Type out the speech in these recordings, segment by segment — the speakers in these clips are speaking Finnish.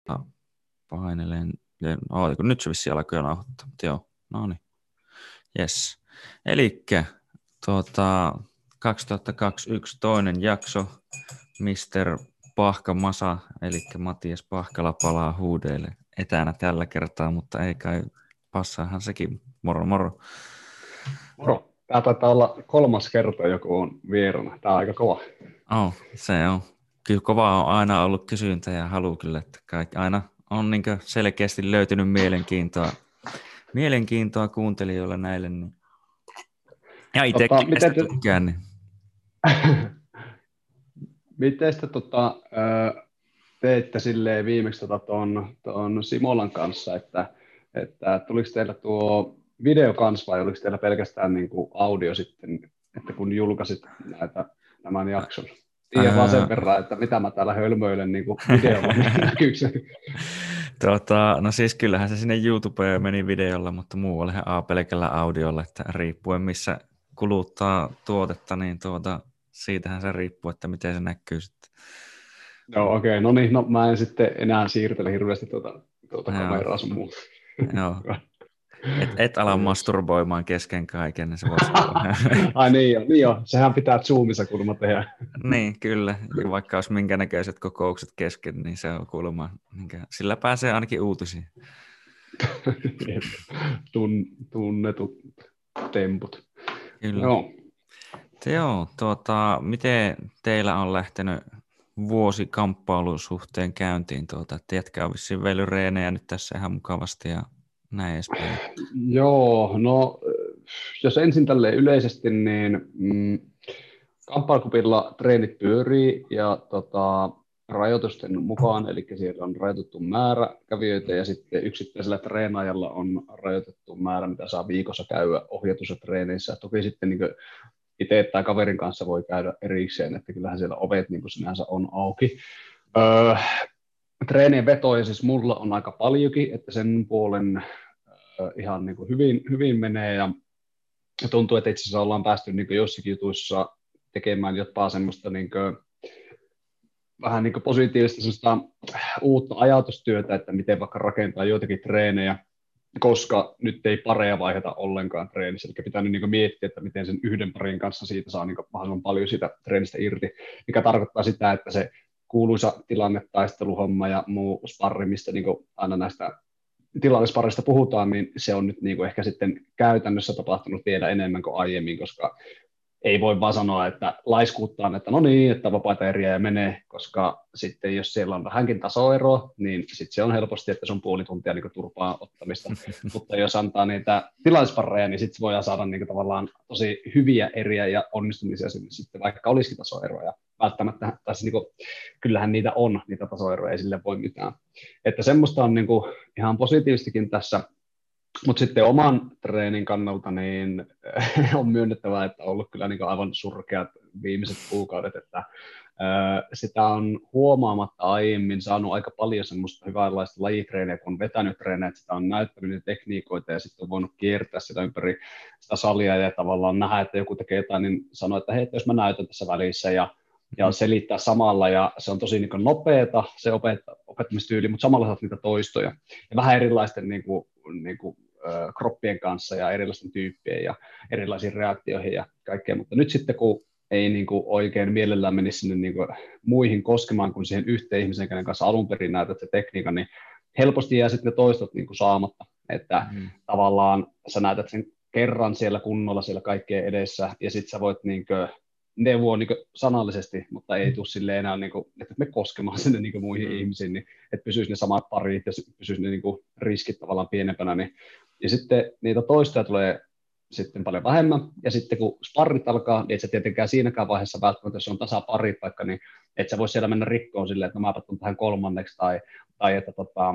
Painelen. Kun nyt se vissiin alkoi jo nauhoittaa, mutta joo, no niin. Jes. Elikkä 2021 toinen jakso, Mr. Pahka Masa, eli Matias Pahkala palaa huudeille etänä tällä kertaa, mutta ei kai passaahan sekin. Moro moro. Moro. Tämä taitaa olla 3. kerta joku on vierana. Tämä on aika kova. Se on. Kyllä kovaa on aina ollut kysyntä ja halu kyllä, että kaikki aina on niin selkeästi löytynyt mielenkiintoa kuuntelijoille näille. Niin. Ja itsekin miten tykkään. Niin. Miten te teitte silleen viimeksi tuon Simolan kanssa, että tuliko teillä tuo video kanssa vai oliko teillä pelkästään niin kuin audio sitten, että kun julkaisit tämän jakson? Tiedän vaan sen verran, että mitä mä täällä hölmöilen niin videolla, niin näkyykö se? No siis kyllähän se sinne YouTubeen meni videolla, mutta muuallehan pelkällä audiolla, että riippuen missä kuluttaa tuotetta, niin siitähän se riippuu, että miten se näkyy sitten. Joo, okei. No niin, mä en sitten enää siirtele hirveästi tuota kameraa sun muuta. Joo. Et ala masturboimaan kesken kaiken, niin se voisi olla. Ai niin joo, sehän pitää Zoomissa kuulemma tehdä. Niin, kyllä. Vaikka olisi minkä näköiset kokoukset kesken, niin se on kuulemma, sillä pääsee ainakin uutisiin. Tunnetut temput. Kyllä. Joo, miten teillä on lähtenyt vuosi kamppailun suhteen käyntiin? Jätkä on vissiin veily reenejä nyt tässä ihan mukavasti ja näin edespäin. Joo, no jos ensin tälleen yleisesti, niin kamppailukupilla treenit pyörii ja rajoitusten mukaan, eli siellä on rajoitettu määrä kävijöitä ja sitten yksittäisellä treenaajalla on rajoitettu määrä, mitä saa viikossa käydä ohjatussa treeneissä. Toki sitten niin itse tai kaverin kanssa voi käydä erikseen, että kyllähän siellä ovet niin kuin sinänsä on auki. Treenien vetoja siis mulla on aika paljonkin, että sen puolen ihan niin kuin hyvin menee ja tuntuu, että itse asiassa ollaan päästy niin kuin jossakin jutuissa tekemään jopa semmoista niin kuin, vähän niin kuin positiivista uutta ajatustyötä, että miten vaikka rakentaa joitakin treenejä, koska nyt ei pareja vaiheta ollenkaan treenissä, eli pitää nyt niin kuin miettiä, että miten sen yhden parin kanssa siitä saa niin kuin mahdollisimman paljon siitä treenistä irti, mikä tarkoittaa sitä, että se kuuluisa tilannetaisteluhomma ja muu sparri, mistä niin kuin aina näistä tilallisparista puhutaan, niin se on nyt niin kuin ehkä sitten käytännössä tapahtunut vielä enemmän kuin aiemmin, koska ei voi vaan sanoa, että laiskuuttaan, että no niin, että vapaita eriä ja menee, koska sitten jos siellä on vähänkin tasoeroa, niin sitten se on helposti, että se on puoli tuntia niin turpaa ottamista. Mutta jos antaa niitä tilaisparreja, niin sitten voidaan saada niin tavallaan tosi hyviä eriä ja onnistumisia sitten, vaikka olisikin tasoeroja. Välttämättä, tai siis niin kuin, kyllähän niitä on, niitä tasoeroja, ei sille voi mitään. Että semmoista on niin kuin ihan positiivistikin tässä. Mutta sitten oman treenin kannalta niin on myönnettävää, että on ollut kyllä niin aivan surkeat viimeiset kuukaudet, että sitä on huomaamatta aiemmin saanut aika paljon semmoista hyvänlaista lajitreeniä, kun on vetänyt treenejä, että sitä on näyttänyt niitä tekniikoita ja sitten on voinut kiertää sitä ympäri sitä salia ja tavallaan nähdä, että joku tekee jotain, niin sanoo, että hei, jos mä näytän tässä välissä ja selittää samalla, ja se on tosi niin kuin nopeata se opettamistyyli, mutta samalla saat niitä toistoja. Ja vähän erilaisten niin kuin, kroppien kanssa ja erilaisten tyyppien ja erilaisiin reaktioihin ja kaikkea, mutta nyt sitten kun ei niin kuin oikein mielellään menisi sinne niin kuin muihin koskemaan kuin siihen yhteen ihmisen, kenen kanssa alun perin näytät se tekniikan, niin helposti jää sitten ne toistot niin kuin saamatta, että tavallaan sä näytät sen kerran siellä kunnolla siellä kaikkeen edessä ja sitten sä voit niin kuin neuvoa niin sanallisesti, mutta ei tule sille enää, niin kuin, että me koskemaan sinne niin muihin ihmisiin, niin, että pysyisi ne samat parit ja pysyisi ne niin kuin riskit tavallaan pienempänä. Niin. Ja sitten niitä toistoja tulee sitten paljon vähemmän, ja sitten kun sparrit alkaa, niin et sä tietenkään siinäkään vaiheessa välttämättä, jos on tasaparit vaikka, niin et sä voi siellä mennä rikkoon silleen, että no mä tulen tähän kolmanneksi, tai että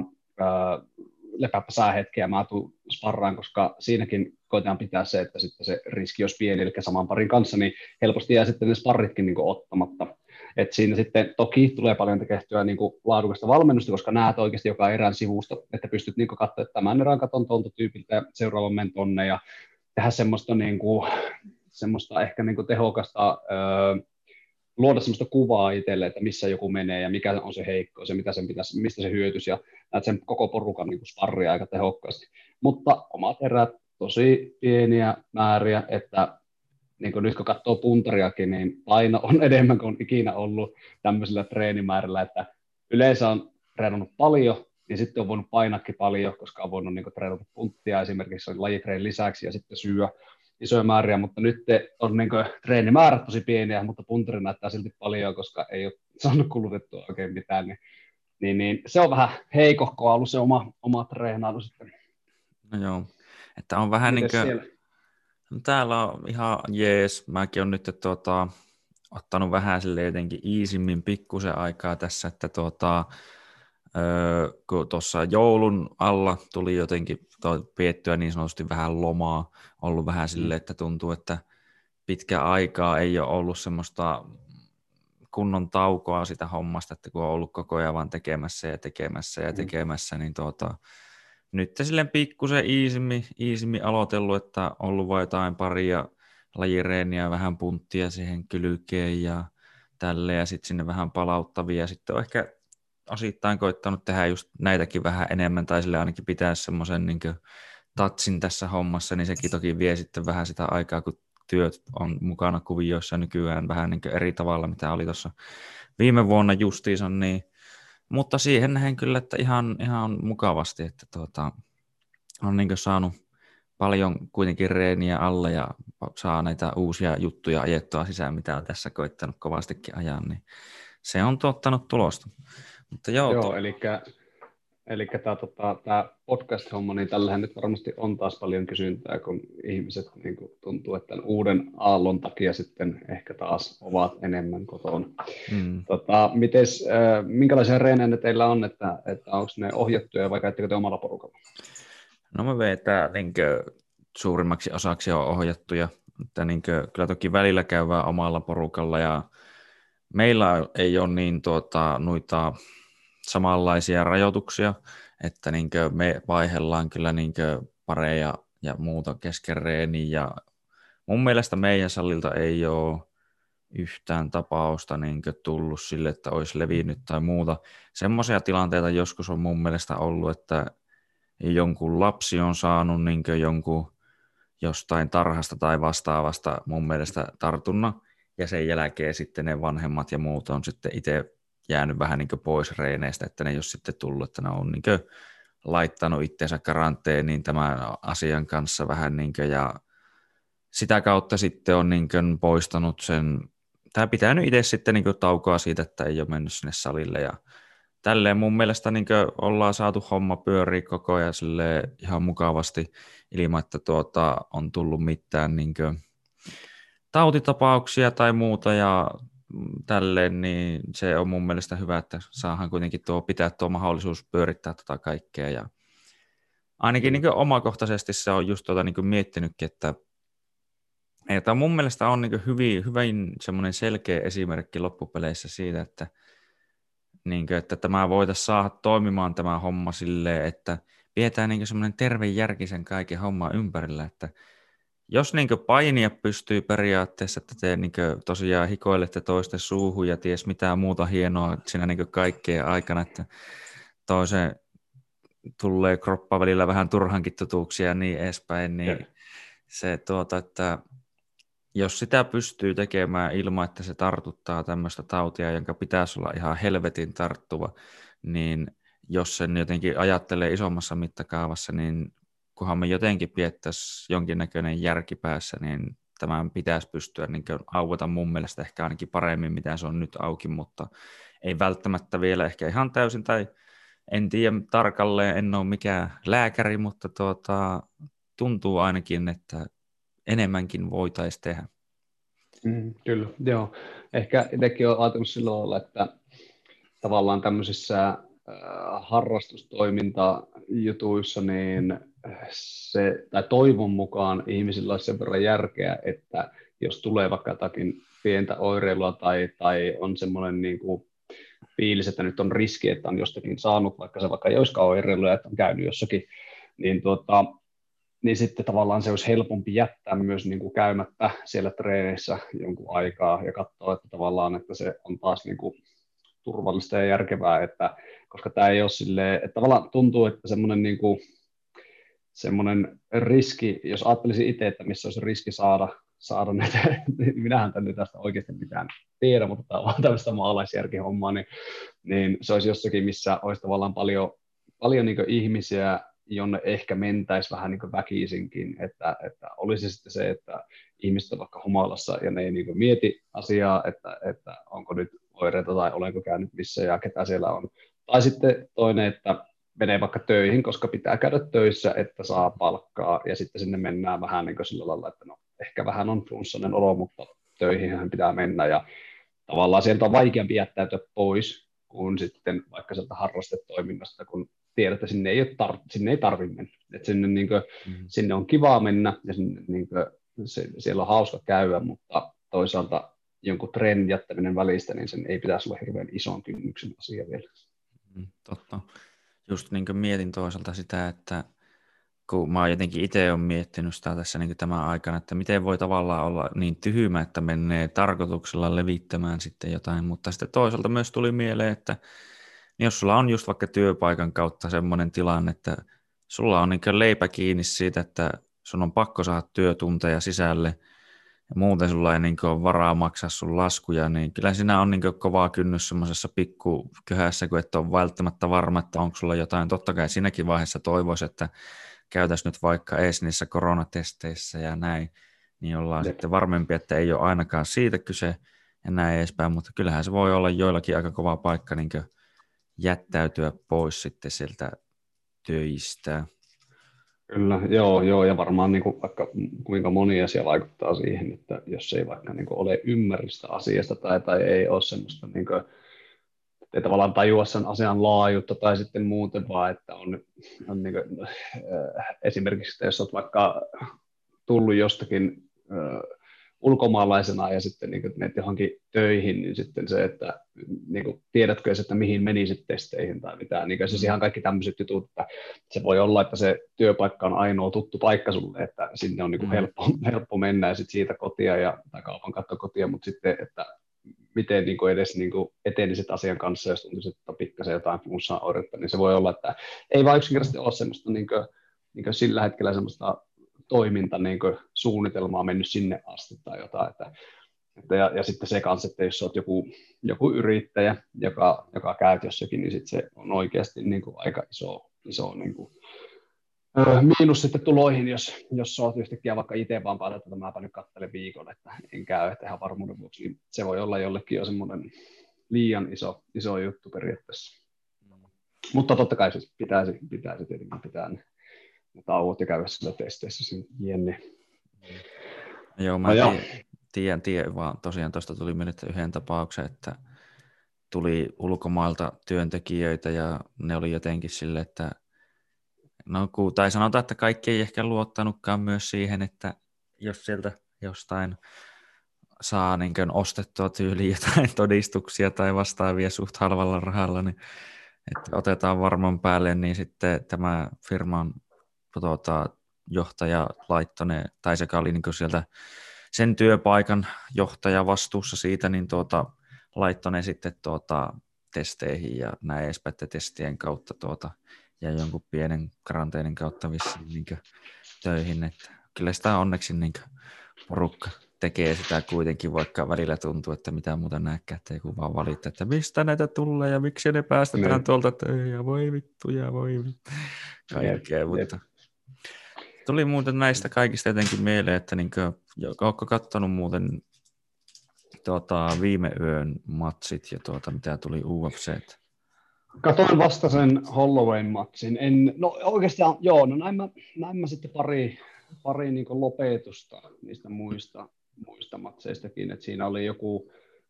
lepääpä sää hetkeä, mä tuun sparraan, koska siinäkin koitetaan pitää se, että sitten se riski olisi pieni, eli saman parin kanssa, niin helposti jää sitten ne sparritkin niin kuin ottamatta. Et siinä sitten toki tulee paljon tehtyä niin kuin laadukasta valmennusta, koska näet oikeasti joka erän sivusta, että pystyt niin katsoa, että tämän erän katon tuolta tyypiltä ja seuraavan men tonne ja tehdä semmoista, niin kuin, semmoista ehkä niin kuin tehokasta luoda sellaista kuvaa itselle, että missä joku menee ja mikä on se heikkous ja mitä sen pitäisi, mistä se hyötyisi ja näet sen koko porukan niin sparria aika tehokkaasti. Mutta omat erät tosi pieniä määriä, että niin kuin nyt kun katsoo puntariakin, niin paino on enemmän kuin on ikinä ollut tämmöisellä treenimäärillä, että yleensä on treenannut paljon, niin sitten on voinut painakin paljon, koska on voinut niin treenata punttia esimerkiksi lajitreenin lisäksi ja sitten syödä isoja määriä, mutta nyt on niin treenimäärät tosi pieniä, mutta puntari näyttää silti paljon, koska ei ole saanut kulutettua oikein mitään, niin se on vähän heikohkoa ollut se oma treenailu sitten. No joo, että on vähän Mites niin kuin, siellä? no täällä on ihan jees, mäkin olen nyt ottanut vähän sille jotenkin iisimmin pikkusen aikaa tässä, että kun tuossa joulun alla tuli jotenkin piettyä niin sanotusti vähän lomaa, ollut vähän silleen, että tuntuu, että pitkä aikaa ei ole ollut semmoista kunnon taukoa sitä hommasta, että kun on ollut koko ajan vaan tekemässä ja tekemässä ja tekemässä, niin nyt silleen pikkusen iisimmin aloitellut, että on ollut vain jotain paria lajireeniä, vähän punttia siihen kylkeen ja tälleen, ja sitten sinne vähän palauttavia, ja sitten on ehkä osittain koittanut tehdä just näitäkin vähän enemmän, tai sille ainakin pitää semmoisen niin touchin tässä hommassa, niin sekin toki vie sitten vähän sitä aikaa, kun työt on mukana kuvioissa nykyään vähän niin eri tavalla, mitä oli tuossa viime vuonna justiinsa, niin mutta siihen nähen kyllä, että ihan mukavasti, että on niin saanut paljon kuitenkin reeniä alle ja saa näitä uusia juttuja ajettua sisään, mitä on tässä koittanut kovastikin ajan, niin se on tuottanut tulosta. Mutta Joo, eli tämä podcast-homma, niin tällähän nyt varmasti on taas paljon kysyntää, kun ihmiset niin kuin tuntuu, että tämän uuden aallon takia sitten ehkä taas ovat enemmän kotona. Minkälaisia reenejä ne teillä on, että onko ne ohjattuja vai käyttekö te omalla porukalla? No me vetää suurimmaksi osaksi on ohjattuja, että kyllä toki välillä käydään omalla porukalla ja meillä ei ole niin noita samanlaisia rajoituksia, että me vaihdellaan kyllä pareja ja muuta kesken reeniin ja mun mielestä meidän salilta ei ole yhtään tapausta tullut sille, että olisi levinnyt tai muuta. Semmoisia tilanteita joskus on mun mielestä ollut, että jonkun lapsi on saanut jonkun jostain tarhasta tai vastaavasta mun mielestä tartunnan, ja sen jälkeen sitten ne vanhemmat ja muut on sitten itse jäänyt vähän pois reeneistä, että ne ei ole sitten tullut, että ne on laittanut itsensä karanteeniin tämän asian kanssa vähän ja sitä kautta sitten on poistanut sen, tai pitänyt itse sitten taukoa siitä, että ei ole mennyt sinne salille ja tälleen mun mielestä ollaan saatu homma pyöriä koko ajan ihan mukavasti ilman, että on tullut mitään tautitapauksia tai muuta ja tälleen, niin se on mun mielestä hyvä, että saadaan kuitenkin pitää tuo mahdollisuus pyörittää kaikkea ja ainakin omakohtaisesti se on just miettinytkin, että mun mielestä on hyvin semmoinen selkeä esimerkki loppupeleissä siitä, että että tämä voitaisiin saada toimimaan tämä homma silleen, että pidetään semmoinen terve järki sen kaiken homman ympärillä, että jos painia pystyy periaatteessa, että te tosiaan hikoilette toisten suuhun ja ties mitä muuta hienoa siinä kaikkeen aikana, että toisen tulee kroppa välillä vähän turhankin totuuksia ja niin edespäin, niin se että jos sitä pystyy tekemään ilman, että se tartuttaa tämmöistä tautia, jonka pitäisi olla ihan helvetin tarttuva, niin jos sen jotenkin ajattelee isommassa mittakaavassa, niin kunhan me jotenkin piettäisiin jonkinnäköinen järki päässä, niin tämän pitäisi pystyä aueta mun mielestä ehkä ainakin paremmin, mitä se on nyt auki, mutta ei välttämättä vielä ehkä ihan täysin, tai en tiedä tarkalleen, en ole mikään lääkäri, mutta tuntuu ainakin, että enemmänkin voitaisiin tehdä. Kyllä, joo. Ehkä itsekin olen ajatellut silloin olla, että tavallaan tämmöisissä harrastustoimintajutuissa, niin tai toivon mukaan ihmisillä olisi sen verran järkeä, että jos tulee vaikka jotakin pientä oireilua tai on semmoinen niin kuin fiilis, että nyt on riski, että on jostakin saanut, vaikka se vaikka ei olisikaan oireiluja, että on käynyt jossakin, niin niin sitten tavallaan se olisi helpompi jättää myös niin kuin käymättä siellä treeneissä jonkun aikaa ja katsoa, että tavallaan, että se on taas niin kuin turvallista ja järkevää, että, koska tämä ei ole silleen, että tavallaan tuntuu, että semmoinen riski, jos ajattelisin itse, että missä olisi riski saada näitä, niin minähän tänne tästä oikeasti mitään tiedä, mutta tämä on vaan tämmöistä maalaisjärkihommaa, niin se olisi jossakin, missä olisi tavallaan paljon niin ihmisiä, jonne ehkä mentäisi vähän niin väkisinkin, että olisi sitten se, että ihmiset on vaikka humalassa ja ne ei niin mieti asiaa, että onko nyt oireita tai olenko käynyt missä ja ketä siellä on. Tai sitten toinen, että menee vaikka töihin, koska pitää käydä töissä, että saa palkkaa ja sitten sinne mennään vähän niin kuin sillä lailla, että no ehkä vähän on flunssainen olo, mutta töihin pitää mennä ja tavallaan sieltä on vaikeampi jättäytyä pois kuin sitten vaikka sieltä harrastetoiminnasta, kun tiedät, että sinne ei tarvitse mennä. Että sinne on kivaa mennä ja sinne, siellä on hauska käydä, mutta toisaalta jonkun treenin jättäminen välistä, niin sen ei pitäisi olla hirveän ison kynnyksen asia vielä. Totta. Just niin kuin mietin toisaalta sitä, että kun mä jotenkin itse olen miettinyt sitä tässä niin tämän aikana, että miten voi tavallaan olla niin tyhmä, että menee tarkoituksella levittämään sitten jotain, mutta sitten toisaalta myös tuli mieleen, että jos sulla on just vaikka työpaikan kautta semmoinen tilanne, että sulla on niin kuin leipä kiinni siitä, että sun on pakko saada työtunteja sisälle ja muuten sulla ei niin kuin ole varaa maksaa sun laskuja, niin kyllä siinä on niin kuin kovaa kynnys semmoisessa pikkuköhässä, kun et ole välttämättä varma, että onko sulla jotain. Totta kai siinäkin vaiheessa toivoisi, että käytäisiin nyt vaikka edes niissä koronatesteissä ja näin, niin ollaan sitten varmempi, että ei ole ainakaan siitä kyse ja näin edespäin, mutta kyllähän se voi olla joillakin aika kova paikka niin kuin jättäytyä pois sitten sieltä töistä. Kyllä, joo, ja varmaan niin kuin vaikka kuinka moni asia vaikuttaa siihen, että jos ei vaikka niin kuin ole ymmärrystä asiasta tai ei ole semmoista, niin kuin, ei tavallaan tajua sen asian laajuutta tai sitten muuten vaan, että on niin kuin, esimerkiksi, että jos olet vaikka tullut jostakin ulkomaalaisena ja sitten niin menet johonkin töihin, niin sitten se, että niin kuin, tiedätkö että mihin menisit testeihin tai mitään, niin siis ihan kaikki tämmöiset jutut, että se voi olla, että se työpaikka on ainoa tuttu paikka sulle, että sinne on niin kuin helppo mennä ja sitten siitä kotia tai kaupan katto kotia, mutta sitten, että miten niin kuin edes niin kuin etenisit asian kanssa, jos tuntuisi, että pikkasen jotain flunssaa oireutta, niin se voi olla, että ei vaan yksinkertaisesti ole semmoista niin kuin sillä hetkellä semmoista toiminta niin kuin suunnitelmaa mennyt sinne asti tai jotain. Ja sitten se kanssa, että jos olet joku yrittäjä, joka käyt jossakin, niin sitten se on oikeasti niin kuin aika iso niin kuin, miinus sitten tuloihin, jos olet yhtäkkiä vaikka itse vaan päätät, että mäpä nyt katselen viikon, että en käy, että ihan varmuuden vuoksi, niin se voi olla jollekin jo semmoinen liian iso juttu periaatteessa. Mutta totta kai siis pitäisi tietenkin pitää ne tauot ja käydä sillä testeissä sen jenne. Joo, mä tiedän, vaan tosiaan tuosta tuli mieleen yhden tapauksen, että tuli ulkomailta työntekijöitä ja ne oli jotenkin sille, että tai sanotaan, että kaikki ei ehkä luottanutkaan myös siihen, että jos sieltä jostain saa niin kuin ostettua tyyliin jotain todistuksia tai vastaavia suht halvalla rahalla, niin että otetaan varmaan päälle, niin sitten tämä firman johtaja laittoi ne, tai sekä oli niin kuin sieltä sen työpaikan johtaja vastuussa siitä, niin laittoi ne sitten testeihin ja näin edespäin testien kautta ja jonkun pienen karanteenin kautta vissiin niin töihin. Että kyllä sitä onneksi niin porukka tekee sitä kuitenkin, vaikka välillä tuntuu, että mitä muuta näkään, että joku vaan valittaa, että mistä näitä tulee ja miksi ne päästetään tuolta töihin ja voi vittu kaikkea. Mutta tuli muuten näistä kaikista jotenkin mieleen, että oletko katsonut muuten viime yön matsit ja mitä tuli UFC:t? Katoin vasta sen Hollowayn matsin. No oikeastaan, joo, no näin mä sitten pari niin kuin lopetusta niistä muista matseistakin, että siinä oli joku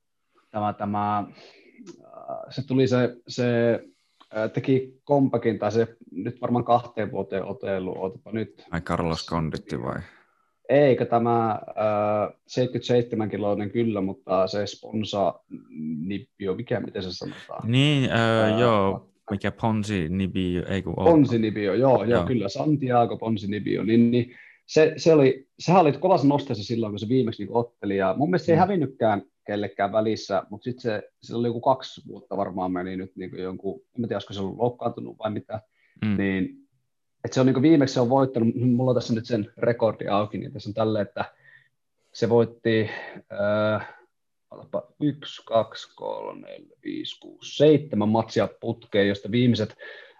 se tuli se teki kompakin, tai se nyt varmaan 2 vuoteen otellut, ootapa nyt. Ai Carlos Conditti vai? Eikö tämä 77-kiloinen kyllä, mutta se sponsa nippio, miten se sanotaan? Niin, joo. mikä Ponzinibbio, ei kun Ponzinibbio, joo, Joo. kyllä, Santiago Ponzinibbio, niin sehän oli kovassa nosteessa silloin, kun se viimeksi niin otteli, ja mun mielestä se ei hävinnytkään kellekään välissä, mutta sitten se oli joku 2 vuotta varmaan meni nyt niin jonkun, en tiedä, olisiko se ollut loukkaantunut vai mitä, niin että se on niin viimeksi se on voittanut, mulla on tässä nyt sen rekordi auki, niin tässä on tälleen, että se voitti 1, 2, 3, 4, 5, 6, 7 matsia putkeen, josta viimeiset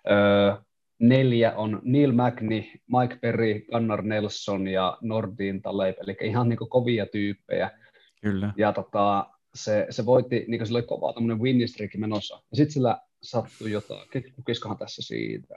4 on Neil Magny, Mike Perry, Gunnar Nelson ja Nordin Taleb, eli ihan niin kovia tyyppejä. Kyllä. Ja se voitti, niin sillä oli kova tämmöinen winning streak menossa. Ja sitten sillä sattui jotain, lukiskohan tässä siitä.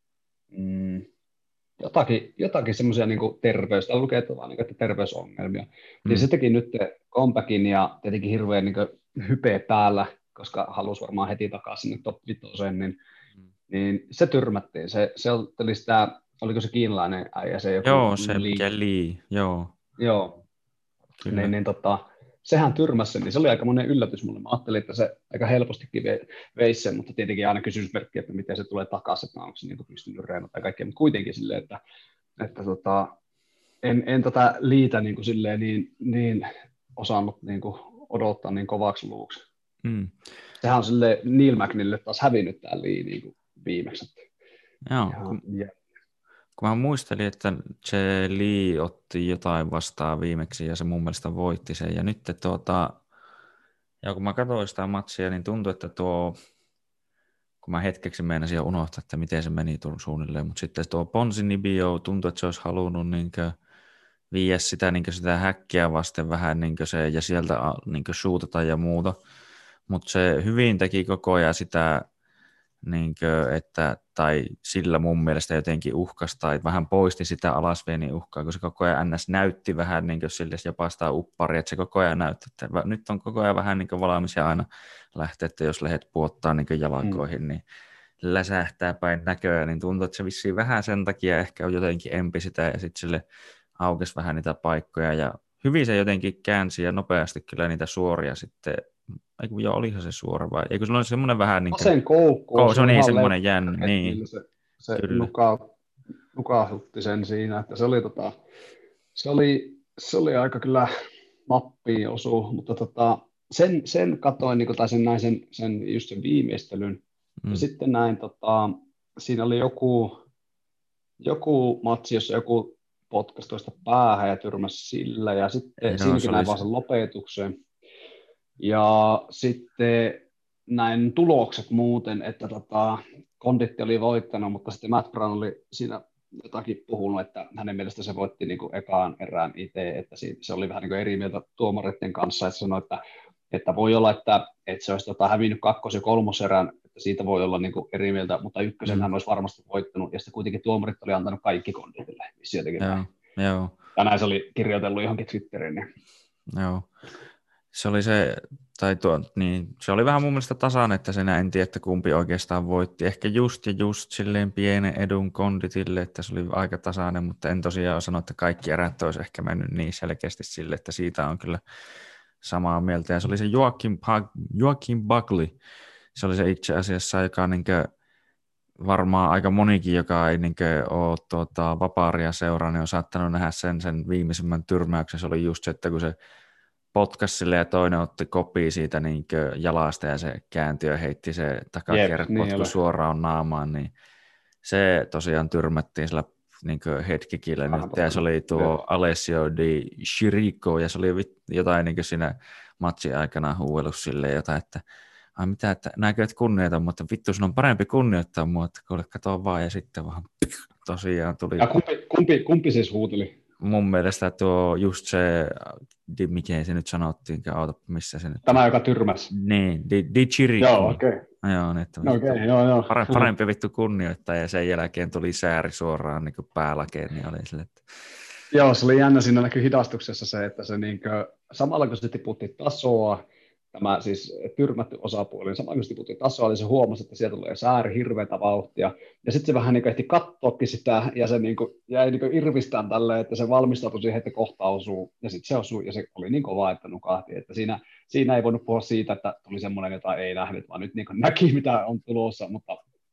Jotakin semmoisia niin täällä lukee vaan, niin, että terveysongelmia. Niin se teki nyt comebackin ja tietenkin hirveän niin hype päällä, koska halusi varmaan heti takaisin sinne top 5, niin se tyrmättiin. Se oli sitä, oliko se kiinalainen äijä? Se joku Joo, se Lee, joo. Joo, niin, sehän tyrmäsi sen, niin se oli aika monen yllätys mulle. Mä ajattelin, että se aika helpostikin veisi sen, mutta tietenkin aina kysymysmerkki, että miten se tulee takaisin, että onko se niin pystynyt reenata tai kaikkea, mutta kuitenkin silleen, että en tätä liitä niin osannut niin odottaa niin kovaksi luvuksi. Sehän on sille Neil Magnylle taas hävinnyt tämä Lee niin viimeksi. Joo, kun mä muistelin, että se Lee otti jotain vastaan viimeksi ja se mun mielestä voitti sen. Ja nyt ja kun mä katsoin sitä matsia, niin tuntui, että kun mä hetkeksi meinasin jo unohtaa, että miten se meni suunnilleen, mutta sitten tuo Ponzinibbio tuntui, että se olisi halunnut viiä sitä häkkiä vasten vähän se, ja sieltä shootata ja muuta. Mutta se hyvin teki koko ajan sitä, tai sillä mun mielestä jotenkin uhkasi tai vähän poisti sitä alasvienin uhkaa, kun se koko ajan NS näytti vähän sille jopa sitä upparia, että se koko ajan näytti, että nyt on koko ajan vähän valmis ja aina lähtee, että jos lehet puottaa jalkoihin, niin läsähtää päin näköä, niin tuntuu, että se vissiin vähän sen takia ehkä on jotenkin empi sitä ja sitten sille aukesi vähän niitä paikkoja ja hyvin se jotenkin käänsi ja nopeasti kyllä niitä suoria sitten. Eiku, joo, olihan se suora vai? Eikö se oli semmoinen vähän niin kuin... Vasen koukku. Se on niin semmoinen jänni. Niin. Se nukautti sen siinä, että se oli aika kyllä nappiin osu, mutta sen katoin, niin tai sen näin just sen viimeistelyn. Ja sitten näin, siinä oli joku matsi, jossa joku potkasi toista päähän ja tyrmäsi sillä, ja sitten siinäkin näin vaan sen lopetuksen. Ja sitten näin tulokset muuten, että Konditti oli voittanut, mutta sitten Matt Brown oli siinä jotakin puhunut, että hänen mielestä se voitti niin kuin ekaan erään itse, että se oli vähän niin kuin eri mieltä tuomareiden kanssa, että sanoi, että voi olla, että se olisi hävinnyt 2. ja 3. erän, että siitä voi olla niin kuin eri mieltä, mutta 1. hän olisi varmasti voittanut, ja sitten kuitenkin tuomarit oli antanut kaikki Konditille. Joo. Ja näin se oli kirjoitellut johonkin Twitteriin. Niin. Joo. Se oli se oli vähän mun mielestä tasainen, että senä en tiedä, että kumpi oikeastaan voitti. Ehkä just silleen pienen edun Konditille, että se oli aika tasainen, mutta en tosiaan sano, että kaikki erät olisi ehkä mennyt niin selkeästi sille, että siitä on kyllä samaa mieltä. Ja se oli se Joakim Buckley. Se oli se itse asiassa, joka varmaan aika monikin, joka ei ole vapaaria seuraa, niin on saattanut nähdä sen viimeisimmän tyrmäyksen. Se oli just se, että kun se potkasi sille ja toinen otti kopia siitä jalasta ja se kääntyi ja heitti se takakerrepotku suoraan naamaan, niin se tosiaan tyrmättiin sillä headkickillä nyt, ja se oli tuo Alessio Di Chirico, ja se oli jotain siinä matsin aikana huuellut silleen jotain, että mitä, että näkö et kunnioita, mutta vittu sun on parempi kunnioittaa mua, että kuule katsoa vaan, ja sitten vaan tosiaan tuli. Ja kumpi siis huuteli? Mun mielestä tuo just se, miten se nyt sanottiin, missä se nyt... Tämä, joka tyrmäsi. Niin, Di Chirico. Joo, okei. Okay. Joo. Parempi vittu kunnioittaa, ja sen jälkeen tuli sääri suoraan niin päälakeen, niin oli sille, että... Joo, se oli jännä, siinä näkyi hidastuksessa se, että se samalla kun se tiputti tasoa, tämä siis tyrmätty osapuoli, samalla kun se tiputti tasoa, niin se huomasi, että sieltä tulee sääri hirveätä vauhtia, ja sitten se vähän ehti katsoakin sitä, ja se jäi irvistään tälleen, että se valmistautui siihen, että kohta osuu, ja sitten se osui, ja se oli niin kova, että nukahti, että siinä ei voinut puhua siitä, että tuli semmoinen, jota ei nähnyt, vaan nyt näki, mitä on tulossa, mutta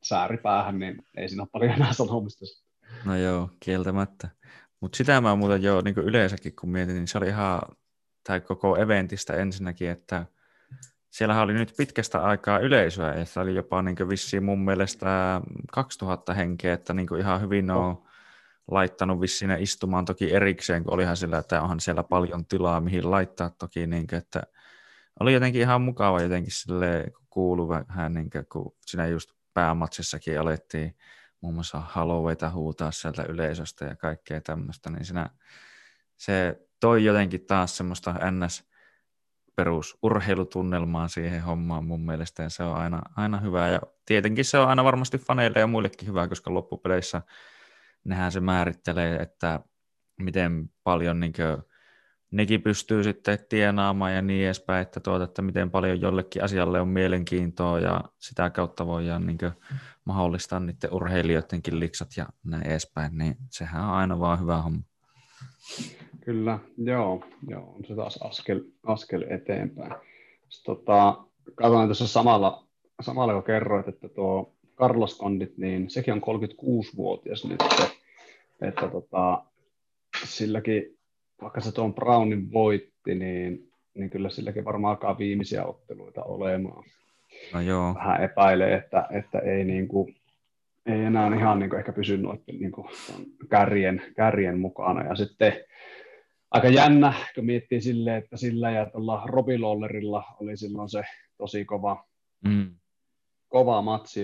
sääripäähän, niin ei siinä ole paljon enää sanomista. No joo, kieltämättä. Mutta sitä mä muuten joo, niin yleensäkin kun mietin, niin se oli ihan, tai koko eventistä ensinnäkin, että siellähän oli nyt pitkästä aikaa yleisöä, ja se oli jopa niin vissiin mun mielestä 2000 henkeä, että niin ihan hyvin on laittanut vissiin ne istumaan toki erikseen, kun olihan sillä, että onhan siellä paljon tilaa, mihin laittaa toki, niin kuin, että oli jotenkin ihan mukava jotenkin silleen, kun kuului vähän, niin kuin, kun siinä just päämatsissakin alettiin muun muassa Hallowayta huutaa sieltä yleisöstä ja kaikkea tämmöistä, niin siinä se toi jotenkin taas semmoista perusurheilutunnelmaa siihen hommaan mun mielestä, ja se on aina hyvä, ja tietenkin se on aina varmasti faneille ja muillekin hyvä, koska loppupeleissä nehän se määrittelee, että miten paljon niin nekin pystyy sitten tienaamaan ja niin edespäin, että miten paljon jollekin asialle on mielenkiintoa, ja sitä kautta voidaan niin mahdollistaa niiden urheilijoidenkin liksat ja näin edespäin, niin sehän on aina vaan hyvä homma. Kyllä, joo, on se taas askel eteenpäin. Katsoin tuossa samalla kun kerroit, että tuo Carlos Condit, niin sekin on 36-vuotias nyt, että silläkin, vaikka se tuon Brownin voitti, niin kyllä silläkin varmaan alkaa viimeisiä otteluita olemaan. No joo. Vähän epäilee, että ei enää ihan ehkä pysy noiden kärjen mukana, ja sitten aika jännä, kun miettii silleen, että sillä ja tuolla Robbie Lawlerilla oli silloin se tosi kova matsi,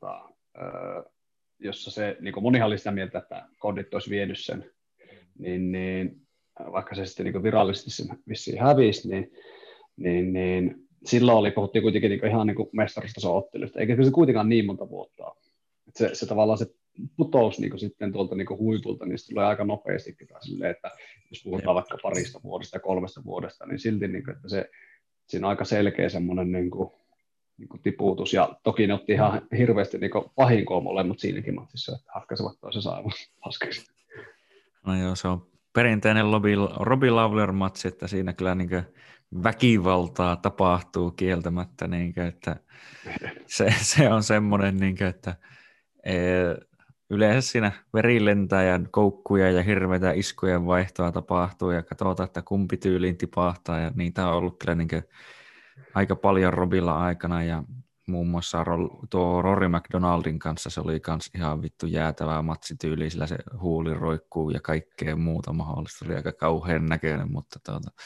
jossa se, niin kuin monihan oli sitä mieltä, että Condit olisi vienyt sen, niin vaikka se sitten virallisesti sen vissiin hävisi, niin silloin puhuttiin kuitenkin ihan mestaruustason ottelusta, eikä se kuitenkaan niin monta vuotta ole. Se tavallaan se putous sitten tuolta huipulta, niin se tulee aika nopeastikin. Silleen, että jos puhutaan vaikka 2 vuodesta ja 3 vuodesta, niin silti että siinä on aika selkeä semmoinen tiputus. Ja toki ne otti ihan hirveästi vahinkoa molemmat siinäkin matsissa, että hakkaisivat toisensa aivan paskaksi. No joo, se on perinteinen Robbie Lawler-matsi, että siinä kyllä väkivaltaa tapahtuu kieltämättä, että se on semmoinen, että yleensä siinä veri lentää ja koukkuja ja hirveitä iskujen vaihtoa tapahtuu ja katsotaan, että kumpi tyyliin tipahtaa, ja niitä on ollut kyllä aika paljon Robilla aikana, ja muun muassa tuo Rory McDonaldin kanssa se oli kans ihan vittu jäätävää matsityyliä, sillä se huuli roikkuu ja kaikkea muuta mahdollista, oli aika kauhean näköinen, mutta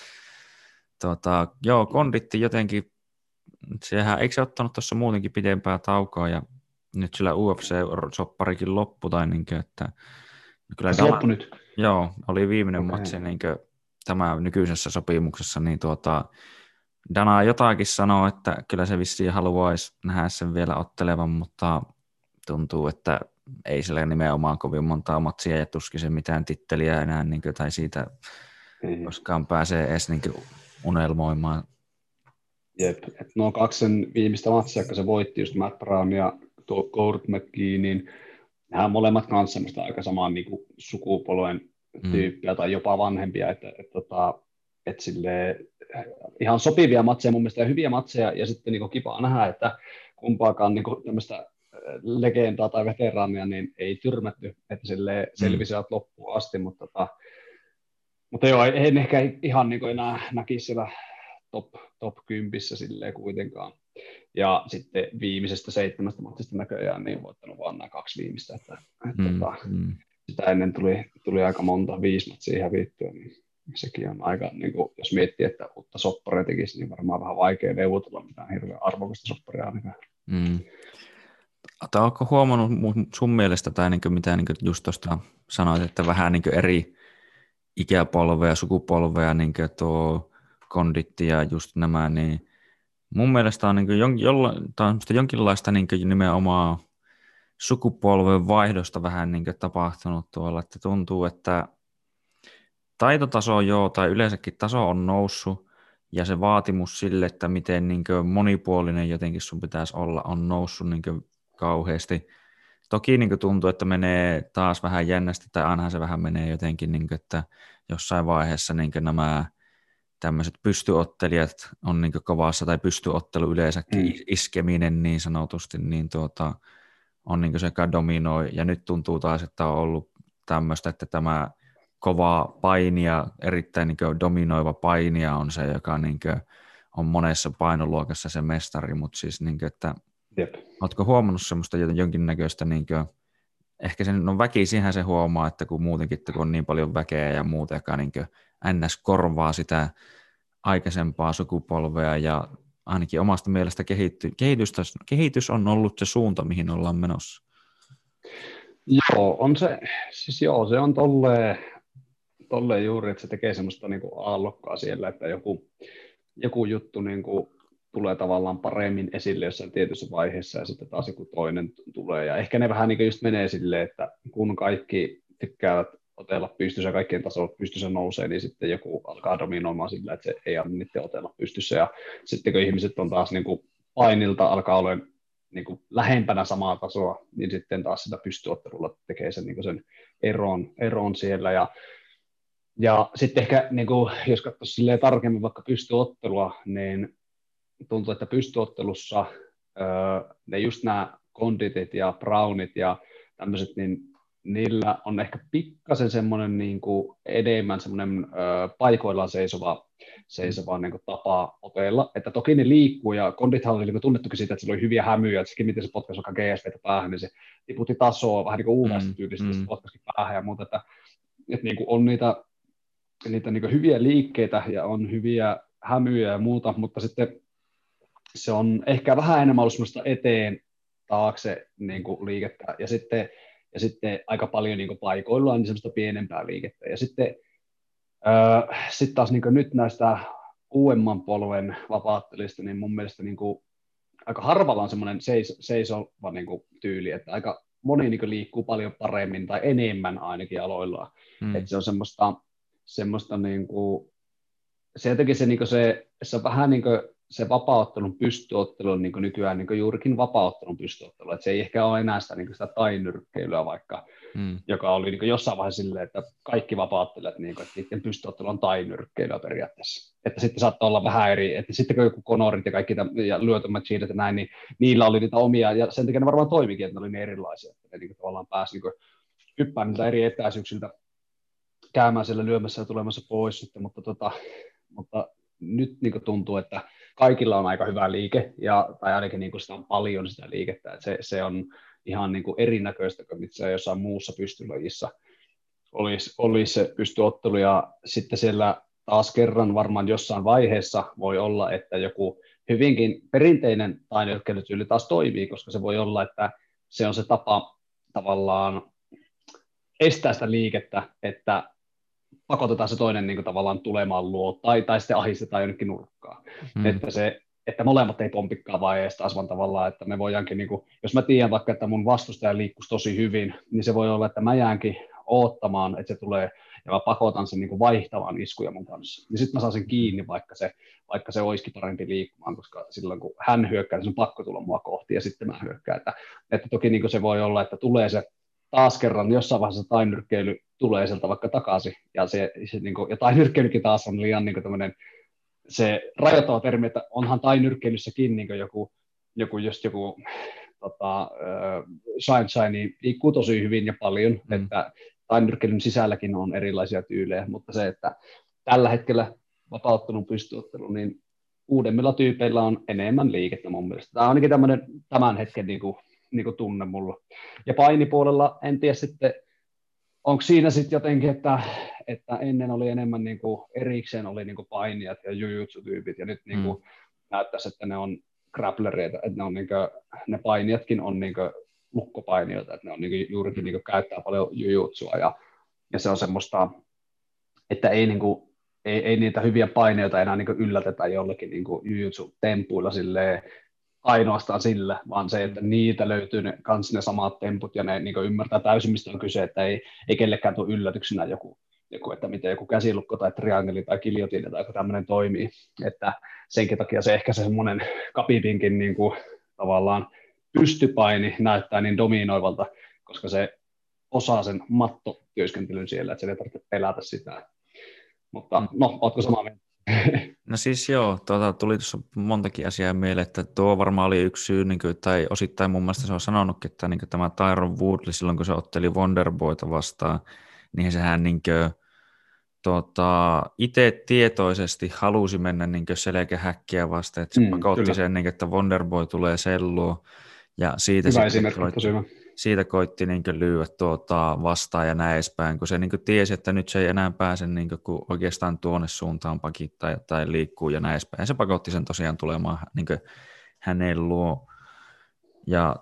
joo, Conditti jotenkin, sehän, eikö se ottanut tuossa muutenkin pidempää taukoa, ja nyt sillä UFC-sopparikin loppu, tai että kyllä se loppu nyt? Joo, oli viimeinen matsi tämä nykyisessä sopimuksessa, niin Dana jotakin sanoo, että kyllä se vissiin haluaisi nähdä sen vielä ottelevan, mutta tuntuu, että ei sillä nimenomaan kovin montaa matsia ja tuskin se mitään titteliä enää, tai siitä koskaan pääsee edes unelmoimaan. Jep, että nuo 2 sen viimeistä matsia, kun se voitti just Matt Brown ja Court McGee, niin nämä molemmat kanssa semmoista aika samaan sukupolven tyyppiä tai jopa vanhempia, että silleen, ihan sopivia matseja mun mielestä ja hyviä matseja, ja sitten kivaa nähdä, että kumpaakaan tämmöistä legendaa tai veteraania niin ei tyrmätty, että silleen selvisivät loppuun asti, mutta joo, en ehkä ihan enää näkisi siellä top 10 silleen kuitenkaan. Ja sitten viimeisestä 7 matsista näköjään niin voittanut vaan nämä 2 viimeistä, että sitä ennen tuli aika monta 5 matsia hävittyä, niin sekin on aika, jos miettii, että uutta sopparia tekisi, niin varmaan vähän vaikea neuvotella mitään hirveän arvokasta sopparia ainakaan. Oletko huomannut sun mielestä, tai mitä just tuosta sanoit, että vähän eri ikäpolvea, sukupolvea, tuo Conditti ja just nämä, niin mun mielestä on jonkinlaista nimenomaan sukupolven vaihdosta vähän tapahtunut tuolla, että tuntuu, että taitotaso tai yleensäkin taso on noussut, ja se vaatimus sille, että miten monipuolinen jotenkin sun pitäisi olla, on noussut kauheasti. Toki tuntuu, että menee taas vähän jännästi, tai ainahan se vähän menee jotenkin, että jossain vaiheessa nämä tämmöiset pystyottelijat on kovassa, tai pystyottelu yleensäkin iskeminen niin sanotusti, niin on niin se, joka dominoi, ja nyt tuntuu taas, että on ollut tämmöistä, että tämä kova painija, erittäin niin dominoiva painija on se, joka niin on monessa painoluokassa se mestari, mutta siis, niin että Jep. oletko huomannut semmoista jonkinnäköistä, niin kuin, ehkä sen, no väkisinhän se huomaa, että kun muutenkin, että kun on niin paljon väkeä ja muuta, joka niin NS korvaa sitä aikaisempaa sukupolvea, ja ainakin omasta mielestä kehitys on ollut se suunta, mihin ollaan menossa. Joo, on se, siis joo, se on tolleen juuri, että se tekee semmoista niin kuin aallokkaa siellä, että joku juttu niin kuin tulee tavallaan paremmin esille jossain tietyssä vaiheessa ja sitten taas joku toinen tulee. Ja ehkä ne vähän niin kuin just menee silleen, että kun kaikki tykkäävät otella pystyssä ja kaikkien tasolla pystyssä nousee, niin sitten joku alkaa dominoimaan sillä, että se ei anna niiden otella pystyssä. Ja sitten kun ihmiset on taas niin kuin painilta alkaa olla niin kuin lähempänä samaa tasoa, niin sitten taas sitä pystyottelulla tekee sen, niin kuin sen eron siellä. Ja sitten ehkä, niin kuin, jos katsoisi tarkemmin vaikka pystyottelua, niin tuntuu, että pystyottelussa ne just nämä konditit ja brownit ja tämmöiset, niin niillä on ehkä pikkasen semmoinen niin kuin enemmän semmoinen paikoillaan seisova niin kuin tapa otella, että toki ne liikkuu ja kondithan oli niin kuin tunnettukin siitä, että sillä oli hyviä hämyjä, että sekin miten se potkaisi vaikka GSVtä päähän, niin se tiputti tasoa vähän niin kuin uudesta tyylistä, se potkaisikin päähän ja muuta, että niin kuin on niitä niin kuin hyviä liikkeitä ja on hyviä hämyjä ja muuta, mutta sitten se on ehkä vähän enemmän ollut semmoista eteen taakse niin kuin liikettä ja sitten aika paljon niin kuin paikoillaan niin semmoista pienempää liikettä. Ja sitten taas niin kuin nyt näistä uudemman polven vapaattelista, niin mun mielestä niin kuin aika harvalla on semmoinen seisova niin kuin tyyli, että aika moni niin kuin liikkuu paljon paremmin tai enemmän ainakin aloillaan. Että se on semmoista niin kuin, se jotenkin se, niin kuin se on vähän niin kuin se vapaaottelun pystyottelu on niin nykyään niin juurikin vapaaottelun pystyottelu, että se ei ehkä ole enää sitä, niin sitä tainyrkkeilyä vaikka, joka oli niin jossain vaiheessa silleen, että kaikki vapaattelijat, niin kuin, että niiden pystyottelu on tainyrkkeilyä periaatteessa. Että sitten saattaa olla vähän eri, että sitten kun joku Conorit ja kaikki ja lyötömät siitä ja näin, niin niillä oli niitä omia, ja sen takia ne varmaan toimikin, että ne oli niin erilaisia, että ne niin tavallaan pääsi niin hyppään niitä eri etäisyyksiltä käymään siellä lyömässä ja tulemassa pois sitten, mutta nyt niin tuntuu, että kaikilla on aika hyvä liike, tai ainakin niin sitä on paljon sitä liikettä, että se on ihan niin erinäköistä kuin mitä jossain muussa pystylajissa olisi se pystyottelu, ja sitten siellä taas kerran varmaan jossain vaiheessa voi olla, että joku hyvinkin perinteinen tainyrkkeilytyyli taas toimii, koska se voi olla, että se on se tapa tavallaan estää sitä liikettä, että pakotetaan se toinen niin kuin, tavallaan tulemaan luo, tai sitten ahistetaan jonnekin nurkkaan. Että molemmat ei pompikkaa vaiheessa taas, vaan tavallaan, että me voidaankin, niin kuin, jos mä tiedän vaikka, että mun vastustaja liikkuisi tosi hyvin, niin se voi olla, että mä jäänkin oottamaan, että se tulee, ja mä pakotan sen niin kuin vaihtamaan iskuja mun kanssa. Niin sitten mä saan sen kiinni, vaikka se olisikin parempi liikkumaan, koska silloin kun hän hyökkää, niin se on pakko tulla mua kohti, ja sitten mä hyökkään. Että toki niin kuin se voi olla, että tulee se taas kerran jossain vaiheessa tainyrkkeily tulee sieltä vaikka takaisin, ja niin kuin, ja tainyrkkeilykin taas on liian niin kuin tämmöinen, se rajoittava termi, että onhan tainyrkkeilyssäkin niin joku shine niin liikkuu tosi hyvin ja paljon, että tainyrkkeilyn sisälläkin on erilaisia tyylejä, mutta se, että tällä hetkellä vapauttelun pystyottelu, niin uudemmilla tyypeillä on enemmän liikettä mun mielestä. Tämä on ainakin tämmöinen tämän hetken niin kuin tunne mulla. Ja painipuolella en tiedä sitten, onko siinä sitten jotenkin, että ennen oli enemmän niin kuin erikseen oli niin kuin painijat ja jujutsu-tyypit, ja nyt niin kuin näyttäisi, että ne on grapplereita, että ne, on niin kuin, ne painijatkin on niin kuin lukkopainijoita, että ne on niin kuin, juurikin niin kuin käyttää paljon jujutsua, ja se on semmoista, että ei, niin kuin, ei niitä hyviä paineita enää niin kuin yllätetä jollekin niin kuin jujutsu-tempuilla silleen, ainoastaan sillä, vaan se, että niitä löytyy ne samat temput ja ne niin ymmärtää täysin, mistä on kyse, että ei kellekään tule yllätyksenä joku, että miten joku käsilukko tai triangeli tai giljotiini tai joku tämmöinen toimii. Että senkin takia se ehkä se semmoinen Khabibinkin niin kuin, tavallaan pystypaini näyttää niin dominoivalta, koska se osaa sen mattotyöskentelyn siellä, että se ei tarvitse pelätä sitä. Mutta no, ootko samaa mieltä? No siis joo, tuli tuossa montakin asiaa mieleen, että tuo varmaan oli yksi syy, niin kuin, tai osittain mun mielestä se on sanonutkin, että niin kuin tämä Tyron Woodley silloin, kun se otteli Wonderboyta vastaan, niin sehän niin kuin, itse tietoisesti halusi mennä niin kuin selkähäkkiä vastaan, että se pakotti Kyllä. sen, niin kuin, että Wonderboy tulee selluun, ja siitä Hyvä sitten esimerkki, tosi hyvä. siitä koitti niin lyödä vastaan ja näin edespäin, kun se niin tiesi, että nyt se ei enää pääse niin kuin, oikeastaan tuonne suuntaan pakittaa tai liikkuu ja näin edespäin. Ja se pakotti sen tosiaan tulemaan niin hänen luo. Ja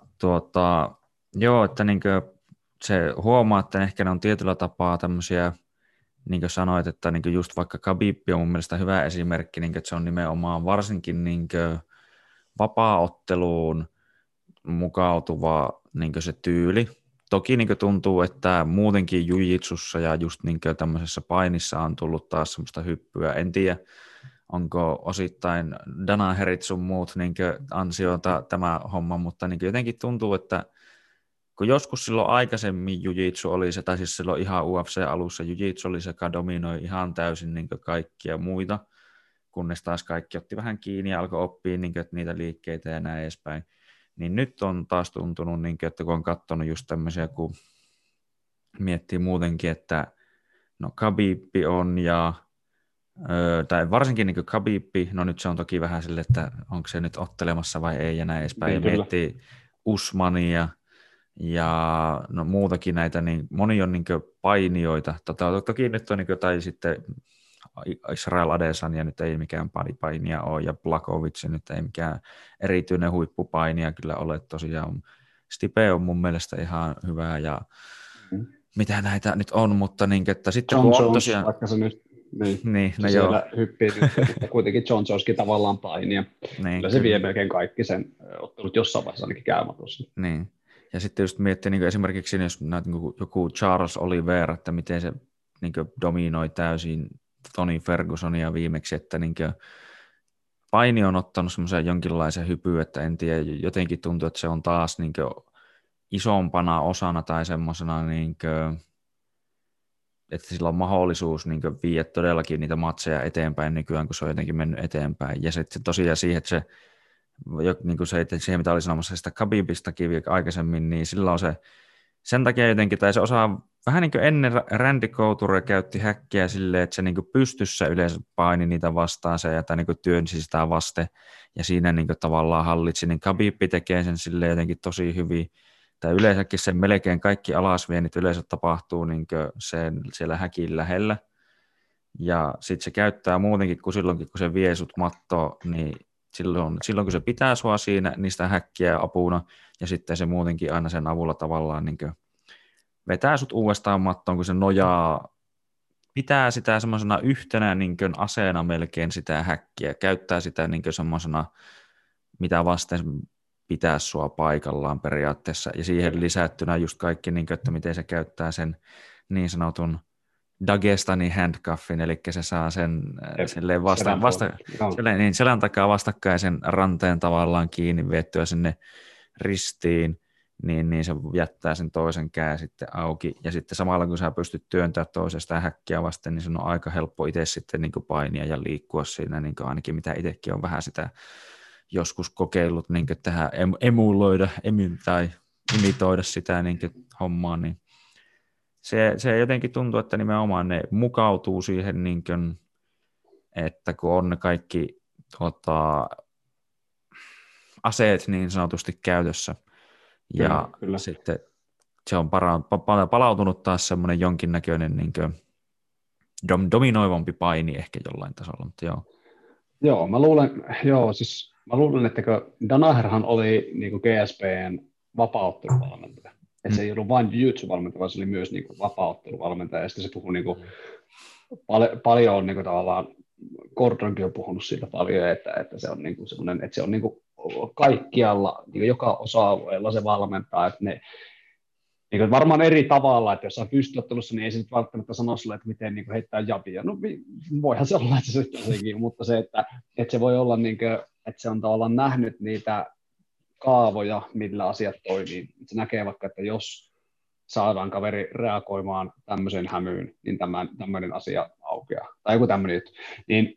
joo, että niin kuin, se huomaa, että ehkä ne on tietyllä tapaa tämmöisiä, niin kuin sanoit, että niin kuin just vaikka Khabib on mun mielestä hyvä esimerkki, niin kuin, että se on nimenomaan varsinkin niin kuin, vapaaotteluun mukautuva niin se tyyli. Toki niin tuntuu, että muutenkin jujitsussa ja just niin tämmöisessä painissa on tullut taas semmoista hyppyä. En tiedä, onko osittain Danaherit sun muut niin ansiota tämä homma, mutta niin jotenkin tuntuu, että kun joskus silloin aikaisemmin jujitsu oli se, tai siis silloin ihan UFC-alussa jujitsu oli se, joka dominoi ihan täysin niin kaikkia muita, kunnes taas kaikki otti vähän kiinni ja alkoi oppia niin kuin, niitä liikkeitä ja näin edespäin. Niin nyt on taas tuntunut, niin kuin, että kun on katsonut just tämmöisiä, kun miettii muutenkin, että no Khabib on tai varsinkin niin Khabib, no nyt se on toki vähän sille, että onko se nyt ottelemassa vai ei ja näin edespäin. Niin, ja miettii Usmania ja no muutakin näitä, niin moni on niin painijoita. Toki nyt on, niin kuin, tai sitten Israel Adesanya nyt ei mikään painija ole, ja Blachowicz nyt ei mikään erityinen huippupainija kyllä ole tosiaan. Stipe on mun mielestä ihan hyvä, ja mitä näitä nyt on, mutta niin, että sitten John kun on Jones, tosiaan... vaikka se nyt niin, no siellä hyppii nyt, mutta kuitenkin John Joneskin tavallaan painija. Niin, kyllä se vie melkein kaikki sen ottelut jossain vaiheessa ainakin käymätussa. Niin. Ja sitten just miettii niin esimerkiksi, jos joku Charles Oliveira, että miten se niin dominoi täysin Tony Fergusonia viimeksi, että niin paini on ottanut semmoisen jonkinlaisen hypyn, että en tiedä, jotenkin tuntuu, että se on taas niin isompana osana tai semmoisena, niin että sillä on mahdollisuus niin viedä todellakin niitä matseja eteenpäin nykyään, kun se on jotenkin mennyt eteenpäin. Ja sitten tosiaan siihen, että se, niin kuin se, että siihen, mitä oli sanomassa sitä Khabibistakin aikaisemmin, niin sillä on se, sen takia jotenkin, tai se osaa, vähän niin kuin ennen Randy Couture käytti häkkiä silleen, että se niin kuin pystyssä yleensä paini niitä vastaan se, ja niin kuin työnsi sitä vasten, ja siinä niin kuin tavallaan hallitsi, niin Khabib tekee sen silleen jotenkin tosi hyvin, tai yleensäkin sen melkein kaikki alasviennit yleensä tapahtuu niin sen siellä häkin lähellä, ja sitten se käyttää muutenkin kuin silloinkin, kun se vie sut mattoon, niin silloin kun se pitää sua siinä, niistä häkkiä apuna, ja sitten se muutenkin aina sen avulla tavallaan niin vetää sut uudestaan mattoon, kun se nojaa, pitää sitä semmoisena yhtenä niin aseena melkein sitä häkkiä, käyttää sitä niin semmoisena, mitä vasten pitää sua paikallaan periaatteessa, ja siihen lisättynä just kaikki, niin kuin, että miten se käyttää sen niin sanotun Dagestanin handcuffin, eli se saa sen selän takaa vastakkaisen ranteen tavallaan kiinni viettyä sinne ristiin, niin se jättää sen toisen käden sitten auki, ja sitten samalla kun sä pystyt työntämään toisesta häkkiä vasten, niin se on aika helppo itse sitten niin kuin painia ja liikkua siinä, niin kuin ainakin mitä itsekin on vähän sitä joskus kokeillut niin kuin tähän emuloida tai imitoida sitä niin kuin hommaa, niin se jotenkin tuntuu, että nimenomaan ne mukautuu siihen, niin kuin, että kun on ne kaikki aseet niin sanotusti käytössä, ja kyllä. Sitten se on palautunut taas semmoinen jonkinnäköinen niin kuin dominoivampi paini ehkä jollain tasolla, mutta joo. Joo, mä luulen, että Danaherhan oli niin kuin GSPn vapaaotteluvalmentaja. Että se ei ollut vain jiu-jitsu-valmentaja, vaan se oli myös niin kuin vapaaotteluvalmentaja. Ja sitten se puhui niin kuin paljon niin kuin tavallaan, Gordonkin on puhunut siitä paljon, että se on niin kuin semmoinen, että se on niin kuin kaikkialla, niin kuin joka osa-alueella se valmentaa, että ne niin varmaan eri tavalla, että jos on pystyottelussa, niin ei se nyt välttämättä sano sulle, että miten niin kuin heittää jabia. No voihan se olla, että se sekin, mutta se, että se voi olla, niin kuin, että se on tavallaan nähnyt niitä kaavoja, millä asiat toimii. Se näkee vaikka, että jos saadaan kaveri reagoimaan tämmöiseen hämyyn, niin tämmöinen asia aukeaa. Tai joku tämmöinen juttu. Niin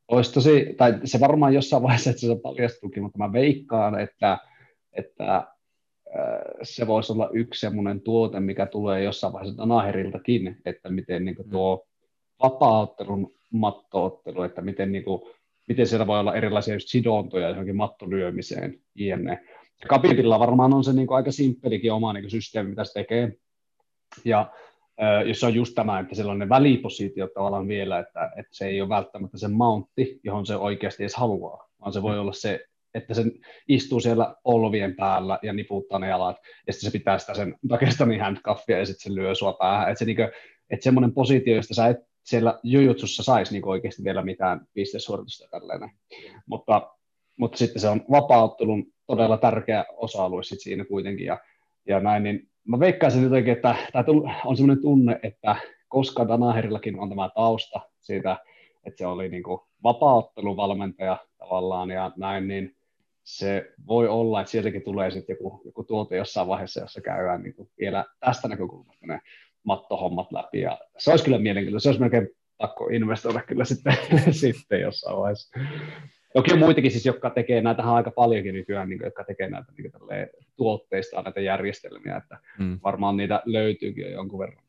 Olisi tosi, tai se varmaan jossain vaiheessa että se paljastuukin, mutta mä veikkaan, että se voisi olla yksi semmoinen tuote, mikä tulee jossain vaiheessa Danaheriltakin, että miten niin kuin tuo vapaa-ottelun mattoottelu, että miten siellä voi olla erilaisia just sidontoja johonkin mattolyömiseen, jne. Khabibilla varmaan on se niin kuin aika simppelikin oma niin kuin systeemi, mitä se tekee, ja jos on just tämä, että siellä on ne välipositiot tavallaan vielä, että se ei ole välttämättä se mountti, johon se oikeasti edes haluaa, vaan se voi olla se, että se istuu siellä polvien päällä ja niputtaa ne jalat, ja sitten se pitää sitä sen Dagestanin handcuffia ja sitten se lyö sua päähän. Että semmoinen positio, josta sä et siellä jujutsussa saisi niin oikeasti vielä mitään pistesuoritusta tällainen. Mutta sitten se on vapaa-ottelun todella tärkeä osa-alue sit siinä kuitenkin, ja näin, niin mä veikkaisin jotenkin, että on semmoinen tunne, että koska Danaherillakin on tämä tausta siitä, että se oli niin kuin vapaa-otteluvalmentaja tavallaan ja näin, niin se voi olla, että sieltäkin tulee sitten joku tuote jossain vaiheessa, jossa käydään niin kuin vielä tästä näkökulmasta ne mattohommat läpi. Ja se olisi kyllä mielenkiintoista. Se olisi melkein pakko investoida kyllä sitten, sitten jossain vaiheessa. Toki on muitakin siis, jotka tekee näitähän aika paljonkin nykyään, niin kuin, jotka tekee näitä niin tuotteista, näitä järjestelmiä, että varmaan niitä löytyykin jo jonkun verran.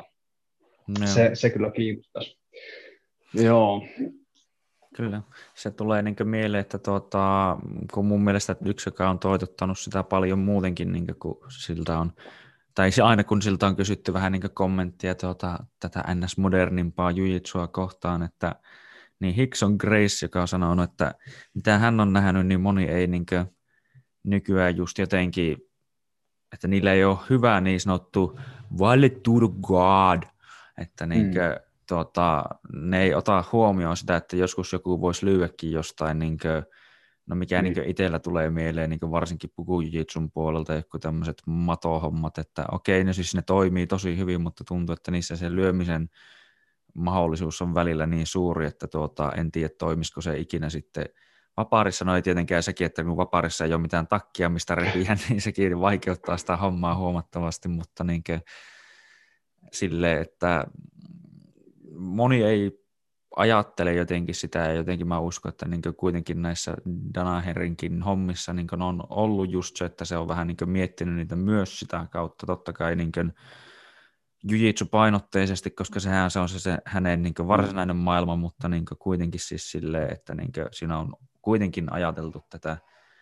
Se kyllä kiinnostaisi. Joo. Kyllä, se tulee niin mieleen, että kun mun mielestä yksi, joka on toitottanut sitä paljon muutenkin, niin kun siltä on, tai aina kun siltä on kysytty vähän niin kommenttia tätä NS-modernimpaa jujitsua kohtaan, että niin Hickson Grace, joka on sanonut, että mitä hän on nähnyt, niin moni ei niin nykyään just jotenkin, että niillä ei ole hyvä niin sanottu valid to the God, että niin ne ei ota huomioon sitä, että joskus joku voisi lyödäkin jostain, no mikä itsellä tulee mieleen, varsinkin pukujitsun puolelta, joku tämmöiset matohommat, että okei, no siis ne toimii tosi hyvin, mutta tuntuu, että niissä se lyömisen mahdollisuus on välillä niin suuri, että en tiedä toimisiko se ikinä sitten. Vaparissa no ei tietenkään sekin, että kun vaparissa ei ole mitään takkia, mistä repiä, niin sekin vaikeuttaa sitä hommaa huomattavasti, mutta silleen, että moni ei ajattele jotenkin sitä, ja jotenkin mä uskon, että kuitenkin näissä Danaherinkin hommissa on ollut just se, että se on vähän miettinyt niitä myös sitä kautta, totta kai jujitsu-painotteisesti, koska sehän se on se hänen varsinainen maailma, mutta kuitenkin siis silleen, että siinä on kuitenkin ajateltu tätä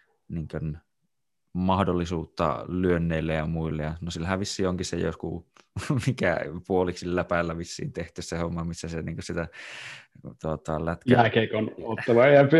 mahdollisuutta lyönneille ja muille, ja no sillähän vissiin onkin se joku, mikä puoliksi läpäällä vissiin tehty se homma, missä se sitä lätkä... Jääkeikon ottelua, joo.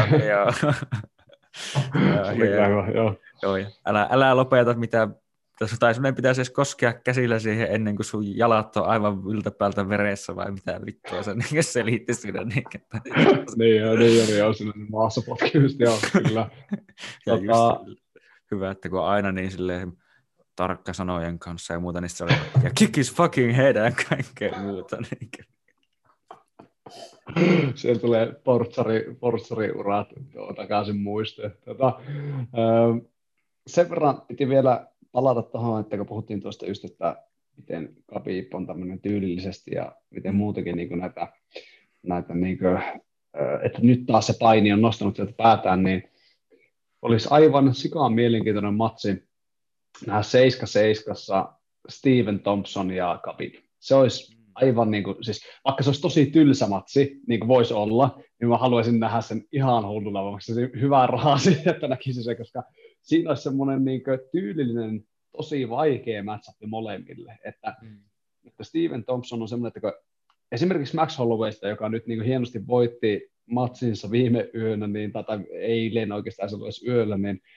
Älä lopeta mitään. Tai sun ei pitäisi edes koskea käsillä siihen ennen kuin sun jalat on aivan yltäpäältä veressä, vai mitä vittua se selitti siinä. Niin oli sellainen maassa potkimista, joo, kyllä. Hyvä, että kun aina niin silleen tarkka sanojen kanssa ja muuta, niin se oli, ja kick his fucking head ja kaikkea muuta. Siellä tulee portsari-urat takaisin muisteen. Sen verran piti vielä palata tuohon, että kun puhuttiin tuosta just, että miten Khabib on tämmöinen tyylillisesti ja miten muutenkin näitä että nyt taas se paini on nostanut sieltä päätään, niin olisi aivan sikaan mielenkiintoinen matsi nähdä 7-7 Steven Thompson ja Khabib. Se olisi aivan siis vaikka se olisi tosi tylsä matsi, niin kuin voisi olla, niin mä haluaisin nähdä sen ihan hulluna, vaikka se hyvää rahaa siihen, että näkisi se, koska siinä olisi semmoinen tyylillinen, tosi vaikea matchup molemmille, että Steven Thompson on semmoinen, että esimerkiksi Max Hollowaysta, joka nyt hienosti voitti matsinsa viime yönä, tai eilen oikeastaan se olisi yöllä,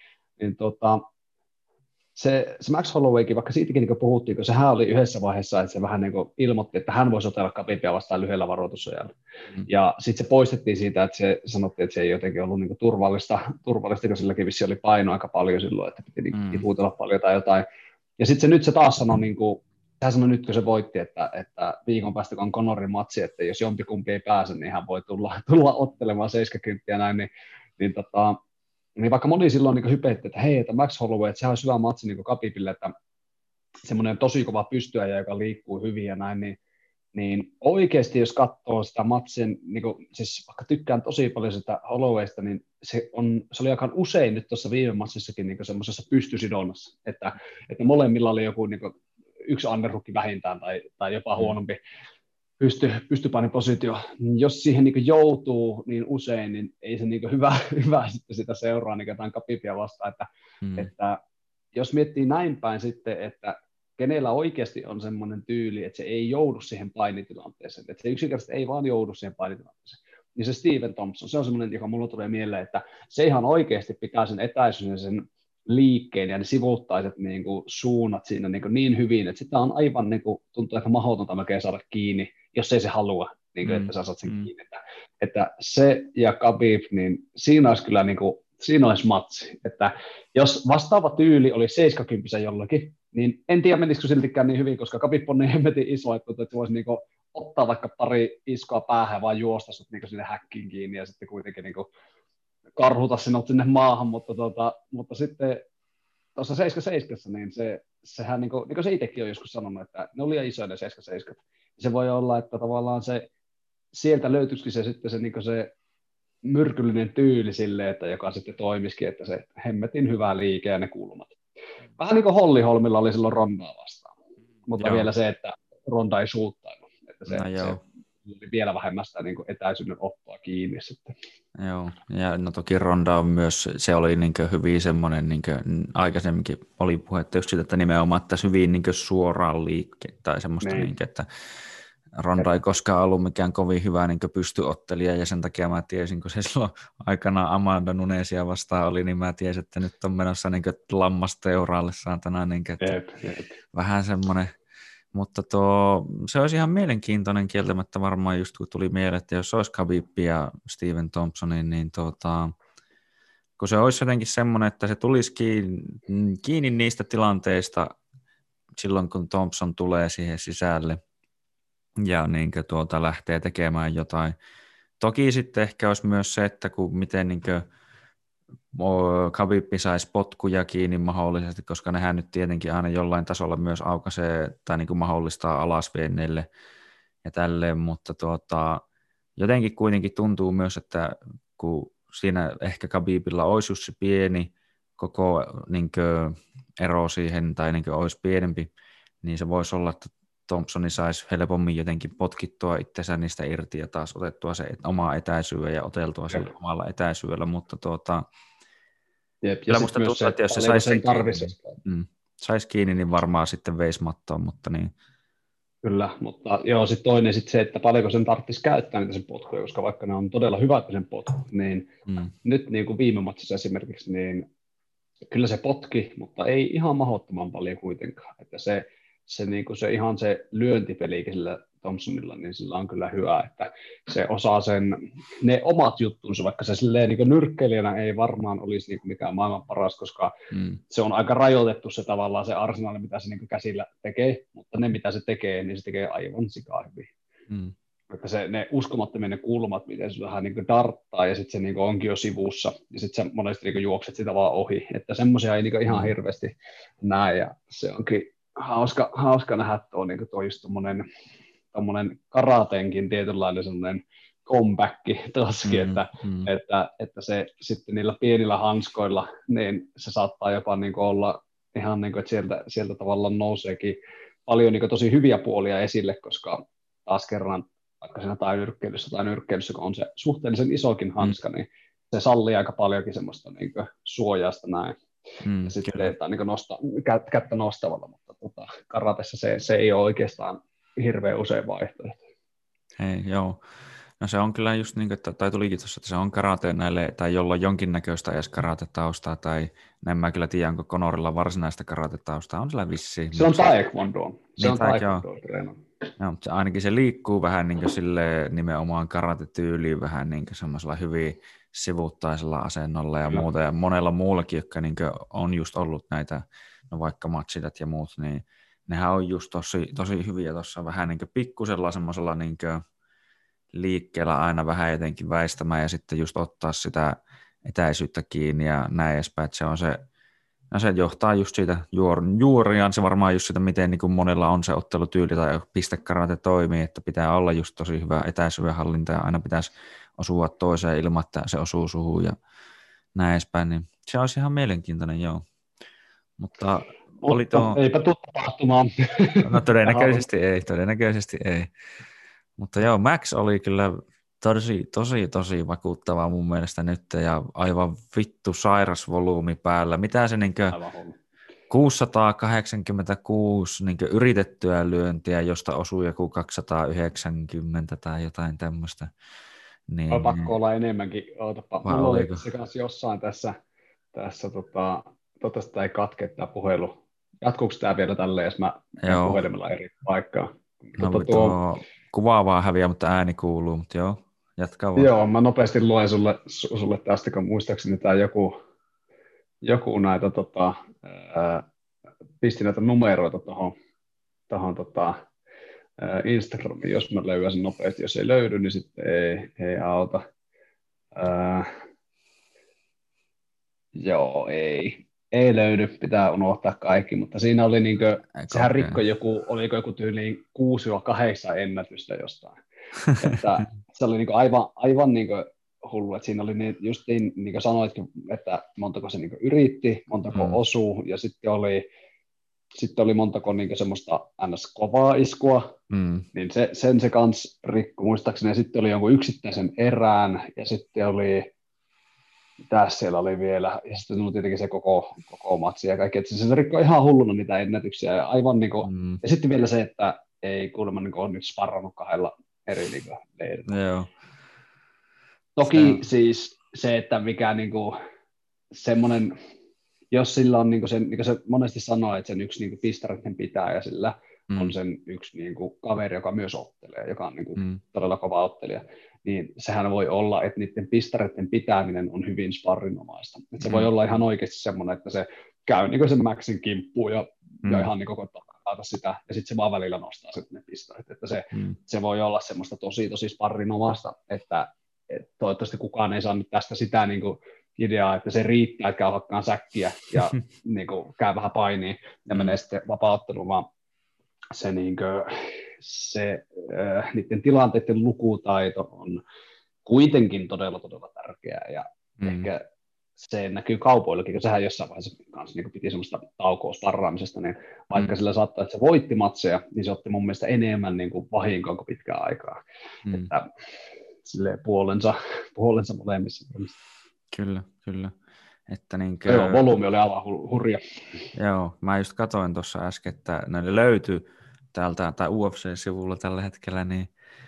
se Max Hollowaykin, vaikka siitäkin puhuttiin, kun sehän oli yhdessä vaiheessa, että se vähän ilmoitti, että hän voisi otella Khabibia vastaan lyhyellä varoitusajalla. Ja sitten se poistettiin siitä, että se sanottiin, että se ei jotenkin ollut turvallista, kun silläkin vissi oli paino aika paljon silloin, että piti tiputella paljon tai jotain. Ja sitten nyt se taas sanoi, hän sanoi nyt, kun se voitti, että viikon päästä, kun on Conorin matsi, että jos jompikumpi ei pääse, niin hän voi tulla ottelemaan 70 ja näin, niin vaikka moni silloin hypetti, että hei, että Max Holloway, että sehän olisi hyvä matsi Khabibille, että semmoinen tosi kova pystyäjä, joka liikkuu hyvin ja näin, niin niin oikeasti jos katsoo sitä matsin, niin kuin, siis vaikka tykkään tosi paljon sitä Hollowaysta, niin se oli aika usein nyt tuossa viime matsissakin niin semmoisessa pystysidonnassa, että molemmilla oli joku niin kuin, yksi underhooki vähintään tai jopa huonompi pystypainipositio. Jos siihen niin joutuu niin usein, niin ei se niin hyvä sitten sitä seuraa niin jotain Khabibia vastaan, että jos miettii näin päin sitten, että kenellä oikeasti on semmoinen tyyli, että se ei joudu siihen painitilanteeseen, että se yksinkertaisesti ei vaan joudu siihen painitilanteeseen, niin se Steven Thompson, se on semmoinen, joka mulla tulee mieleen, että se ihan oikeasti pitää sen etäisyyden, sen liikkeen ja ne sivuuttaiset niin kuin, suunnat siinä niin hyvin, että sitä on aivan niin kuin, tuntuu aika mahdotonta melkein saada kiinni, jos ei se halua, niin kuin, että sä saat sen kiinni. Että se ja Khabib, niin siinä olisi kyllä niin kuin, siinä olisi matsi, että jos vastaava tyyli oli 70 jollakin, niin en tiedä menisikö siltikään niin hyvin, koska Khabib on niin hemmetin iso, että se voisi niin kuin, ottaa vaikka pari iskoa päähän vaan juosta sut niin sinne häkkiin kiinni ja sitten kuitenkin niin kuin, karhuta sinut sinne maahan, mutta sitten tuossa 77, niin sehän niin kuin se itsekin on joskus sanonut, että ne oli isoja ne 77. Se voi olla, että tavallaan sieltä löytyisikin se sitten se, niin se myrkyllinen tyyli silleen, että joka sitten toimisikin, että se hemmetin hyvä liike ja ne kulmat. Vähän niin kuin Holly Holmilla oli silloin Rondaa vastaan, mutta vielä se, että Ronda ei suuttailu, että se oli vielä vähemmän sitä niin kuin etäisyyden ottoa kiinni sitten. Joo, ja no toki Ronda on myös, se oli niin hyvin semmoinen, niin aikaisemminkin oli puhetta just siitä, että nimenomaan tässä hyvin niin suoraan liikkeen tai semmoista, niin, että Ronda ei koskaan ollut mikään kovin hyvä niin pystyottelija, ja sen takia mä tiesin, kun se silloin aikanaan Amanda Nunesia vastaan oli, niin mä tiesin, että nyt on menossa niin lammasteuraalle saatana, niin että vähän semmoinen. Mutta se olisi ihan mielenkiintoinen kieltämättä varmaan just kun tuli mieleen, että jos olisi Khabib ja Steven Thompsonin, niin kun se olisi jotenkin semmoinen, että se tulisi kiinni niistä tilanteista silloin, kun Thompson tulee siihen sisälle ja niin lähtee tekemään jotain. Toki sitten ehkä olisi myös se, että miten niin Khabib saisi potkuja kiinni mahdollisesti, koska nehän nyt tietenkin aina jollain tasolla myös aukaisee tai niin kuin mahdollistaa alasvienneille ja tälleen, mutta jotenkin kuitenkin tuntuu myös, että kun siinä ehkä Khabibilla olisi just se pieni koko niin kuin ero siihen tai niin kuin olisi pienempi, niin se voisi olla, että Thompsoni saisi helpommin jotenkin potkittua itsensä niistä irti ja taas otettua se oma etäisyyden ja oteltua sillä omalla etäisyydellä, mutta kyllä musta tuntuu, että jos se saisi kiinni, niin varmaan sitten veisi mattoon, mutta niin. Kyllä, mutta joo, sitten toinen sitten se, että paljonko sen tarvitsisi käyttää niitä sen potkuja, koska vaikka ne on todella hyvät sen potkut, niin nyt niin kuin viime matsissa esimerkiksi, niin kyllä se potki, mutta ei ihan mahdottoman paljon kuitenkaan, että se, niin kuin se ihan se lyöntipelikin sillä Thompsonilla, niin sillä on kyllä hyvä, että se osaa ne omat juttunsa, vaikka se silleen niin kuin nyrkkeilijänä ei varmaan olisi niin kuin mikään maailman paras, koska se on aika rajoitettu se tavallaan se arsenaali, mitä se niin kuin käsillä tekee, mutta ne mitä se tekee, niin se tekee aivan sikaa hyvin. Että ne uskomattomien ne kulmat, miten se vähän niin kuin darttaa ja sitten se niin kuin onkin jo sivussa ja sitten sä monesti niin kuin juokset sitä vaan ohi, että semmoisia ei niin kuin ihan hirveästi näe ja se onkin hauska nähdä tuo niin just tommonen karateenkin tietynlainen semmoinen comeback toskin, että se sitten niillä pienillä hanskoilla, niin se saattaa jopa niin olla ihan niin kuin, että sieltä tavallaan nouseekin paljon niin tosi hyviä puolia esille, koska taas kerran vaikka siinä tai nyrkkeilyssä, kun on se suhteellisen isokin hanska, niin se sallii aika paljonkin semmoista niin suojasta näin. Ja sitten teetään niin kättä nostavalla, mutta karatessa se ei ole oikeastaan hirveän usein vaihtoehto. Hei, joo. No se on kyllä just niin kuin, tai tulikin tuossa, että se on karate näille, tai jolla on jonkinnäköistä edes karate-taustaa, tai näin mä kyllä tiedän, onko Conorilla varsinaista karate-taustaa, on sillä vissiin. Se on taekwondo. Se on taekwondo. Joo, ainakin se liikkuu vähän niin kuin sille nimenomaan karate-tyyliin, vähän niin kuin semmoisella hyvin sivuttaisella asennolla ja muuta, ja monella muullakin, jotka niin kuin on just ollut näitä, no vaikka matsidat ja muut, niin nehän on just tosi hyviä tuossa vähän niin kuin pikkusella semmoisella niin kuin liikkeellä aina vähän jotenkin väistämään ja sitten just ottaa sitä etäisyyttä kiinni ja näin edespäin, että se on se, No se johtaa just siitä juuriaan, se varmaan just siitä, miten niin kuin monella on se ottelutyyli tai pistekarate toimii, että pitää olla just tosi hyvä etäisyyden hallinta ja aina pitäisi osua toiseen ilman, että se osuu suhun ja näin edespäin, niin se olisi ihan mielenkiintoinen, joo. Mutta oli Mutta tuo... eipä tule tapahtumaan. No todennäköisesti ei. Mutta joo, Max oli kyllä tosi vakuuttava mun mielestä nyt ja aivan vittu sairas volyymi päällä. Mitä se niinkö 686 niinkö yritettyä lyöntiä, josta osui joku 290 tai jotain tämmöistä. Niin, pakko olla enemmänkin. Ootapa. Mulla oli se kanssa jossain tässä toivottavasti tämä ei katke tämä puhelu. Jatkuuko tämä vielä tälleen, jos mä puhelimella eri paikkaan? No kuvaavaa häviää, mutta ääni kuuluu, mutta joo, jatkaa vaan. Joo, mä nopeasti luen sulle tästä, kun muistaakseni tämä joku näitä pisti näitä numeroita tuohon Instagramiin, jos mä löydän sen nopeasti. Jos ei löydy, niin sitten ei auta. Joo, ei löydy, pitää unohtaa kaikki, mutta siinä oli sehän rikkoi oliko joku tyyliin 6-8 ennätystä jostain. Että se oli aivan hullu, että siinä oli justiin, niin kuin sanoitkin, että montako se yritti, montako osuu, ja sitten oli montako semmoista ns-kovaa iskua, niin se kans rikkoi muistaakseni, ja sitten oli jonkun yksittäisen erään, ja sitten oli tässä siellä oli vielä, ja sitten tuli tietenkin se koko matsi ja kaikki, että se rikkoi ihan hulluna niitä ennätyksiä, ja aivan ja sitten vielä se, että ei kuulemma ole nyt sparrannut 2 eri leirillä. Joo. Toki siis se, että mikä semmoinen, jos sillä on se monesti sanoo, että sen yksi pistaritten pitää, ja sillä on sen yksi kaveri, joka myös ottelee, joka on todella kova ottelija, niin sehän voi olla, että niiden pistareiden pitäminen on hyvin sparrinomaista. Että se voi olla ihan oikeasti semmoinen, että se käy sen Maxin kimppuun ja ihan koittaa sitä, ja sitten se vaan välillä nostaa sitten ne pistaret. Että se voi olla semmoista tosi sparrinomaista, että toivottavasti kukaan ei saa nyt tästä sitä ideaa, että se riittää, että käy hakkaan säkkiä ja käy vähän painiin ja menee sitten vapautteluun, vaan se niiden tilanteiden lukutaito on kuitenkin todella tärkeää, ja ehkä se näkyy kaupoillakin, kun sehän jossain vaiheessa kanssa piti semmoista taukoa sparraamisesta, niin vaikka sillä saattaa, että se voitti matseja, niin se otti mun mielestä enemmän vahinkoa kuin pitkään aikaa. Että silleen puolensa molemmissa. Kyllä. Että joo, volyymi oli aivan hurja. Joo, mä just katsoin tuossa äsken, että ne löytyi täältä tai UFC-sivulla tällä hetkellä, niin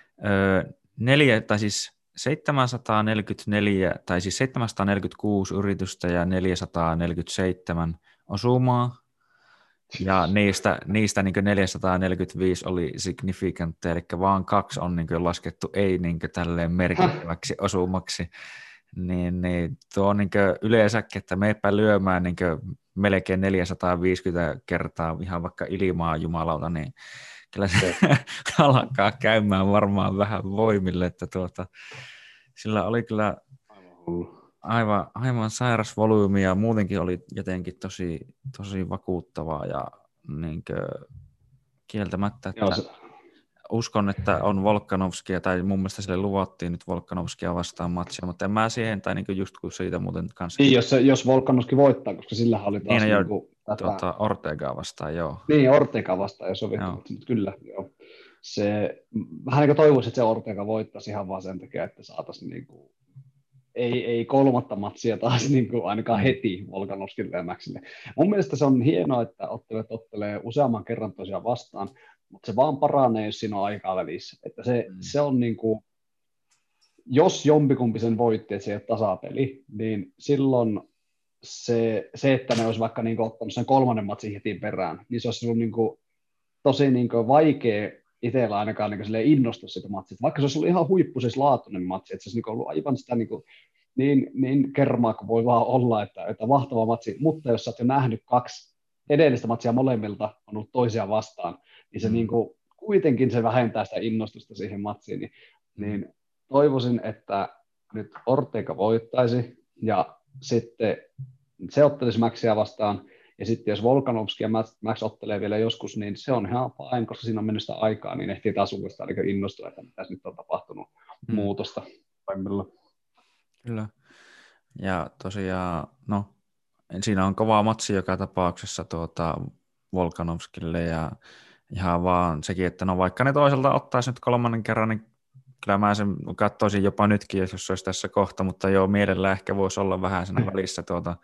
744, tai siis 746 yritystä ja 447 osumaa, ja niistä 445 oli significant, eli vaan 2 on laskettu ei tälleen merkittäväksi osumaksi. Niin tuo on yleensäkin, että meipä lyömään melkein 450 kertaa ihan vaikka ilmaa jumalauta, niin kyllä se alkaa käymään varmaan vähän voimille, että sillä oli kyllä aivan sairas volyymi ja muutenkin oli jotenkin tosi vakuuttavaa ja kieltämättä, että uskon, että on Volkanovskia, tai mun mielestä sille luvattiin nyt Volkanovskia vastaan matsia, mutta en mä siihen, tai just kun siitä muuten kanssa... Niin, jos Volkanovski voittaa, koska sillä oli taas Ortegaa vastaan, joo. Niin, Ortega vastaan jo sovittu, mutta kyllä, joo. Se, vähän toivoisin, että se Ortega voittaisi ihan vaan sen takia, että saataisiin ei 3. matsia taas ainakaan heti Volkanovskille ja Maxille. Mun mielestä se on hienoa, että ottelee useamman kerran tosiaan vastaan, mutta se vaan paranee, jos siinä on aikaa välissä. Että se on jos jompikumpi sen voitti, että se ei ole tasapeli, niin silloin se että ne olisi vaikka ottanut sen 3. matsin heti perään, niin se olisi ollut tosi vaikea itsellä ainakaan innostua sitä matsia. Vaikka se olisi ollut ihan huippuisesti laatuinen matsi, että se olisi ollut aivan sitä niin kermaa kuin voi vaan olla, että mahtava matsi, mutta jos sä oot jo nähnyt 2 edellistä matsia molemmilta on ollut toisiaan vastaan, niin se kuitenkin se vähentää sitä innostusta siihen matsiin, niin toivoisin, että nyt Ortega voittaisi ja sitten se ottelisi Maxia vastaan Ja sitten jos Volkanovski ja Max ottelee vielä joskus, niin se on ihan fine, koska siinä on mennyt sitä aikaa, niin ehtii taas uudestaan niin innostua, että mitä nyt on tapahtunut muutosta pahimmillaan. Kyllä. Ja tosiaan, no, siinä on kova matsi joka tapauksessa Volkanovskille ja ihan vaan sekin, että no vaikka ne toiselta ottaisi nyt kolmannen kerran, niin kyllä mä sen katsoisin jopa nytkin, jos se olisi tässä kohta, mutta joo, mielellään ehkä voisi olla vähän siinä välissä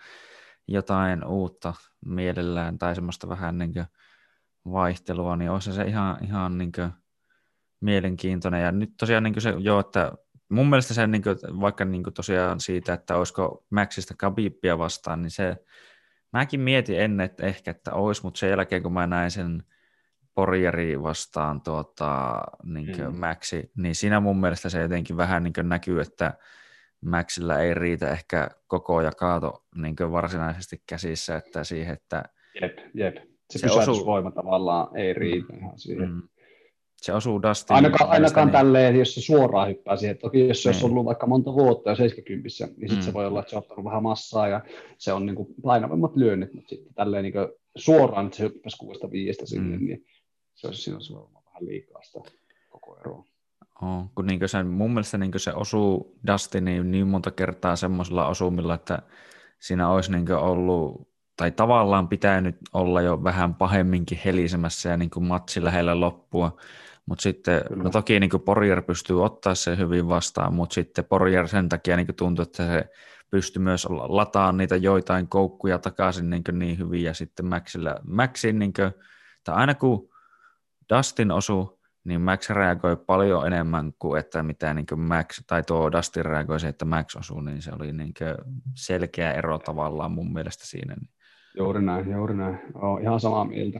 jotain uutta mielellään tai semmoista vähän niin kuin vaihtelua, niin olisi se ihan niin kuin mielenkiintoinen. Ja nyt tosiaan niin kuin se, joo, että mun mielestä se niin kuin, vaikka niin kuin tosiaan siitä, että olisiko Maxista Khabibia vastaan, niin se, mäkin mietin ennen, että ehkä, että olisi, mutta sen jälkeen kun mä näin sen Poirieri vastaan niin Maxi, niin siinä mun mielestä se jotenkin vähän niin näkyy, että Maxilla ei riitä ehkä koko ja kaato niin varsinaisesti käsissä, että siihen, että Jep. Se pysäytysvoima tavallaan ei riitä ihan siihen. Se osuu Dustin. Ainakaan tälleen, jos se suoraan hyppää siihen. Toki jos se olisi ollut vaikka monta vuotta jo 70, niin sitten se voi olla, että se on ottanut vähän massaa ja se on niin kuin painavimmat lyönnit, mutta sitten tälleen niin suoraan, että se hyppäisi 6-5 sinne, niin se olisi siinä vähän liikaa sitä koko eroa. Kun niin se, mun mielestä niin se osuu Dustiniin niin monta kertaa semmoisella osumilla, että siinä olisi niin ollut, tai tavallaan pitänyt olla jo vähän pahemminkin helisemässä ja niin matsi lähellä loppua, mutta sitten, no toki niin Poirier pystyy ottaa sen hyvin vastaan, mutta sitten Poirier sen takia niin tuntui, että se pystyi myös lataamaan niitä joitain koukkuja takaisin niin hyvin, ja sitten Maxin, tai aina kun Dustin osui, niin Max reagoi paljon enemmän kuin että mitä niin kuin Max, tai tuo Dustin reagoi se, että Max osui, niin se oli niin selkeä ero tavallaan mun mielestä siinä. Juuri näin. Olen ihan samaa mieltä.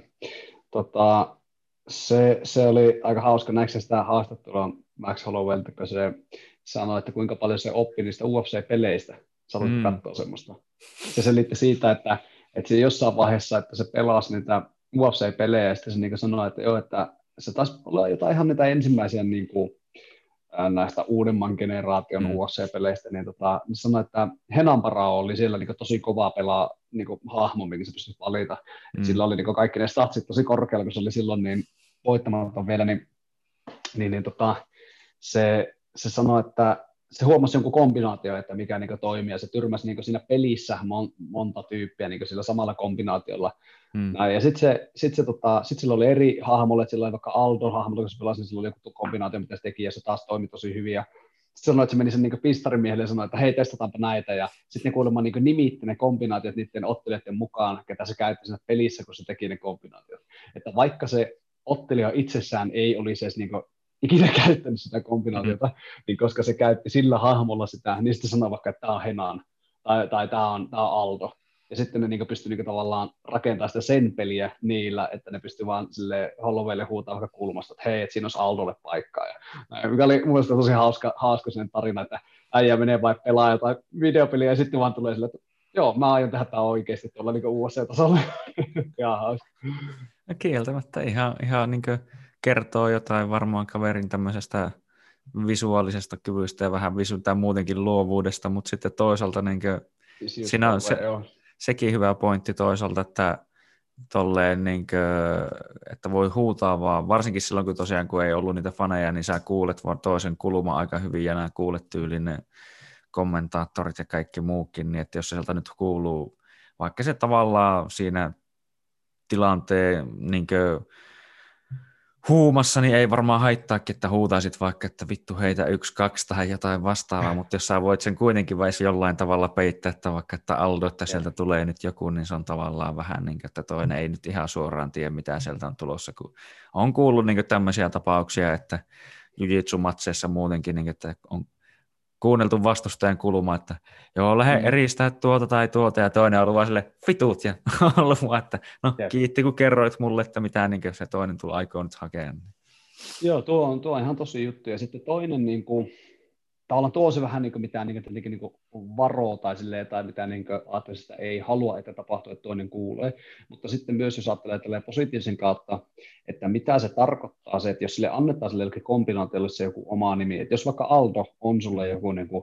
Se oli aika hauska, näikö sitä haastattelua Max Hollowaylta, kun se sanoi, että kuinka paljon se oppi niistä UFC-peleistä. Sä aloit katsoa semmoista. Se selitti siitä, että se jossain vaiheessa, että se pelasi niitä UFC-pelejä, ja sitten se niin sanoi, että joo, että se taisi olla jotain ihan niitä ensimmäisiä niin kuin, näistä uudemman generaation UFC-peleistä, niin sanoi, että Henan Barao oli siellä niin tosi kova pelaa niin hahmo, minkä se pystyi valita. Sillä oli niin kaikki ne statsit tosi korkealla, kun se oli silloin niin voittamaton vielä, se sanoi, että se huomasi jonkun kombinaatio, että mikä niin toimii, ja se tyrmäsi niin siinä pelissä monta tyyppiä niin sillä samalla kombinaatiolla. Ja sitten sillä oli eri hahmolle, että sillä oli vaikka Aldo-hahmolla, kun se pelasi, niin sillä oli joku kombinaatio, mitä se teki, ja se taas toimi tosi hyvin. Ja sitten sanoi, että se meni sen niin pistarimiehelle ja sanoi, että hei, testataanpa näitä, ja sitten ne kuulemma niin nimitti ne kombinaatiot niiden ottelijoiden mukaan, ketä se käytti siinä pelissä, kun se teki ne kombinaatiot. Että vaikka se ottelija itsessään ei olisi edes niin ikinä käyttänyt sitä kombinaatiota, niin koska se käytti sillä hahmolla sitä, niin sitten sanoi vaikka, että tämä on Henan, tai tämä on Aldo. Ja sitten ne niin pystyi niin tavallaan rakentamaan sitä sen peliä niillä, että ne pystyi vaan sille Hollowaylle huutaa vaikka kulmasta, että hei, että siinä olisi Aldolle paikkaa. Ja, mikä oli mun mielestä tosi hauska sen tarina, että äijä menee vai pelaa jotain videopeliä ja sitten vaan tulee sille, että joo, mä aion tehdä tämä oikeasti tuolla niin UFC-tasolla. Ihan hauska. No kieltämättä ihan niin kertoo jotain varmaan kaverin tämmöisestä visuaalisesta kyvystä ja vähän tai muutenkin luovuudesta, mutta sitten toisaalta niin siinä on sekin hyvä pointti toisaalta, että tolleen niin kuin, että voi huutaa vaan, varsinkin silloin kun tosiaan kun ei ollut niitä faneja, niin sä kuulet vaan toisen kulman aika hyvin ja nämä kuulet tyyliin ne kommentaattorit ja kaikki muukin, niin että jos sieltä nyt kuuluu, vaikka se tavallaan siinä tilanteen niin kuin huumassa, niin ei varmaan haittaakin, että huutaisit vaikka, että vittu heitä 1-2 tai jotain vastaavaa, mutta jos sä voit sen kuitenkin vai jollain tavalla peittää, että vaikka että Aldo, että sieltä tulee nyt joku, niin se on tavallaan vähän niin kuin, että toinen ei nyt ihan suoraan tiedä, mitä sieltä on tulossa, kun on kuullut niin kuin tämmöisiä tapauksia, että jiu-jitsu-matseissa muutenkin, niin kuin, että on kuunneltu vastustajan kulma, että joo, lähde eristää tuota tai tuota, ja toinen on ollut vaan sille vitut, ja ollut vaan, että no kiitti, kun kerroit mulle, että mitä niin se toinen tulee aikoo nyt hakea. Joo, tuo on ihan tosi juttu, ja sitten toinen, niin kuin, tavallaan tuo se vähän niin kuin mitään niin kuin varoo tai, silleen, tai mitään niin ajattelista ei halua, että tapahtuu, että toinen kuulee, mutta sitten myös jos ajattelee positiivisen kautta, että mitä se tarkoittaa se, että jos sille annetaan sille kombinaatiolle se joku oma nimi, että jos vaikka Aldo on sulle joku niin kuin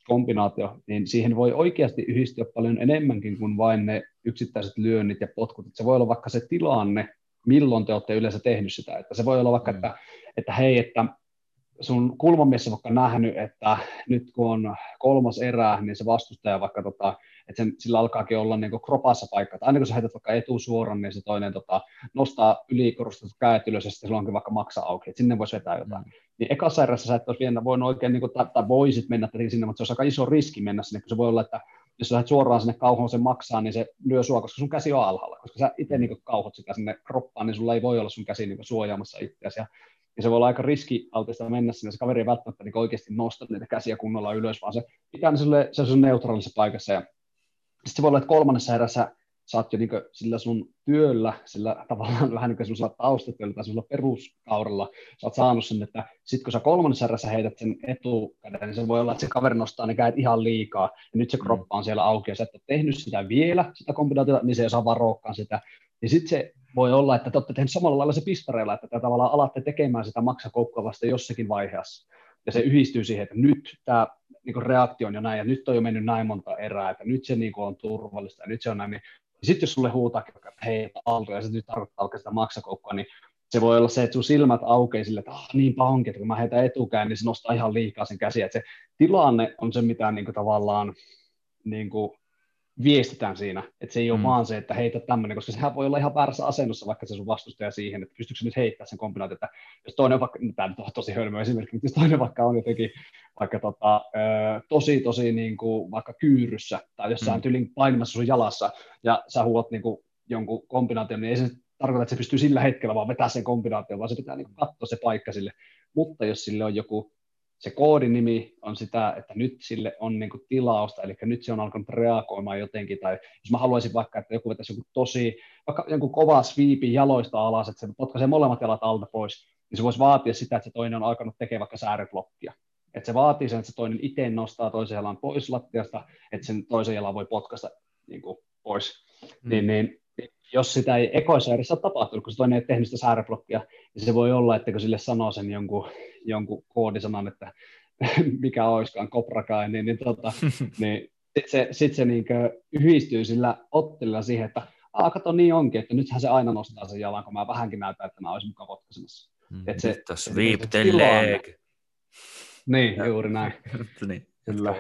kombinaatio, niin siihen voi oikeasti yhdistyä paljon enemmänkin kuin vain ne yksittäiset lyönnit ja potkut. Se voi olla vaikka se tilanne, milloin te olette yleensä tehnyt sitä. Että se voi olla vaikka, että hei, että sun kulmamies on vaikka nähnyt, että nyt kun on 3. erä, niin se vastustaja vaikka, että sillä alkaakin olla niin kropassa paikka. Aina kun sä heität vaikka etusuoran, niin se toinen nostaa ylikorostetut kädet ylös, ja sitten sulla onkin vaikka maksa auki, että sinne voisi vetää jotain. Niin ekassa erässä sä et olisi vielä voinut oikein, tai voisit mennä sinne, mutta se olisi aika iso riski mennä sinne, kun se voi olla, että jos sä lähdet suoraan sinne kauhoon sen maksaa, niin se lyö sua, koska sun käsi on alhaalla. Koska sä itse niin kauhot sitä sinne kroppaan, niin sulla ei voi olla sun käsi niin suojaamassa itseäsi. Ja se voi olla aika riskialtista mennä sinne, se kaveri ei välttämättä niin oikeasti nosta niitä käsiä kunnolla ylös, vaan se pitää se on neutraalissa paikassa. Ja sitten se voi olla, että 3. erässä sä oot jo niin sillä sun työllä, sillä tavallaan vähän niin kuin sellaisella taustatyöllä tai sellaisella peruskauralla, sä oot saanut sen, että sitten kun sä 3. erässä heität sen etukäden, niin se voi olla, että se kaveri nostaa ne kädet ihan liikaa, ja nyt se kroppa on siellä auki, ja sä et ole tehnyt sitä vielä, sitä kombinaatiota, niin se ei osaa varoakaan sitä. Ja sitten se voi olla, että te olette tehneet samalla lailla se pistareilla, että te tavallaan alatte tekemään sitä maksakoukkua vasta jossakin vaiheessa. Ja se yhdistyy siihen, että nyt tämä niin reaktio on jo näin, ja nyt on jo mennyt näin monta erää, että nyt se niin on turvallista, ja nyt se on näin. Niin sitten jos sulle huutaakin, että hei, Aalto, ja se nyt tarkoittaa oikein sitä maksakoukkua, niin se voi olla se, että sun silmät aukeaa sille, että niinpä onkin, että kun mä heitän etukään, niin se nostaa ihan liikaa sen käsiä. Että se tilanne on se, mitä niin kuin tavallaan niin kuin viestitään siinä, että se ei ole vaan se, että heitä tämmöinen, koska sehän voi olla ihan väärässä asennossa vaikka se sun vastustaja siihen, että pystyykö se nyt heittämään sen kombinaation, että jos toinen vaikka, tämä nyt on tosi hölmö esimerkki, mutta jos toinen vaikka on jotenkin vaikka tosi niin kuin vaikka kyyryssä tai jossain tyylin painimassa sun jalassa ja sä huuat niin kuin jonkun kombinaation, niin ei se tarkoita, että se pystyy sillä hetkellä vaan vetää sen kombinaation, vaan se pitää niin kuin katsoa se paikka sille, mutta jos sille on joku se koodinimi on sitä, että nyt sille on niin kuin tilausta, eli nyt se on alkanut reagoimaan jotenkin, tai jos mä haluaisin vaikka, että joku vetäisi vaikka jonkun kova sweepin jaloista alas, että se potkaisee molemmat jalat alta pois, niin se voisi vaatia sitä, että se toinen on alkanut tekemään vaikka sääriblokkia. Että se vaatii sen, että se toinen itse nostaa toisen jalan pois lattiasta, että sen toisen jalan voi potkaista niin kuin pois. Niin, jos sitä ei ekoissa erissä ole tapahtunut, kun se toinen ei tehnyt sitä sääriblokkia, niin se voi olla, että kun sille sanoo sen jonkun koodisanan, että mikä olisikaan Cobra niin sitten se niin yhdistyy sillä ottelilla siihen, että kato niin onkin, että nythän se aina nostaa sen jalan, kun mä vähänkin näytän, että mä olisin mukaan potkaisemassa. Sweep the leg. Niin, juuri näin. Niin, kyllä.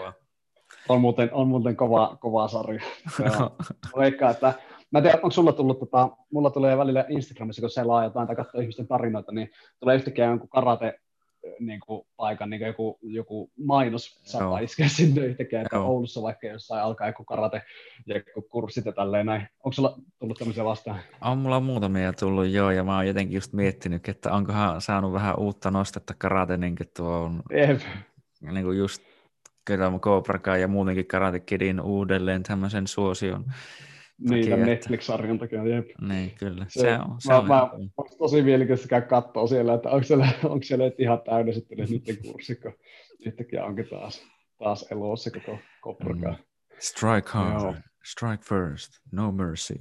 On muuten kova sarja. Veikkaan, että mä en tiedä, onko sulla tullut, mulla tulee välillä Instagramissa, kun selaa jotain tai katsoo ihmisten tarinoita, niin tulee yhtäkkiä jonkun karate niin kuin paikan, niin kuin joku mainos saattaa iskeä sinne yhtäkkiä, että Oulussa vaikka jossain alkaa joku karate ja joku kurssit ja tälleen näin. Onko sulla tullut tämmöisiä vastaan? On mulla muutamia tullut joo, ja mä oon jotenkin just miettinyt, että onkohan saanut vähän uutta nostetta karate, niin kuin tuon niin kuin just Cobra Kai ja muutenkin Karate Kidin uudelleen tämmöisen suosion. Niin, tämän Netflix-sarjan takia, jep. Niin, kyllä. Mä olen tosi mielenkiintoista käydä katsoa siellä, että onko siellä ihan täynnä sitten niiden kurssi, kun yhtäkkiä onkin taas elossa koko Cobra Kai. Strike hard, strike first, no mercy.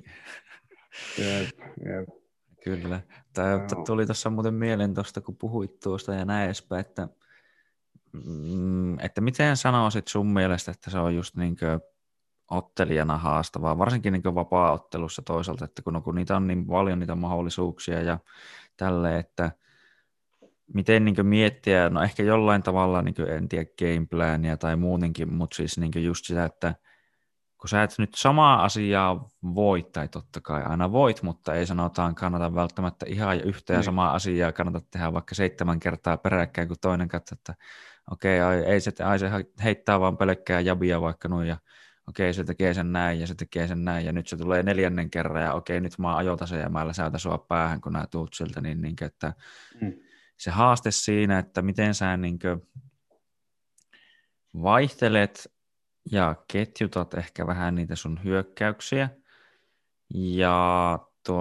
Jep. Kyllä. Tuli tuossa muuten mieleen tuosta, kun puhuit tuosta ja näin edespäin, että miten sanoisit sun mielestä, että se on just niin kuin ottelijana haastavaa, varsinkin niin vapaa-ottelussa toisaalta, että kun niitä on niin paljon niitä mahdollisuuksia ja tälleen, että miten niin miettiä, no ehkä jollain tavalla, niin en tiedä, gameplania tai muutenkin, mutta siis niin just sitä, että kun sä et nyt samaa asiaa voit, tai totta kai aina voit, mutta ei sanotaan kannata välttämättä ihan yhtä ja samaa asiaa kannata tehdä vaikka 7 kertaa peräkkäin, kun toinen katsoo, että okei, se heittää vaan pelkkää jabia vaikka noin, ja okei, se tekee sen näin, ja se tekee sen näin, ja nyt se tulee 4. kerran, ja okei, nyt mä ajotan sen, ja mä läsäytän sua päähän, kun nää tuut siltä, niin että se haaste siinä, että miten sä niin vaihtelet ja ketjutat ehkä vähän niitä sun hyökkäyksiä, ja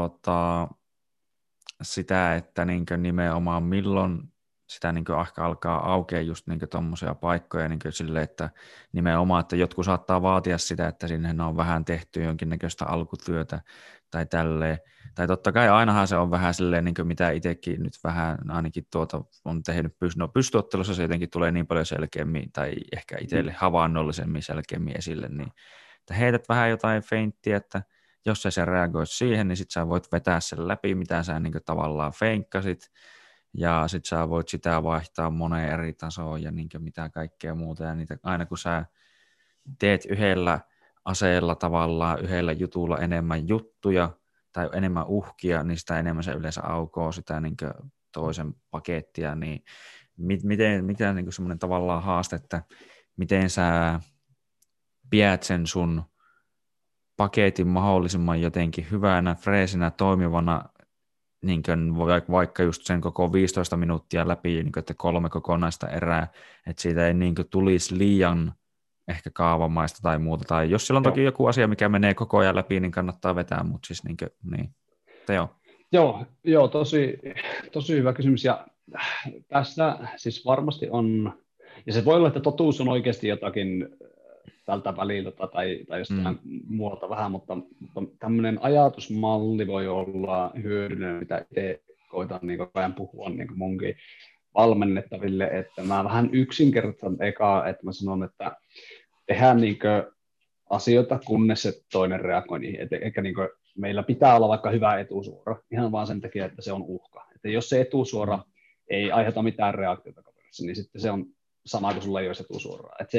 sitä, että niin nimenomaan milloin sitä niin ehkä alkaa aukea just niin tuommoisia paikkoja niin silleen, että nimenomaan, että jotkut saattaa vaatia sitä, että sinne on vähän tehty jonkinnäköistä alkutyötä tai tälleen. Tai totta kai ainahan se on vähän silleen, niin kuin mitä itsekin nyt vähän ainakin on tehnyt pystyottelussa se jotenkin tulee niin paljon selkeämmin, tai ehkä itselle havainnollisemmin selkeämmin esille, niin että heität vähän jotain feinttiä, että jos sä reagoit siihen, niin sit sä voit vetää sen läpi, mitä sä niin kuin tavallaan fenkkasit, ja sit sä voit sitä vaihtaa moneen eri tasoon ja niin kuin mitä kaikkea muuta, ja niitä, aina kun sä teet yhdellä aseella tavallaan, yhdellä jutulla enemmän juttuja, tai enemmän uhkia, niin sitä enemmän se yleensä aukoo sitä niin kuin toisen pakettia, niin mikä niin kuin semmoinen tavallaan haaste, että miten sä pidät sen sun paketin mahdollisimman jotenkin hyvänä, freesinä, toimivana, niin kuin vaikka just sen koko 15 minuuttia läpi, niin kuin, että 3 kokonaista erää, että siitä ei niin kuin tulisi liian ehkä kaavamaista tai muuta, tai jos sillä on toki joku asia, mikä menee koko ajan läpi, niin kannattaa vetää, mutta siis niin. Teo. Joo, tosi hyvä kysymys, ja tässä siis varmasti on, ja se voi olla, että totuus on oikeasti jotakin tältä väliltä tai jostain muualta vähän, mutta tämmöinen ajatusmalli voi olla hyödyllinen, mitä itse koitan niin koko ajan puhua niin munkin valmennettaville, että mä vähän yksinkertaisen että mä sanon, että tehdään niin asioita, kunnes se toinen reagoi niihin. Eikä niin meillä pitää olla vaikka hyvä etusuora, ihan vaan sen takia, että se on uhka. Että jos se etusuora ei aiheuta mitään reaktiota kaverissa, niin sitten se on sama kuin sulla ei olisi etusuoraa. Että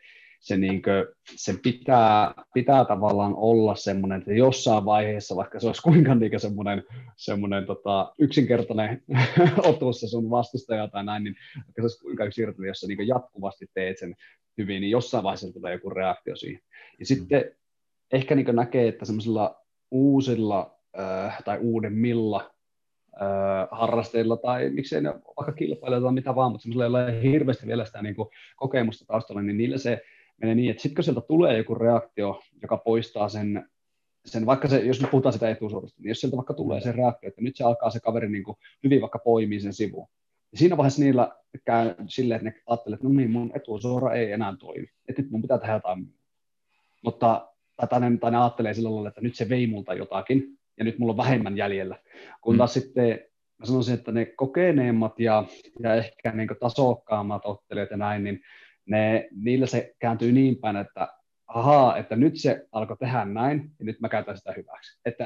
sen pitää tavallaan olla semmoinen, että jossain vaiheessa, vaikka se olisi kuinka semmoinen yksinkertainen otus se sun vastustaja tai näin, niin vaikka se olisi kuinka yksinkertainen, jos sä niin jatkuvasti teet sen hyvin, niin jossain vaiheessa tulee joku reaktio siihen. Ja sitten ehkä niin näkee, että semmoisilla uusilla tai uudemmilla harrasteilla tai miksei ne vaikka kilpailijoita tai mitä vaan, mutta semmoisilla ei ole hirveästi vielä sitä niin kokemusta taustalla, niin niillä se menee niin, että sitten kun sieltä tulee joku reaktio, joka poistaa sen vaikka se, jos me puhutaan sitä etusuorasta, niin jos sieltä vaikka tulee se reaktio, että nyt se alkaa se kaveri niin kuin hyvin vaikka poimii sen sivuun, niin siinä vaiheessa niillä käy silleen, että ne ajattelee, että no niin, mun etusuora ei enää toimi, että nyt mun pitää tehdä jotain. Mutta tai ne ajattelee sillä lailla, että nyt se vei multa jotakin, ja nyt mulla on vähemmän jäljellä. Kun taas sitten mä sanoisin, että ne kokeneemmat ja ehkä niin tasokkaammat ottelijat ja näin, niin niillä se kääntyy niin päin, että että nyt se alkoi tehdä näin, ja nyt mä käytän sitä hyväksi. Että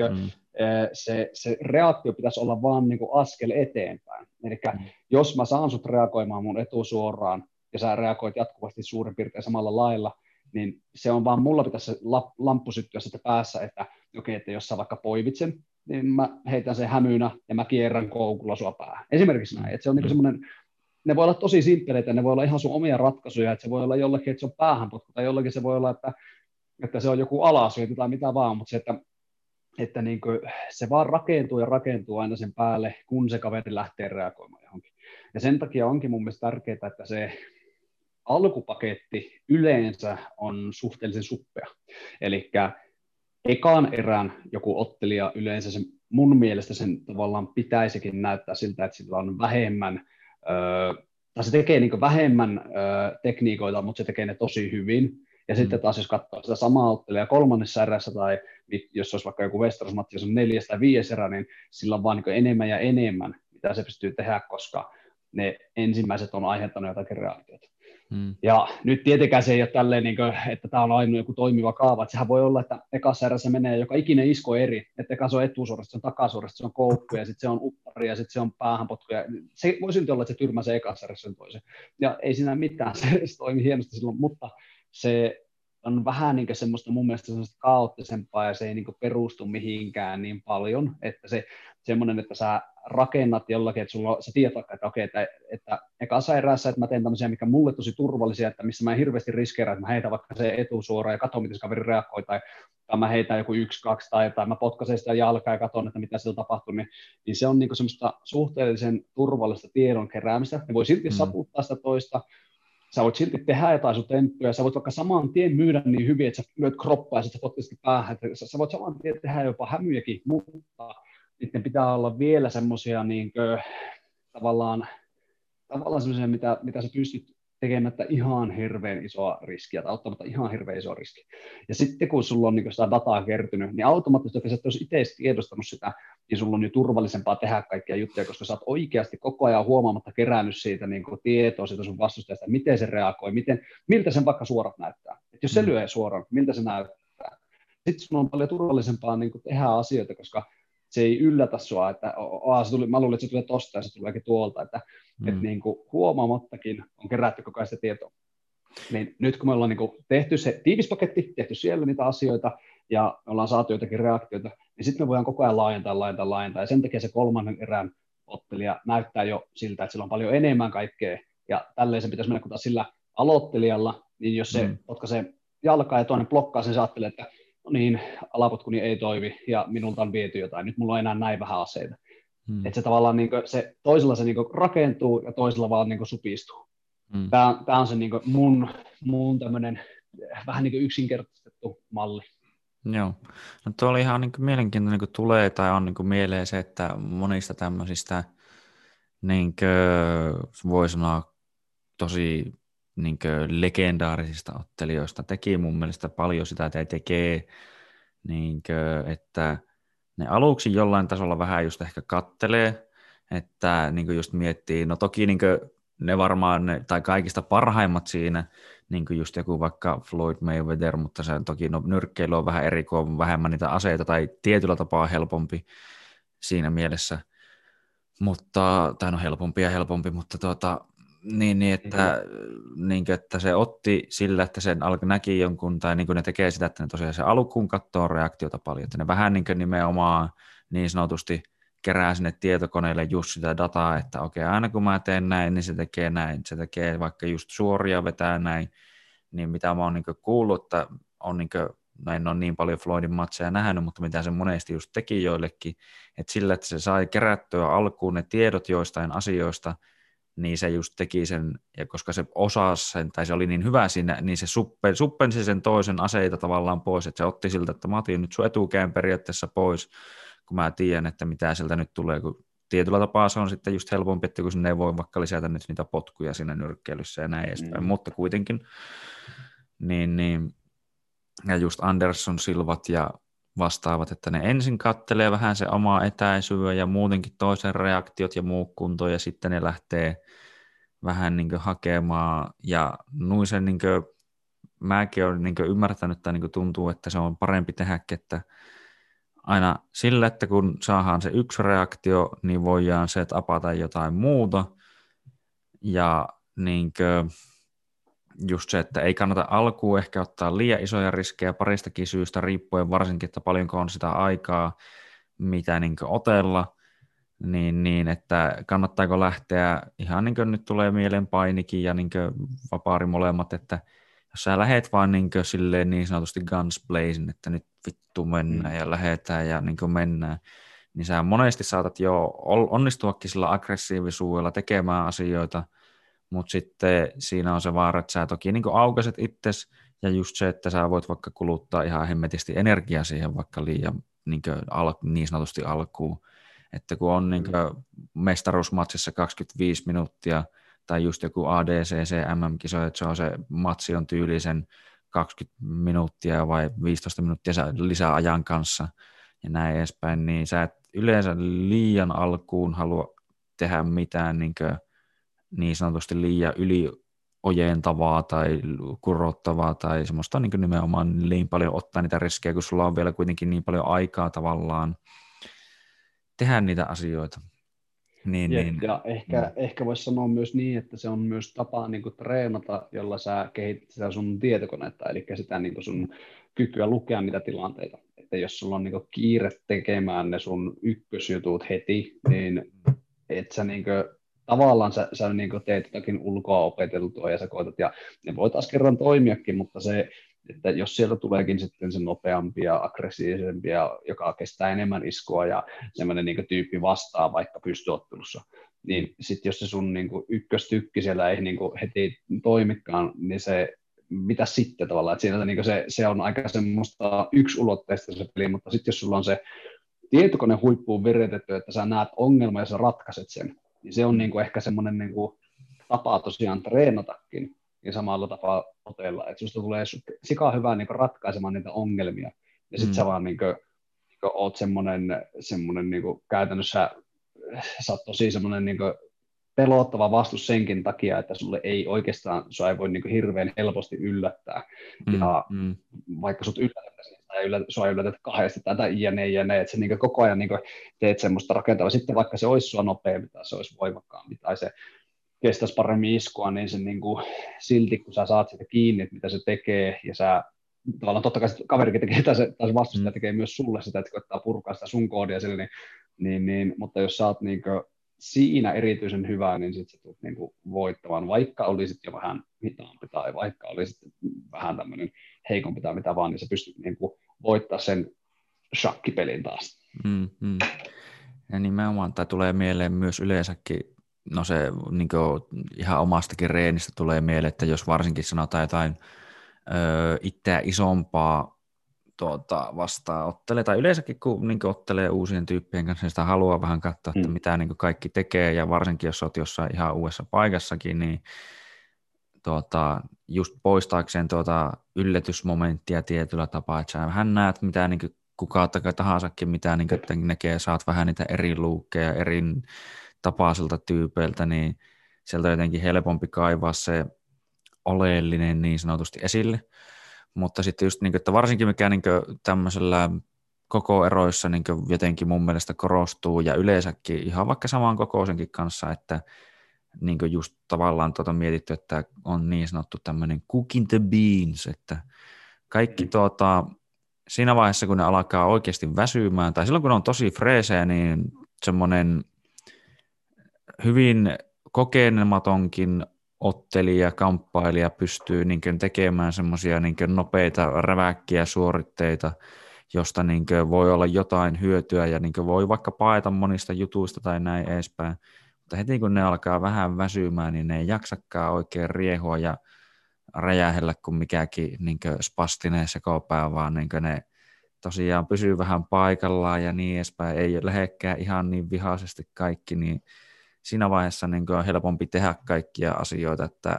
se reaktio pitäisi olla vaan niin kuin askel eteenpäin. Eli jos mä saan sut reagoimaan mun etusuoraan, ja sä reagoit jatkuvasti suurin piirtein samalla lailla, niin se on vaan, mulla pitäisi se lamppu syttyä sitten päässä, että okei, että jos sä vaikka poivit sen, niin mä heitän sen hämyynä ja mä kierrän koukulla sua päähän. Esimerkiksi näin, että se on niin semmoinen, ne voi olla tosi simppeleitä, ne voi olla ihan sun omia ratkaisuja, että se voi olla jollakin, että se on päähänpotku, tai jollakin se voi olla, että se on joku alasyöty tai mitä vaan, mutta se, että niin kuin, se vaan rakentuu aina sen päälle, kun se kaveri lähtee reagoimaan johonkin. Ja sen takia onkin mun mielestä tärkeää, että se alkupaketti yleensä on suhteellisen suppea. Eli ekaan erän joku ottelija yleensä mun mielestä sen tavallaan pitäisikin näyttää siltä, että sillä on vähemmän, tai se tekee niin vähemmän tekniikoita, mutta se tekee ne tosi hyvin. Ja sitten taas jos katsoo sitä samaa ottelijaa kolmannessa erässä, tai jos olisi vaikka joku Westeros-matti, jos on 4. tai 5. erä, niin sillä on vaan niin enemmän ja enemmän, mitä se pystyy tehdä, koska ne ensimmäiset on aiheuttanut jotakin reaktioita. Ja nyt tietenkään se ei ole tälleen, että tämä on ainoa joku toimiva kaava, että sehän voi olla, että ekassa erässä menee joka ikinen isko eri, että eka se on etusuorasta, se on takasuorasta, se on koukku ja sitten se on uppari ja sitten se on päähänpotku ja se voi syntyä olla, että se tyrmää se ekassa erässä sen toisen. Ja ei siinä mitään, se toimi hienosti silloin, mutta se on vähän niin semmoista mun mielestä semmoista kaoottisempaa ja se ei niin perustu mihinkään niin paljon, että se semmoinen, että sä rakennat jollakin, että sä tiedät vaikka, että okei, että ekassa erässä, että mä teen tämmöisiä, mikä mulle tosi turvallisia, että missä mä en hirveästi riskeeraan, että mä heitän vaikka se etusuoraan ja katson, miten se kaveri reagoi, tai mä heitän joku 1-2, tai mä potkaisen sitä jalkaa ja katson, että mitä siellä tapahtuu, niin se on niin semmoista suhteellisen turvallista tiedon keräämistä. Ne voi silti saputtaa sitä toista, sä voit silti tehdä jotain sun temppuja, sä voit vaikka saman tien myydä niin hyvin, että sä lyöt kroppaa ja sitten sä potkasit päähän, että sä voit saman tien tehdä jopa hämyjäkin, mutta sitten pitää olla vielä semmoisia niin tavallaan semmoisia, mitä sä pystyt tekemättä ihan hirveän isoa riskiä tai ottamatta ihan hirveän isoa riskiä. Ja sitten kun sulla on niin sitä dataa kertynyt, niin automaattisesti, jos et olisi itse tiedostanut sitä, niin sulla on jo turvallisempaa tehdä kaikkia juttuja, koska sä oot oikeasti koko ajan huomaamatta kerännyt siitä niin tietoa siitä sun vastustajasta, miten se reagoi, miltä sen vaikka suorat näyttää. Et jos se lyö suoraan, miltä se näyttää. Sitten sulla on paljon turvallisempaa niin tehdä asioita, koska se ei yllätä sua, että mä luulen, että se tulee tosta ja se tuleekin tuolta, että niin kuin huomaamattakin on kerätty koko ajan sitä tietoa. Niin nyt kun me ollaan niin kuin tehty se tiivispaketti, tehty siellä niitä asioita ja ollaan saatu jotakin reaktioita, niin sitten me voidaan koko ajan laajentaa. Ja sen takia se kolmannen erän ottelija näyttää jo siltä, että sillä on paljon enemmän kaikkea. Ja tälleen se pitäisi mennä, kun taas sillä aloittelijalla, niin jos se potkaisee jalkaa ja toinen blokkaa sen, se ajattelee, että no niin, alapotkuni ei toimi ja minulta on viety jotain. Nyt mulla on enää näin vähän aseita. Että se tavallaan niin kuin, se, toisella se niin kuin rakentuu ja toisella vaan niin kuin supistuu. Tämä on se niin kuin mun tämmöinen vähän niin kuin yksinkertaistettu malli. Joo. No tuo oli ihan niin kuin mielenkiintoinen, kun tulee tai on niin kuin mieleen se, että monista tämmöisistä niin kuin voi sanoa tosi niin kuin legendaarisista ottelijoista teki mun mielestä paljon sitä, että tekee, niin kuin, että ne aluksi jollain tasolla vähän just ehkä kattelee, että niin kuin just miettii, no toki niin kuin ne varmaan, tai kaikista parhaimmat siinä, niin kuin just joku vaikka Floyd Mayweather, mutta se toki nyrkkeily on vähän eri, kun on vähemmän niitä aseita, tai tietyllä tapaa helpompi siinä mielessä, mutta, tai no helpompi, mutta niin että, niin kuin, että se otti sillä, että sen näki jonkun, tai niin kuin ne tekee sitä, että ne tosiaan se alkuun katsoo reaktiota paljon, että ne vähän niin kuin nimenomaan niin sanotusti kerää sinne tietokoneelle just sitä dataa, että okei, aina kun mä teen näin, niin se tekee näin, se tekee vaikka just suoria vetää näin, niin mitä mä oon niin kuin kuullut, että on niin kuin, no en ole niin paljon Floydin matseja nähnyt, mutta mitä se monesti just teki joillekin, että sillä, että se sai kerättyä alkuun ne tiedot joistain asioista, niin se just teki sen, ja koska se osasi sen, tai se oli niin hyvä siinä, niin se suppensi sen toisen aseita tavallaan pois, että se otti siltä, että mä otin nyt sun etukään periaatteessa pois, kun mä tiedän, että mitä sieltä nyt tulee, kun tietyllä tapaa se on sitten just helpompi, että kun sinne ei voi vaikka lisätä nyt niitä potkuja siinä nyrkkeilyssä ja näin edespäin, mutta kuitenkin, niin, ja just Anderson Silvat ja vastaavat, että ne ensin kattelee vähän se omaa etäisyyä ja muutenkin toisen reaktiot ja muu kunto, ja sitten ne lähtee vähän niin kuin hakemaan, ja nuisen niin kuin, mäkin olen niin kuin ymmärtänyt, tai niin kuin tuntuu, että se on parempi tehdä, että aina sillä, että kun saadaan se yksi reaktio, niin voidaan se, että apata jotain muuta, ja niin kuin, just se, että ei kannata alkuun ehkä ottaa liian isoja riskejä paristakin syystä, riippuen varsinkin, että paljonko on sitä aikaa, mitä niin otella, niin että kannattaako lähteä, ihan niin kuin nyt tulee mieleen painikin ja niin vapaari molemmat, että jos sä lähet vaan silleen niin sanotusti guns blazing, että nyt vittu mennään ja lähetään ja niin mennään, niin sä monesti saatat jo onnistuakin sillä aggressiivisuudella tekemään asioita, mutta sitten siinä on se vaara, että sä toki niin aukaiset itsesi, ja just se, että sä voit vaikka kuluttaa ihan hemmetisti energiaa siihen vaikka liian niin sanotusti alkuun. Että kun on niin mestaruusmatsissa 25 minuuttia, tai just joku ADCC MM-kiso, että se on se matsi on tyylisen 20 minuuttia vai 15 minuuttia lisäajan kanssa, ja näin edespäin, niin sä et yleensä liian alkuun halua tehdä mitään niin sanotusti liian yliojentavaa tai kurottavaa tai semmoista niin nimenomaan niin paljon ottaa niitä riskejä, kun sulla on vielä kuitenkin niin paljon aikaa tavallaan tehdä niitä asioita. Ja ehkä voisi sanoa myös niin, että se on myös tapa niin kuin treenata, jolla sä kehität sitä sun tietokonetta, eli sitä niin kuin sun kykyä lukea niitä tilanteita. Että jos sulla on niin kuin kiire tekemään ne sun ykkösjutut heti, niin et sä niin kuin tavallaan sä niin teet jotakin ulkoa opeteltua ja sä koetat, ja ne voi taas kerran toimiakin, mutta se, että jos sieltä tuleekin sitten se nopeampi ja aggressiivisempi, joka kestää enemmän iskua ja semmoinen niin tyyppi vastaa vaikka pystyottelussa, niin sitten jos se sun niin ykköstykki siellä ei niin heti toimikaan, niin se mitä sitten tavallaan, että siinä niin se on aika semmoista yksulotteista se peli, mutta sitten jos sulla on se tietokone huippuun viritetty, että sä näet ongelman ja sä ratkaiset sen, niin se on niin kuin ehkä semmoinen niin kuin tapa tosiaan treenatakin ja samalla tapaa otella, että susta tulee sika hyvää niin ratkaisemaan niitä ongelmia, ja sitten sä vaan niin oot semmoinen niin käytännössä, sä oot tosi semmoinen niin pelottava vastus senkin takia, että sulle ei oikeastaan, sua ei voi niin hirveän helposti yllättää, ja vaikka sut yllätettäisiin, sua ei yllätetä kahdesti tai jne, että sä niin koko ajan niin teet semmoista rakentavaa, sitten vaikka se olisi sua nopeampi tai se olisi voimakkaampi tai se kestäisi paremmin iskua, niin se niin kuin, silti kun sä saat sitä kiinni, että mitä se tekee, ja sä tavallaan totta kai kaverikin tekee, tai se vastustaja tekee myös sulle sitä, että koittaa purkaa sitä sun koodia sille, niin, mutta jos sä oot niin kuin, siinä erityisen hyvä, niin sitten sä tulet niin kuin voittamaan, vaikka olisit jo vähän hitaampi tai vaikka olisit vähän tämmöinen heikompi tai mitä vaan, niin sä pystyt niin kuin voittaa sen shakkipelin taas. Ja nimenomaan, tai tulee mieleen myös yleensäkin, no se niin ihan omastakin reenistä tulee mieleen, että jos varsinkin sanotaan jotain itseä isompaa vastaan ottelee, tai yleensäkin kun niin ottelee uusien tyyppien kanssa, niin sitä haluaa vähän katsoa, että mitä niin kaikki tekee, ja varsinkin jos olet jossain ihan uudessa paikassakin, niin just poistaakseen yllätysmomenttia tietyllä tapaa, että sä vähän näet, mitä niin kuka tahansakin, mitä niin näkee, saat vähän niitä eri luukkeja, eri tapaisilta tyypeiltä, niin sieltä on jotenkin helpompi kaivaa se oleellinen niin sanotusti esille. Mutta sitten just, että varsinkin mikä tämmöisellä koko eroissa jotenkin mun mielestä korostuu, ja yleensäkin ihan vaikka saman kokoisenkin kanssa, että just tavallaan mietitty, että on niin sanottu tämmöinen cooking the beans, että kaikki siinä vaiheessa, kun ne alkaa oikeasti väsymään, tai silloin kun ne on tosi freesejä, niin semmoinen hyvin kokenematonkin ottelija, kamppailija pystyy tekemään semmoisia nopeita räväkkiä suoritteita, josta voi olla jotain hyötyä ja voi vaikka paeta monista jutuista tai näin edespäin. Mutta heti kun ne alkaa vähän väsymään, niin ne ei jaksakaan oikein riehua ja räjähellä kuin mikäkin spastinen sekopää, vaan ne tosiaan pysyy vähän paikallaan ja niin edespäin. Ei lähekkää ihan niin vihaisesti kaikki, niin siinä vaiheessa on helpompi tehdä kaikkia asioita, että,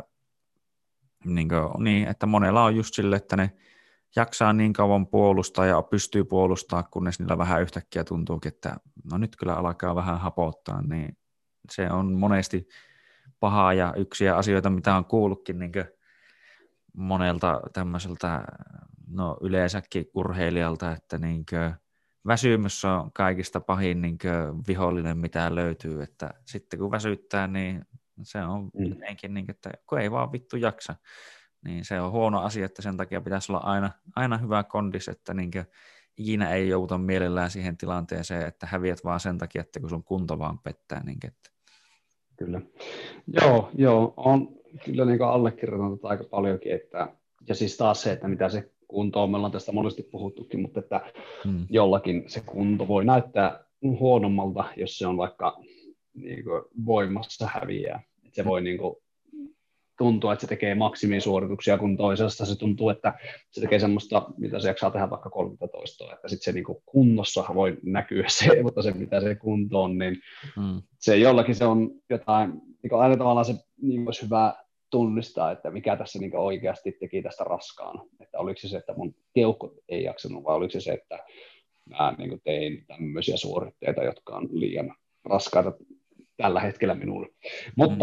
että monella on just sille, että ne jaksaa niin kauan puolustaa ja pystyy puolustamaan, kunnes niillä vähän yhtäkkiä tuntuukin, että no nyt kyllä alkaa vähän hapottaa, niin se on monesti pahaa ja yksiä asioita, mitä on kuullutkin monelta tämmöiseltä yleensäkin urheilijalta, että väsymys on kaikista pahin vihollinen, mitä löytyy, että sitten kun väsyttää, niin se on jotenkin, että kun ei vaan vittu jaksa, niin se on huono asia, että sen takia pitäisi olla aina hyvä kondis, että ikinä ei jouduta mielellään siihen tilanteeseen, että häviät vaan sen takia, että kun sun kunto vaan pettää. Että. Kyllä. Joo, on kyllä allekirjoitan aika paljonkin, ja siis taas se, että mitä se kunto on, me ollaan tästä monesti puhuttukin, mutta että jollakin se kunto voi näyttää huonommalta, jos se on vaikka voimassa häviää. Että se voi tuntua, että se tekee maksimisuorituksia, kun toisesta se tuntuu, että se tekee semmoista, mitä se jaksaa tehdä vaikka 30 toistoa, että sitten se kunnossa voi näkyä se, mutta se mitä se kunto on, niin se jollakin se on jotain, aina tavallaan se olisi hyvä tunnistaa, että mikä tässä oikeasti teki tästä raskaan, että oliko se että mun keuhkot ei jaksanut, vai oliko se että mä tein tämmöisiä suoritteita, jotka on liian raskaita tällä hetkellä minulle. Mutta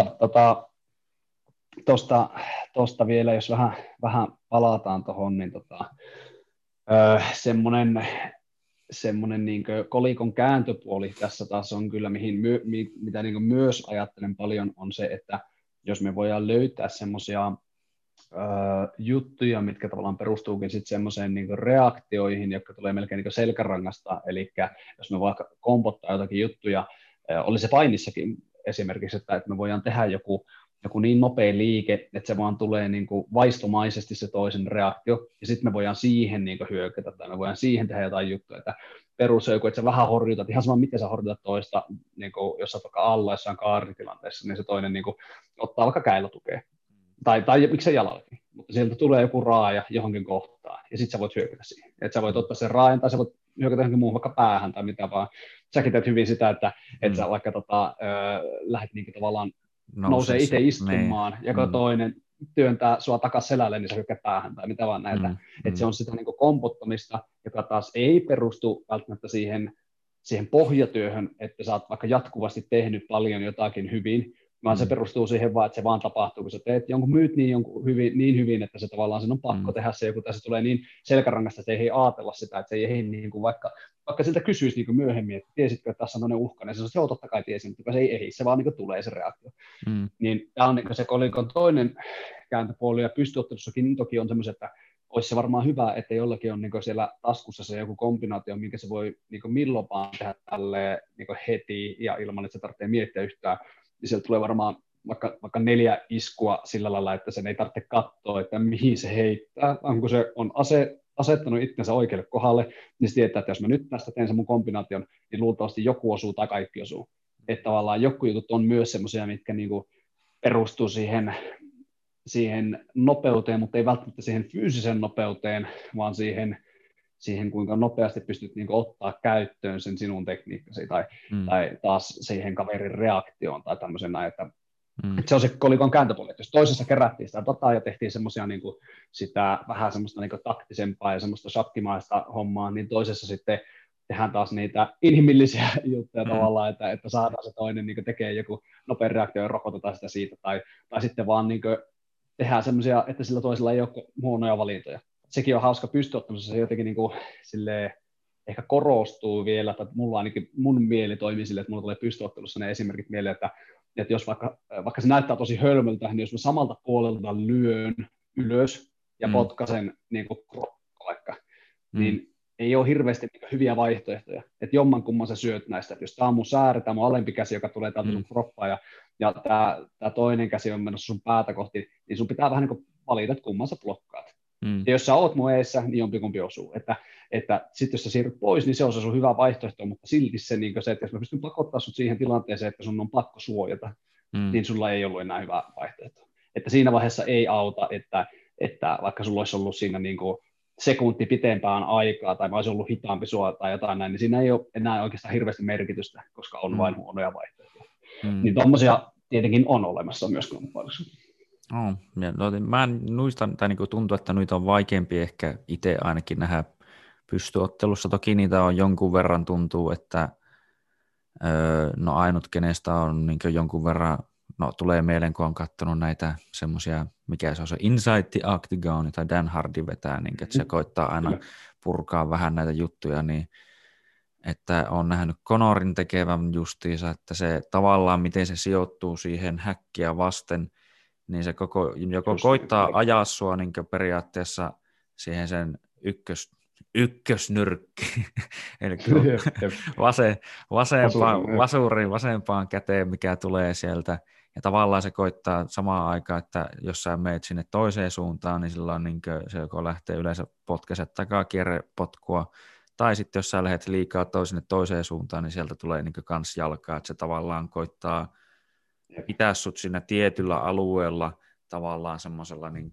tuosta vielä, jos vähän palataan tuohon, niin semmoinen kolikon kääntöpuoli tässä taas on kyllä, mitä myös ajattelen paljon, on se, että jos me voidaan löytää semmoisia juttuja, mitkä tavallaan perustuukin sitten semmoiseen reaktioihin, jotka tulee melkein selkärangasta, eli jos me vaikka kompottaa jotakin juttuja, oli se painissakin esimerkiksi, että me voidaan tehdä joku niin nopea liike, että se vaan tulee vaistomaisesti se toisen reaktio, ja sitten me voidaan siihen hyökätä, tai me voidaan siihen tehdä jotain juttuja, että perus on joku, että sä vähän horjutat, ihan sama miten sä horjutat toista, jos sä oot vaikka alla jossain kaaritilanteessa, niin se toinen ottaa vaikka käilotukea, tai miksei jalallakin, mutta sieltä tulee joku raaja johonkin kohtaan, ja sitten sä voit hyökätä siihen, että sä voit ottaa sen raajan, tai sä voit hyökätä johonkin muuhun, vaikka päähän tai mitä vaan, säkin teet hyvin sitä, että sä vaikka lähdet tavallaan nousee itse istumaan, niin. ja toinen työntää sua takas selälle, niin sä hyökkää päähän tai mitä vaan näitä. Että se on sitä niin kuin kompottamista, joka taas ei perustu välttämättä siihen pohjatyöhön, että sä oot vaikka jatkuvasti tehnyt paljon jotakin hyvin, vaan se perustuu siihen vaan, että se vaan tapahtuu, kun sä teet jonkun myyt niin hyvin, että se tavallaan sen on pakko tehdä se, kun tässä tulee niin selkärangasta, että ei ajatella sitä, että se ei niin kuin vaikka siltä kysyisi niin kuin myöhemmin, että tiesitkö, että tässä on tämmöinen uhka, niin se on, että joo, totta kai tiesin, mutta se ei ehdi, se vaan niin kuin tulee se reaktio. Niin tämä on niin kuin se kolikon toinen kääntöpuoli, ja pystyottelussakin toki on semmoiset, että olisi se varmaan hyvä, että jollakin on niin siellä taskussa se joku kombinaatio, minkä se voi niin milloin vaan tehdä tälleen niin heti ja ilman, että se tarvitsee miettiä yhtään. Niin sieltä tulee varmaan vaikka 4 iskua sillä lailla, että sen ei tarvitse katsoa, että mihin se heittää, vaan kun se on asettanut itsensä oikealle kohdalle, niin se tietää, että jos mä nyt tästä teen sen mun kombinaation, niin luultavasti joku osuu tai kaikki osuu. Että tavallaan joku jutut on myös semmoisia, mitkä niinku perustuu siihen nopeuteen, mutta ei välttämättä siihen fyysiseen nopeuteen, vaan siihen kuinka nopeasti pystyt niinku ottaa käyttöön sen sinun tekniikkasi tai taas siihen kaverin reaktioon tai tämmöisenä, että se on se kolikon kääntöpuoli, että jos toisessa kerättiin sitä dataa ja tehtiin semmoisia niinku sitä vähän semmoista niinku taktisempaa ja semmoista shakkimaista hommaa, niin toisessa sitten tehdään taas niitä inhimillisiä juttuja tavallaan, että saadaan se toinen niinku tekee joku nopea reaktio ja rokotetaan sitä siitä, tai sitten vaan niinku tehdään semmoisia, että sillä toisella ei ole huonoja valintoja. Sekin on hauska pystyottamisessa, se jotenkin niinku silleen ehkä korostuu vielä, että mulla ainakin mun mieli toimii silleen, että mulla tulee pystyottelussa ne esimerkit mieleen, että jos vaikka se näyttää tosi hölmöltä, niin jos mä samalta puolelta lyön ylös ja potkasen niin kuin kroppa vaikka, niin ei ole hirveästi niin hyviä vaihtoehtoja. Että jommankumman sä syöt näistä. Että jos tämä on mun säärä, tämä on mun alempi käsi, joka tulee täältä sun kroppaa, ja tämä toinen käsi on menossa sun päätä kohti, niin sun pitää vähän niin kuin valita, että kumman sä blokkaat. Ja jos sä oot mun eessä, niin jompikumpi osuu. Että sitten jos sä siirryt pois, niin se on se sun hyvä vaihtoehto, mutta silti se, niin se että jos mä pystyn pakottaa sut siihen tilanteeseen, että sun on pakko suojata, niin sulla ei ollut enää hyvä vaihtoehto. Että siinä vaiheessa ei auta, että vaikka sulla olisi ollut siinä niin kuin sekunti pitempään aikaa, tai mä olisin ollut hitaampi sua tai jotain näin, niin siinä ei ole enää oikeastaan hirveästi merkitystä, koska on vain huonoja vaihtoehtoja. Niin tommosia tietenkin on olemassa myös kamppailussa. Mä muistan, tai niin tuntuu, että noita on vaikeampi ehkä itse ainakin nähdä pystyottelussa. Toki niitä on jonkun verran, tuntuu, että no ainut kenestä on niin jonkun verran, no tulee mieleen, kun on katsonut näitä semmoisia, mikä se on se Inside the Octagon, tai Dan Hardy vetää, niin, että se koittaa aina purkaa vähän näitä juttuja, niin että on nähnyt Conorin tekevän justiinsa, että se tavallaan, miten se sijoittuu siihen häkkiä vasten, niin se joko koittaa ajaa sua niin periaatteessa siihen sen ykkösnyrkki, eli vasempaan käteen, mikä tulee sieltä, ja tavallaan se koittaa samaan aikaan, että jos sä meet sinne toiseen suuntaan, niin silloin niin se joko lähtee yleensä potkaset takaa kierrepotkua, tai sitten jos sä lähdet liikaa sinne toiseen suuntaan, niin sieltä tulee niin kans jalkaa, että se tavallaan koittaa pitää sut siinä tietyllä alueella tavallaan semmoisella, niin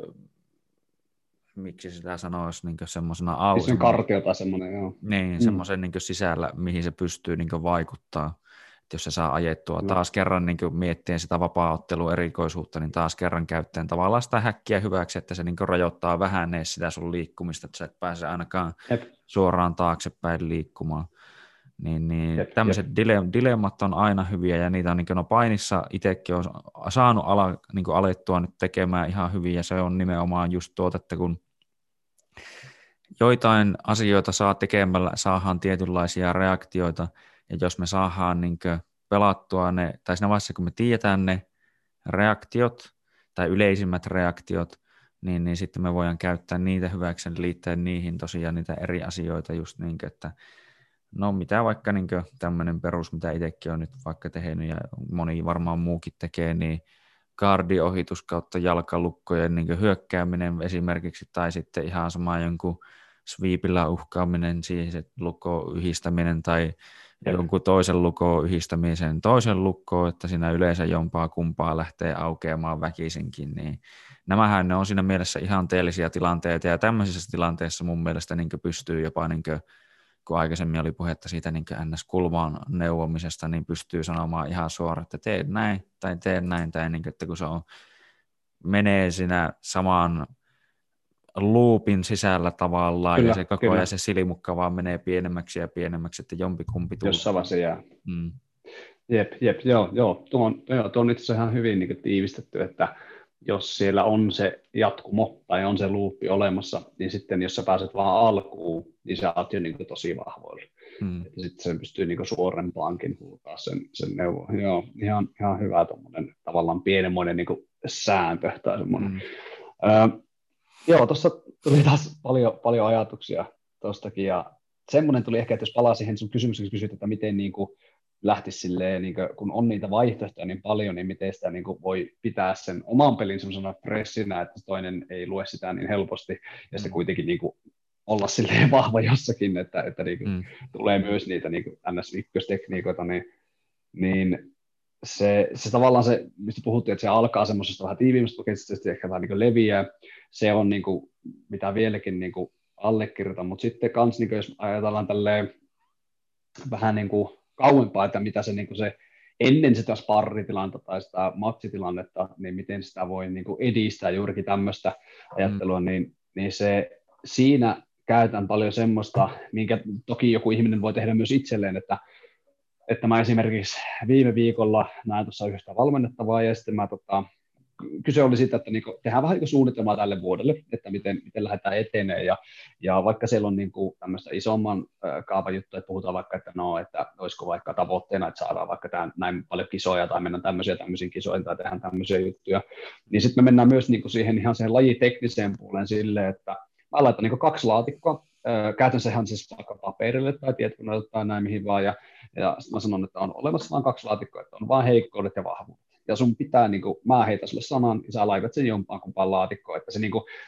miksi sitä sanoisi, niin semmoisena Se on kartio tai semmoinen, joo. Niin, semmoisen niin sisällä, mihin se pystyy niin vaikuttaa. Että jos se saa ajettua taas kerran niin miettien sitä vapaa-ottelun erikoisuutta, niin taas kerran käyttäen tavallaan sitä häkkiä hyväksi, että se niin rajoittaa vähän sitä sun liikkumista, että sä et pääse ainakaan suoraan taaksepäin liikkumaan. Niin tämmöiset dilemmat on aina hyviä, ja niitä on niin painissa itsekin on saanut niin alettua nyt tekemään ihan hyvin, ja se on nimenomaan just että kun joitain asioita tekemällä saadaan tietynlaisia reaktioita, ja jos me saadaan niin pelattua ne, tai siinä vaiheessa kun me tiedetään ne reaktiot, tai yleisimmät reaktiot, niin sitten me voidaan käyttää niitä hyväksi, liittää niihin tosiaan niitä eri asioita just niin, että no mitä vaikka niin tämmöinen perus, mitä itsekin on nyt vaikka tehnyt ja moni varmaan muukin tekee, niin guardiohitus kautta jalkalukkojen niin hyökkääminen esimerkiksi, tai sitten ihan sama jonkun sweepillä uhkaaminen, siihen se lukon yhdistäminen tai jonkun toisen lukon yhdistämisen toisen lukkoon, että siinä yleensä jompaa kumpaa lähtee aukeamaan väkisinkin, niin nämähän ne on siinä mielessä ihan teellisiä tilanteita, ja tämmöisissä tilanteissa mun mielestä niin pystyy jopa niin kun aikaisemmin oli puhetta siitä niin NS-kulmaan neuvomisesta, niin pystyy sanomaan ihan suoraan, että tee näin, tai niin kuin, että kun se on, menee siinä saman loopin sisällä tavallaan, Kyllä, ja se koko kyllä. ajan se silimukka vaan menee pienemmäksi ja pienemmäksi, että jompikumpi tulee. Jossain vaiheessa jää. Mm. Jep, joo. Tuo on itse asiassa ihan hyvin niin kuin tiivistetty, että jos siellä on se jatkumo tai on se luuppi olemassa, niin sitten jos sä pääset vaan alkuun, niin sä oot jo niin kuin tosi vahvoilla. Että sitten sen pystyy niin kuin suorempaankin huutaa sen neuvon. Joo, ihan hyvä tuommoinen tavallaan pienenmoinen niin kuin sääntö tai semmoinen. Joo, tuossa tuli taas paljon ajatuksia tuostakin, ja semmoinen tuli ehkä, että jos palaa siihen sun kysymykseen, kysyt, että miten niin kuin lähtisi silleen, niin kuin, kun on niitä vaihtoehtoja niin paljon, niin miten sitä niin kuin voi pitää sen oman pelin semmoisena pressinä, että toinen ei lue sitä niin helposti, ja se kuitenkin niin kuin olla silleen vahva jossakin, että niin kuin tulee myös niitä niin kuin NS1-tekniikoita, niin se tavallaan se, mistä puhuttiin, että se alkaa semmoisesta vähän tiiviimmästä paketista, sitten ehkä vähän niin kuin leviää, se on niin kuin, mitä vieläkin niin kuin allekirjoitan, mutta sitten kans, niin kuin jos ajatellaan tälleen vähän niin kuin kauempaa, että mitä se, niin kuin se ennen sitä sparritilannetta tai sitä matsitilannetta, niin miten sitä voi niin kuin edistää juurikin tämmöistä ajattelua, niin se siinä käytän paljon semmoista, minkä toki joku ihminen voi tehdä myös itselleen, että mä esimerkiksi viime viikolla näin tuossa yhtä valmennettavaa, ja sitten kyse oli siitä, että niinku tehdään vähän suunnitelmaa tälle vuodelle, että miten lähdetään eteneen, ja vaikka siellä on niinku tämmöistä isomman kaavan juttua, että puhutaan vaikka, että olisiko vaikka tavoitteena, että saadaan vaikka näin paljon kisoja, tai mennään tämmöisiin kisoihin, tai tehdään tämmöisiä juttuja, niin sitten me mennään myös niinku siihen ihan siihen lajitekniseen puoleen silleen, että mä laitan niinku 2 laatikkoa, käytännössä ihan siis vaikka paperille tai tietokoneelle tai näin mihin vaan, ja mä sanon, että on olemassa vain 2 laatikkoa, että on vain heikkoudet ja vahvuudet. Ja sun pitää, niin kuin, mä heitän sulle sanan, ja sä laitat sen jompaan kumpaan laatikkoon, että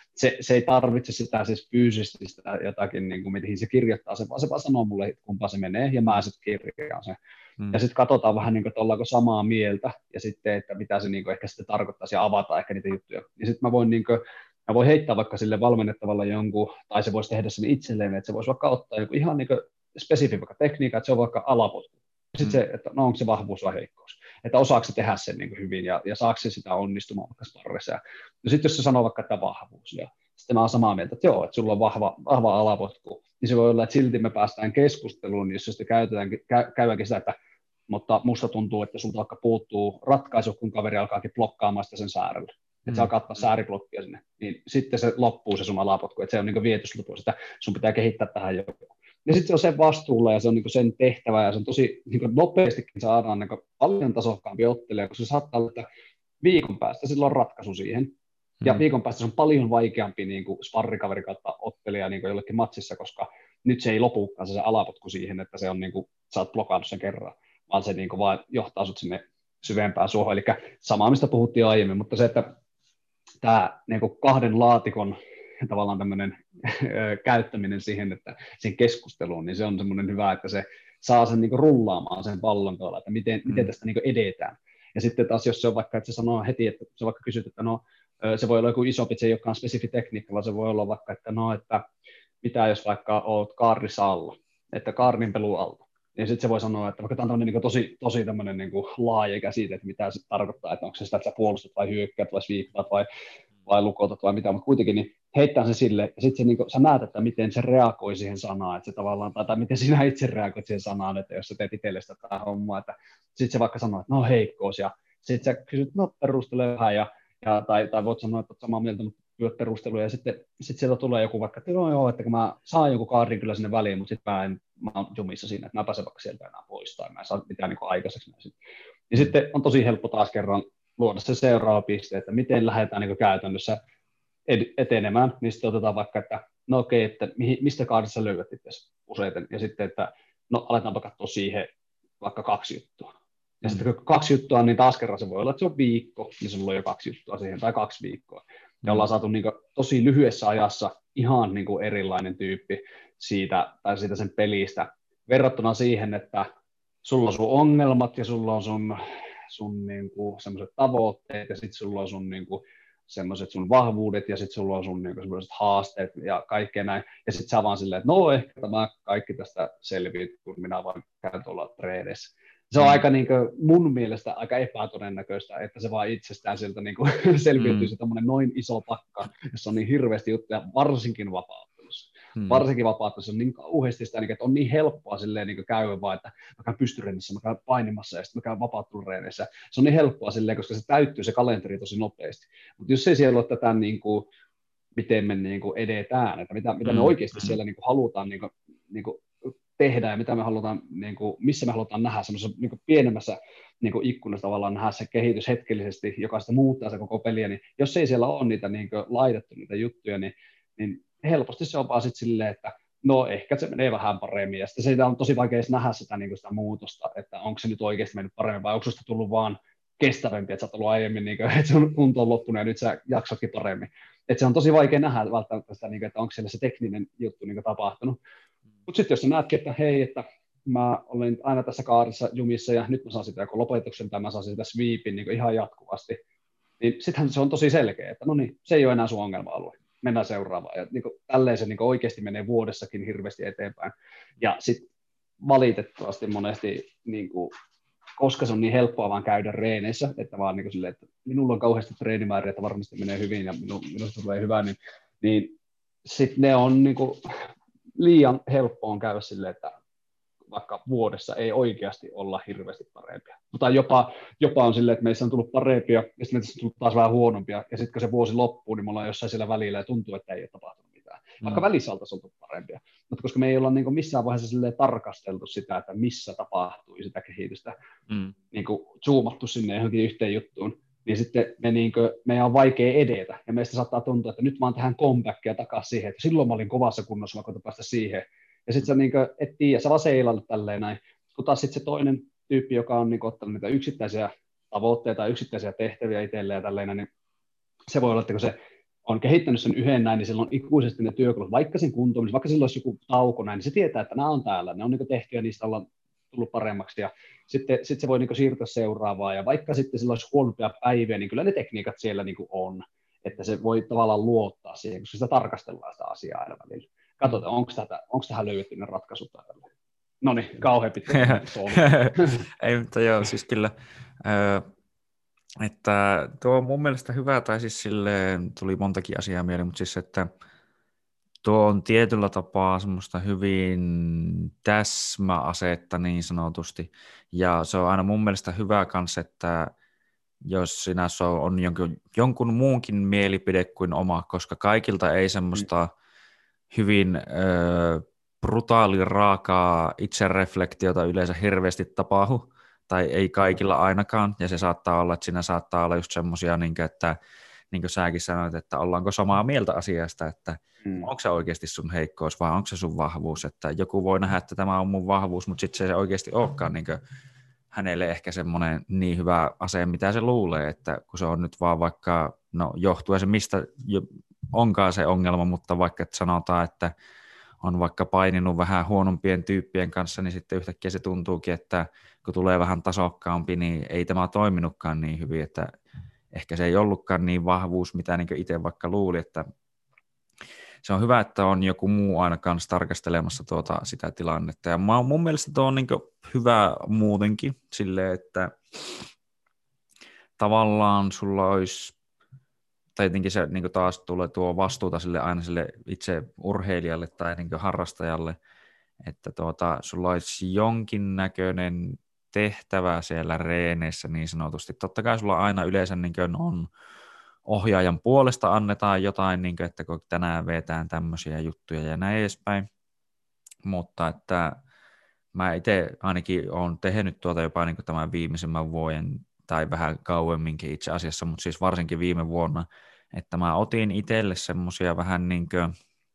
se ei tarvitse sitä siis fyysisesti sitä jotakin, niin kuin, mihin se kirjoittaa sen, vaan se vaan sanoo mulle, kumpaan se menee, ja mä sitten kirjaan sen. Ja sitten katsotaan vähän, niin kuin, että ollaanko samaa mieltä, ja sitten, että mitä se niin kuin, ehkä sitten tarkoittaisi, ja avata ehkä niitä juttuja. Ja sitten mä voin niin kuin, mä voin heittää vaikka sille valmennettavalle jonkun, tai se voisi tehdä sen itselleen, että se voisi vaikka ottaa joku ihan niin spesifi vaikka tekniikka, että se on vaikka alapotku. Sitten se, että onko se vahvuus vai heikkous. Että osaako se tehdä sen niin hyvin ja saako se sitä onnistumaan vaikka sparrissa. Ja sitten jos se sanoo vaikka, että vahvuus, ja sitten mä oon samaa mieltä, että joo, että sulla on vahva alapotku, niin se voi olla, että silti me päästään keskusteluun, jos sitten käydäänkin sitä, että mutta musta tuntuu, että sulta vaikka puuttuu ratkaisu, kun kaveri alkaakin blokkaamaan sitä sen säärellä. Että se alkaa ottaa sääriblokkia sinne, niin sitten se loppuu se sun alapotku, että se on niin vietyslupu, että sun pitää kehittää tähän joku. Ja sitten se on sen vastuulla ja se on niin sen tehtävä ja se on tosi niin nopeastikin saadaan niin paljon tasokkaampi ottelija, koska se saattaa olla, että viikon päästä sillä on ratkaisu siihen. Ja viikon päästä se on paljon vaikeampi niin sparrikaveri kautta ottelija niin jollekin matsissa, koska nyt se ei lopukaan se alapotku siihen, että se on niin kuin, sä oot blokannut sen kerran, vaan se niin kuin vaan johtaa sut sinne syvempään suohon. Eli samaa, mistä puhuttiin aiemmin, mutta se, että tämä niin kuin 2 laatikon tavallaan tämmöinen käyttäminen siihen, että siihen keskusteluun, niin se on semmoinen hyvä, että se saa sen niin kuin rullaamaan sen pallon tuolla, että miten tästä niin kuin edetään. Ja sitten taas, jos se on vaikka, että se sanoo heti, että se vaikka kysyt, että se voi olla joku isompi, se ei olekaan spesifi tekniikka, vaan se voi olla vaikka, että että mitä jos vaikka olet kaarissa alla, että kaarnin pelu alla. Ja sitten se voi sanoa, että vaikka tämä on niin tosi tämmöinen niin laaja käsite, että mitä se tarkoittaa, että onko se sitä, että sä puolustat vai hyökkäät vai sviippaat vai lukotat vai mitä, mutta kuitenkin niin heittää se sille, ja sitten niin sä näet, että miten se reagoi siihen sanaan, että se tavallaan, tai miten sinä itse reagoit siihen sanaan, että jos sä teet itselle sitä hommaa, että sitten se vaikka sanoo, että heikkous, ja sitten sä kysyt, perustele vähän, tai voit sanoa, että olet samaa mieltä, mutta pyöt perusteluja, ja sitten sieltä tulee joku vaikka, että että kun mä saan joku kaardin kyllä sinne väliin, mutta sitten mä oon jumissa siinä, että mä pääsen vaikka sieltä enää pois, tai mä en saa mitään niin aikaiseksi. Ja sitten on tosi helppo taas kerran luoda se seuraava piste, että miten lähdetään niin käytännössä etenemään, niin sitten otetaan vaikka, että okei, että mistä kaardissa löydät itse useiten, ja sitten, että aletaanpa katsoa siihen vaikka 2 juttua. Ja sitten kun 2 juttua, niin taas kerran se voi olla, että se on viikko, niin sulla on jo 2 juttua siihen, tai 2 viikkoa. Ja ollaan saatu niin kuin tosi lyhyessä ajassa ihan niin kuin erilainen tyyppi siitä sen pelistä, verrattuna siihen, että sulla on sun ongelmat, ja sulla on sun niin kuin sellaiset tavoitteet, ja sitten sulla on sun niin kuin semmoiset sun vahvuudet ja sitten sulla on sun niin semmoiset haasteet ja kaikkea näin. Ja sitten sä vaan silleen, että no ehkä tämä kaikki tästä selviit, kun minä vaan käyn tuolla treeneissä. Se on aika niin kuin, mun mielestä aika epätodennäköistä, että se vaan itsestään sieltä niin kuin, selviytyisi tommonen noin iso pakka, jossa on niin hirveästi juttuja, varsinkin vapauttelussa. Varsinkin vapauttelussa on niin kauheasti sitä, että on niin helppoa silleen niin käydä vaan, että mä käyn pystyreenissä, mä käyn painimassa ja sitten mä käyn vapauttelureenissä. Se on niin helppoa silleen, koska se täyttyy se kalenteri tosi nopeasti. Mutta jos ei siellä ole tätä, niin kuin, miten me niin kuin edetään, että mitä me oikeasti siellä niin kuin halutaan niin kuin tehdä ja mitä me halutaan, niin kuin, missä me halutaan nähdä semmoisessa niin kuin pienemmässä niin kuin ikkunassa tavallaan nähdä se kehitys hetkellisesti, joka sitä muuttaa se koko peliä, niin jos ei siellä ole niitä niin kuin laitettu niitä juttuja, niin helposti se on vaan sitten silleen, että no ehkä se menee vähän paremmin, ja sitten siitä on tosi vaikea nähdä sitä, niin kuin sitä muutosta, että onko se nyt oikeasti mennyt paremmin, vai onko susta tullut vaan kestävämpi, että sä oot ollut aiemmin, niin kuin, että sun kunto on loppunut ja nyt sä jaksatkin paremmin. Että se on tosi vaikea nähdä välttämättä sitä, niin kuin, että onko siellä se tekninen juttu niin kuin tapahtunut. Mutta sitten jos sä näetkin, että hei, että mä olen aina tässä kaarissa jumissa ja nyt mä saan sitä joko lopetuksen tai mä saan sitä sweepin niin ihan jatkuvasti, niin sittenhän se on tosi selkeä, että no niin, se ei ole enää sun ongelma-alue. Mennään seuraavaan. Ja niin tälleen se niin oikeasti menee vuodessakin hirveästi eteenpäin. Ja sitten valitettavasti monesti, niin kuin, koska se on niin helppoa vaan käydä reeneissä, että vaan niin silleen, että minulla on kauheasti treenimääriä, että varmasti menee hyvin ja minusta tulee hyvää, niin sitten ne on niin kuin, liian helppoa käydä silleen, että vaikka vuodessa ei oikeasti olla hirveästi parempia. Tai jopa on silleen, että meissä on tullut parempia, ja sitten meissä on tullut taas vähän huonompia, ja sitten kun se vuosi loppuu, niin me ollaan jossain siellä välillä, ja tuntuu, että ei ole tapahtunut mitään. Vaikka välissä oltaisiin oltu parempia. Mutta koska me ei olla niin missään vaiheessa silleen tarkasteltu sitä, että missä tapahtui sitä kehitystä, niin zoomattu sinne johonkin yhteen juttuun, niin sitten meidän on vaikea edetä, ja meistä saattaa tuntua, että nyt mä oon tähän comebackia takaisin siihen, että silloin mä olin kovassa kunnossa, mä koitan päästä siihen, ja sitten sä niin et tiedä, sä vaan seilalle tälleen näin, kun taas sitten se toinen tyyppi, joka on niin ottanut niitä yksittäisiä tavoitteita, yksittäisiä tehtäviä itselleen ja tälleen, niin se voi olla, että kun se on kehittänyt sen yhden näin, niin sillä on ikuisesti ne työkalut, vaikka sen kuntoon, vaikka sillä olisi joku tauko näin, niin se tietää, että nämä on täällä, ne on niin tehty ja niistä ollaan tullut paremmaksi, ja sitten se voi niin siirtyä seuraavaan, ja vaikka sitten sillä olisi huonompia päiviä, niin kyllä ne tekniikat siellä niin on, että se voi tavallaan luottaa siihen, koska sitä tarkastellaan sitä asiaa aina välillä. Katsotaan, onko tähän löydetty ne ratkaisut. No niin, kauhean pitkä. Ei, mutta joo, siis kyllä, että tuo on mun mielestä hyvä, tai siis silleen tuli montakin asiaa mieleen, mutta siis, että tuo on tietyllä tapaa semmoista hyvin täsmäasetta niin sanotusti, ja se on aina mun mielestä hyvä kanssa, että jos sinä on jonkun muunkin mielipide kuin oma, koska kaikilta ei semmoista hyvin brutaali raakaa itsereflektiota yleensä hirveästi tapahdu, tai ei kaikilla ainakaan, ja se saattaa olla, että siinä saattaa olla just semmoisia, että niin kuin säkin sanoit, että ollaanko samaa mieltä asiasta, että onko se oikeasti sun heikkous vai onko se sun vahvuus, että joku voi nähdä, että tämä on mun vahvuus, mutta sitten se ei oikeasti olekaan niin hänelle ehkä semmoinen niin hyvä ase, mitä se luulee, että kun se on nyt vaan vaikka, no johtuen se mistä onkaan se ongelma, mutta vaikka että sanotaan, että on vaikka paininut vähän huonompien tyyppien kanssa, niin sitten yhtäkkiä se tuntuukin, että kun tulee vähän tasokkaampi, niin ei tämä toiminutkaan niin hyvin, että ehkä se ei ollutkaan niin vahvuus, mitä niin itse vaikka luuli, että se on hyvä, että on joku muu aina kanssa tarkastelemassa sitä tilannetta. Ja mun mielestä tuo on niin hyvä muutenkin silleen, että tavallaan sulla olisi, tai jotenkin se niin taas tulee tuo vastuuta aina sille itse urheilijalle tai niin harrastajalle, että sulla olisi jonkinnäköinen tehtävä siellä reeneissä niin sanotusti. Totta kai sulla aina yleensä niin on ohjaajan puolesta annetaan jotain, niin kuin, että kun tänään vetään tämmöisiä juttuja ja näin edespäin, mutta että mä itse ainakin olen tehnyt jopa niin tämän viimeisimmän vuoden tai vähän kauemminkin itse asiassa, mutta siis varsinkin viime vuonna, että mä otin itselle semmoisia vähän niin kuin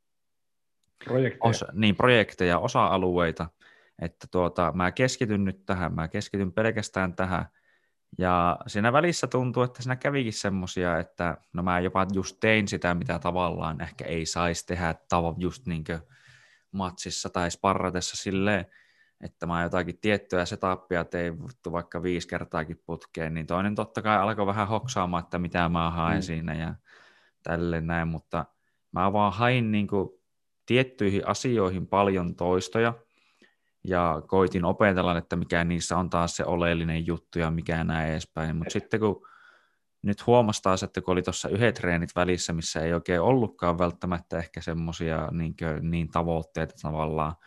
projekteja, osa-alueita, että mä keskityn nyt tähän, mä keskityn pelkästään tähän, ja siinä välissä tuntuu, että siinä kävikin semmoisia, että no mä jopa just tein sitä, mitä tavallaan ehkä ei saisi tehdä just niin kuin matsissa tai sparratessa silleen, että mä jotakin tiettyä setupia tein vaikka 5 kertaakin putkeen, niin toinen totta kai alkoi vähän hoksaamaan, että mitä mä haen siinä ja tälleen näin, mutta mä vaan hain niin kuin tiettyihin asioihin paljon toistoja ja koitin opetella, että mikä niissä on taas se oleellinen juttu ja mikä näin edespäin, mutta sitten kun nyt huomasi taas, että kun oli tuossa yhdet treenit välissä, missä ei oikein ollutkaan välttämättä ehkä semmoisia niin tavoitteita tavallaan,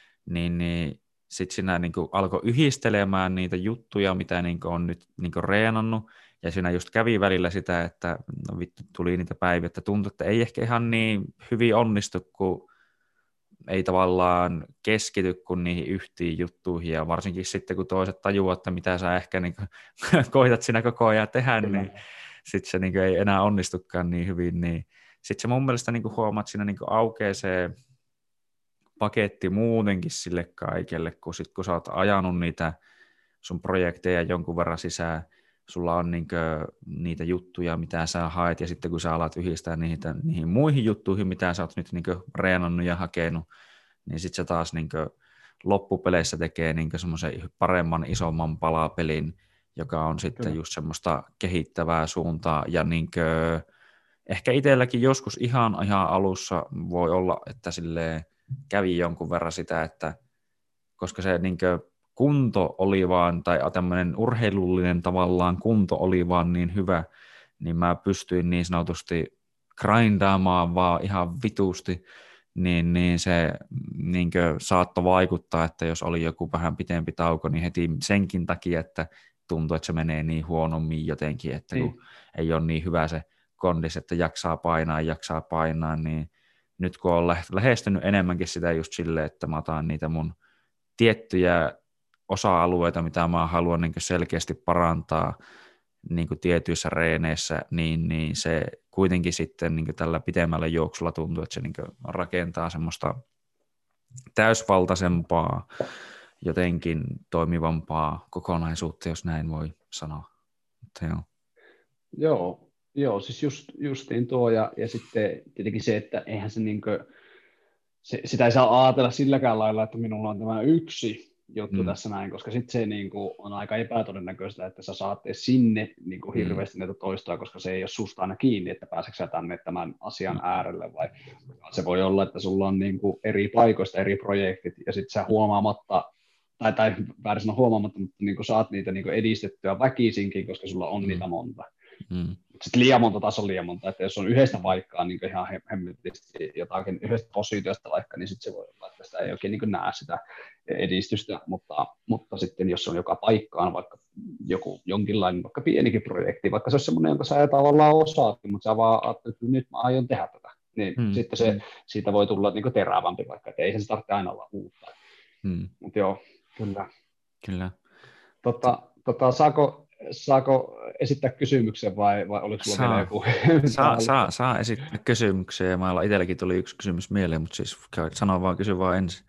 niin sitten siinä niin alkoi yhdistelemään niitä juttuja, mitä niin on nyt niin reenannut, ja siinä just kävi välillä sitä, että no vittu, tuli niitä päiviä, että tuntui, että ei ehkä ihan niin hyvin onnistu, kun ei tavallaan keskity kuin niihin yhtiin juttuihin, ja varsinkin sitten, kun toiset tajuaa, että mitä sä ehkä niin koitat siinä koko ajan tehdä, niin sitten se niin ei enää onnistukaan niin hyvin, niin sitten se mun mielestä niin huomaa, että siinä niin aukeaa se paketti muutenkin sille kaikelle, kun sä oot ajanut niitä sun projekteja jonkun verran sisään, sulla on niitä juttuja, mitä sä haet, ja sitten kun sä alat yhdistää niihin muihin juttuihin, mitä sä oot nyt reenannut ja hakenut, niin sitten se taas loppupeleissä tekee semmoisen paremman, isomman palapelin, joka on sitten just semmoista kehittävää suuntaa, ja ehkä itselläkin joskus ihan alussa voi olla, että silleen kävi jonkun verran sitä, että koska se kunto oli vaan, tai tämmöinen urheilullinen tavallaan kunto oli vaan niin hyvä, niin mä pystyin niin sanotusti grindaamaan vaan ihan vitusti, niin se saattoi vaikuttaa, että jos oli joku vähän pitempi tauko, niin heti senkin takia, että tuntui, että se menee niin huonommin jotenkin, että kun ei ole niin hyvä se kondis, että jaksaa painaa, niin nyt kun on lähestynyt enemmänkin sitä just silleen, että mä otan niitä mun tiettyjä osa-alueita, mitä mä haluan selkeästi parantaa tietyissä reeneissä, niin se kuitenkin sitten tällä pitemmällä juoksulla tuntuu, että se rakentaa semmoista täysvaltaisempaa, jotenkin toimivampaa kokonaisuutta, jos näin voi sanoa. Mutta Joo, siis justiin tuo, ja sitten tietenkin se, että eihän se sitä ei saa ajatella silläkään lailla, että minulla on tämä yksi juttu tässä näin, koska sitten se on aika epätodennäköistä, että sä saat sinne hirveästi näitä toistoa, koska se ei ole susta aina kiinni, että pääseekö sä tänne tämän asian äärelle, vai se voi olla, että sulla on eri paikoista eri projektit, ja sitten sä huomaamatta, tai väärin sanoa huomaamatta, mutta saat niitä edistettyä väkisinkin, koska sulla on niitä monta. Sitten liian monta taas on liian monta, että jos on yhdestä vaikkaa ihan hemmetisti jotakin yhdestä positiosta vaikka, niin sitten se voi olla, että sitä ei oikein näe sitä edistystä, mutta sitten jos on joka paikkaan vaikka jonkinlainen vaikka pienikin projekti, vaikka se on semmoinen, jonka sä ei tavallaan osaa, mutta sä vaan ajattelet, että nyt mä aion tehdä tätä, niin sitten siitä voi tulla terävämpi vaikka, että ei se tarvitse aina olla uutta. Mutta joo, kyllä. Saako esittää kysymyksen vai oliko sulla vielä joku? Saa esittää kysymyksiä, ja itselläkin tuli yksi kysymys mieleen, mutta siis kysy vaan ensin.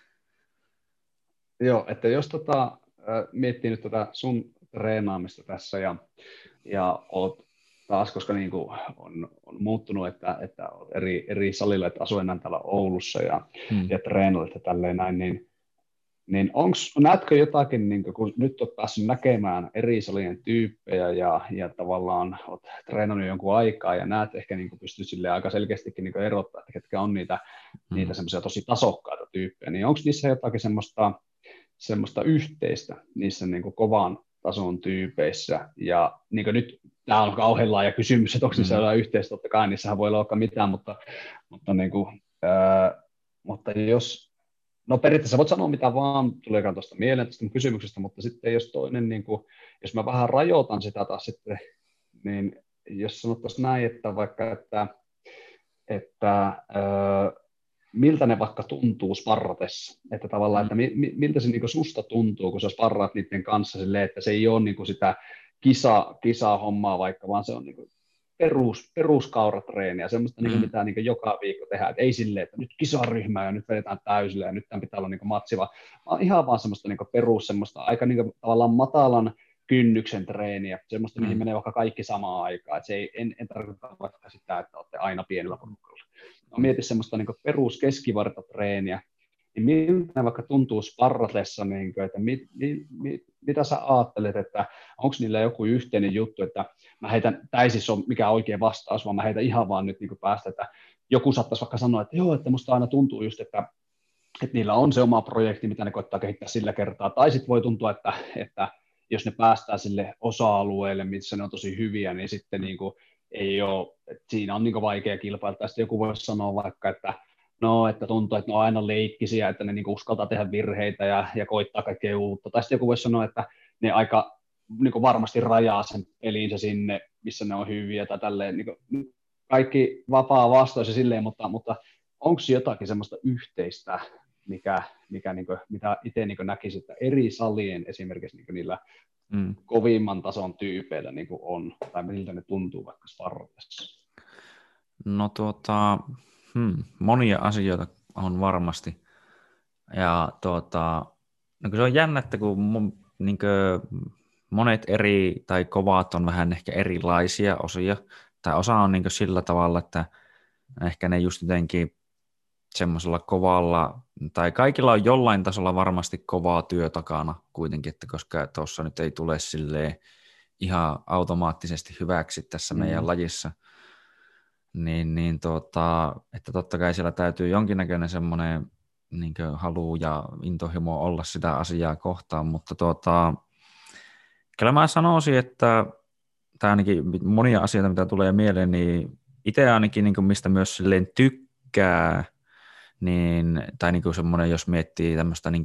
Joo, että jos miettii nyt tätä sun treenaamista tässä ja oot taas, koska on muuttunut, että olet eri salilla, että asuu enää täällä Oulussa ja treenailet ja tälleen näin, niin näetkö jotakin, kun nyt olet päässyt näkemään eri salien tyyppejä ja tavallaan olet treenannut jonkun aikaa ja näet ehkä pystyt silleen aika selkeästikin erottaa, että ketkä on niitä semmoisia tosi tasokkaita tyyppejä, niin onko niissä jotakin semmoista yhteistä niissä kovan tason tyypeissä, ja nyt tämä on kauhean laaja kysymys, että onko niissä jotain yhteistä, totta kai niissähän voi olla vaikka mitään, mutta jos no periaatteessa voit sanoa mitä vaan, tuleekaan tuosta mieleen tästä kysymyksestä, mutta sitten jos toinen, jos mä vähän rajoitan sitä taas sitten, niin jos sanottaisiin näin, että vaikka, että miltä ne vaikka tuntuu sparratessa, että tavallaan, että miltä se susta tuntuu, kun sä sparraat niiden kanssa silleen, että se ei ole sitä kisa-hommaa vaikka, vaan se on peruskauratreeniä, semmoista, mitä joka viikko tehdään, että ei silleen, että nyt kisaryhmää ja nyt vedetään täysillä ja nyt tämän pitää olla matsi, vaan ihan vaan semmoista semmoista aika tavallaan matalan kynnyksen treeniä, semmoista, mihin menee vaikka kaikki samaan aikaan, että se en tarkoita vaikka sitä, että olette aina pienellä porukalla. No, mieti semmoista peruskeskivartatreeniä, niin miltä ne vaikka tuntuu sparratessa, niin kuin, että mitä sä ajattelet, että onko niillä joku yhteinen juttu, että mä heitän, tämä ei siis ole mikään oikea vastaus, vaan mä heitän ihan vaan nyt niin päästä, että joku saattaisi vaikka sanoa, että joo, että musta aina tuntuu just, että niillä on se oma projekti, mitä ne koittaa kehittää sillä kertaa, tai sitten voi tuntua, että jos ne päästään sille osa-alueelle, missä ne on tosi hyviä, niin sitten niin kuin ei ole, että siinä on niin kuin vaikea kilpailla. Tai sitten joku voisi sanoa vaikka, että no, että tuntuu, että ne on aina leikkisiä, että ne niin kuin uskaltaa tehdä virheitä ja koittaa kaikkea uutta. Tai sitten joku voisi sanoa, että ne aika niin kuin varmasti rajaa sen pelinsä sinne, missä ne on hyviä tai tälleen. Niin kuin, kaikki vapaa vastaus ja silleen, mutta onko jotakin semmoista yhteistä, mitä itse niin näkisi, että eri salien esimerkiksi niin niillä kovimman tason tyypeillä niin on, tai miltä ne tuntuu vaikka Spartassa? No monia asioita on varmasti. Ja no se on jännä, että kun monet eri tai kovat on vähän ehkä erilaisia osia, tai osa on sillä tavalla, että ehkä ne just jotenkin semmoisella kovalla, tai kaikilla on jollain tasolla varmasti kovaa työ takana kuitenkin, että koska tuossa nyt ei tule silleen ihan automaattisesti hyväksi tässä meidän lajissa, että totta kai siellä täytyy jonkinnäköinen semmoinen niin halu ja intohimo olla sitä asiaa kohtaan, mutta kyllä mä sanoisin, että tai ainakin monia asioita, mitä tulee mieleen, niin itse ainakin niin mistä myös silleen tykkää, niin, tai niin semmoinen, jos miettii tämmöistä niin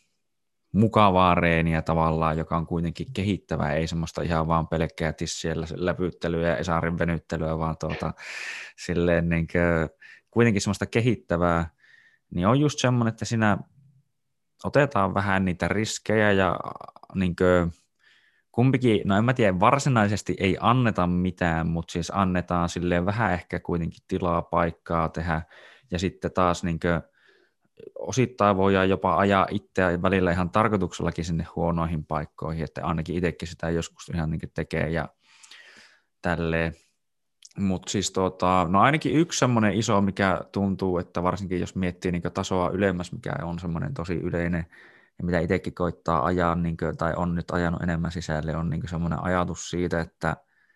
mukavaa reeniä tavallaan, joka on kuitenkin kehittävää, ei semmoista ihan vaan pelkkää tissiellä läpyttelyä ja esaarin venyttelyä, vaan silleen niin kuitenkin semmoista kehittävää, niin on just semmoinen, että siinä otetaan vähän niitä riskejä ja niin kumpikin, no en mä tiedä, varsinaisesti ei anneta mitään, mutta siis annetaan silleen vähän ehkä kuitenkin tilaa, paikkaa tehdä, ja sitten taas niin osittain voidaan jopa ajaa itseä välillä ihan tarkoituksellakin sinne huonoihin paikkoihin, että ainakin itsekin sitä joskus ihan niin tekee ja tälleen. Mutta siis no ainakin yksi semmoinen iso, mikä tuntuu, että varsinkin jos miettii niin tasoa ylemmäs, mikä on semmoinen tosi yleinen, ja mitä itsekin koittaa ajaa, niin kuin, tai on nyt ajanut enemmän sisälle, on niin semmoinen ajatus siitä, että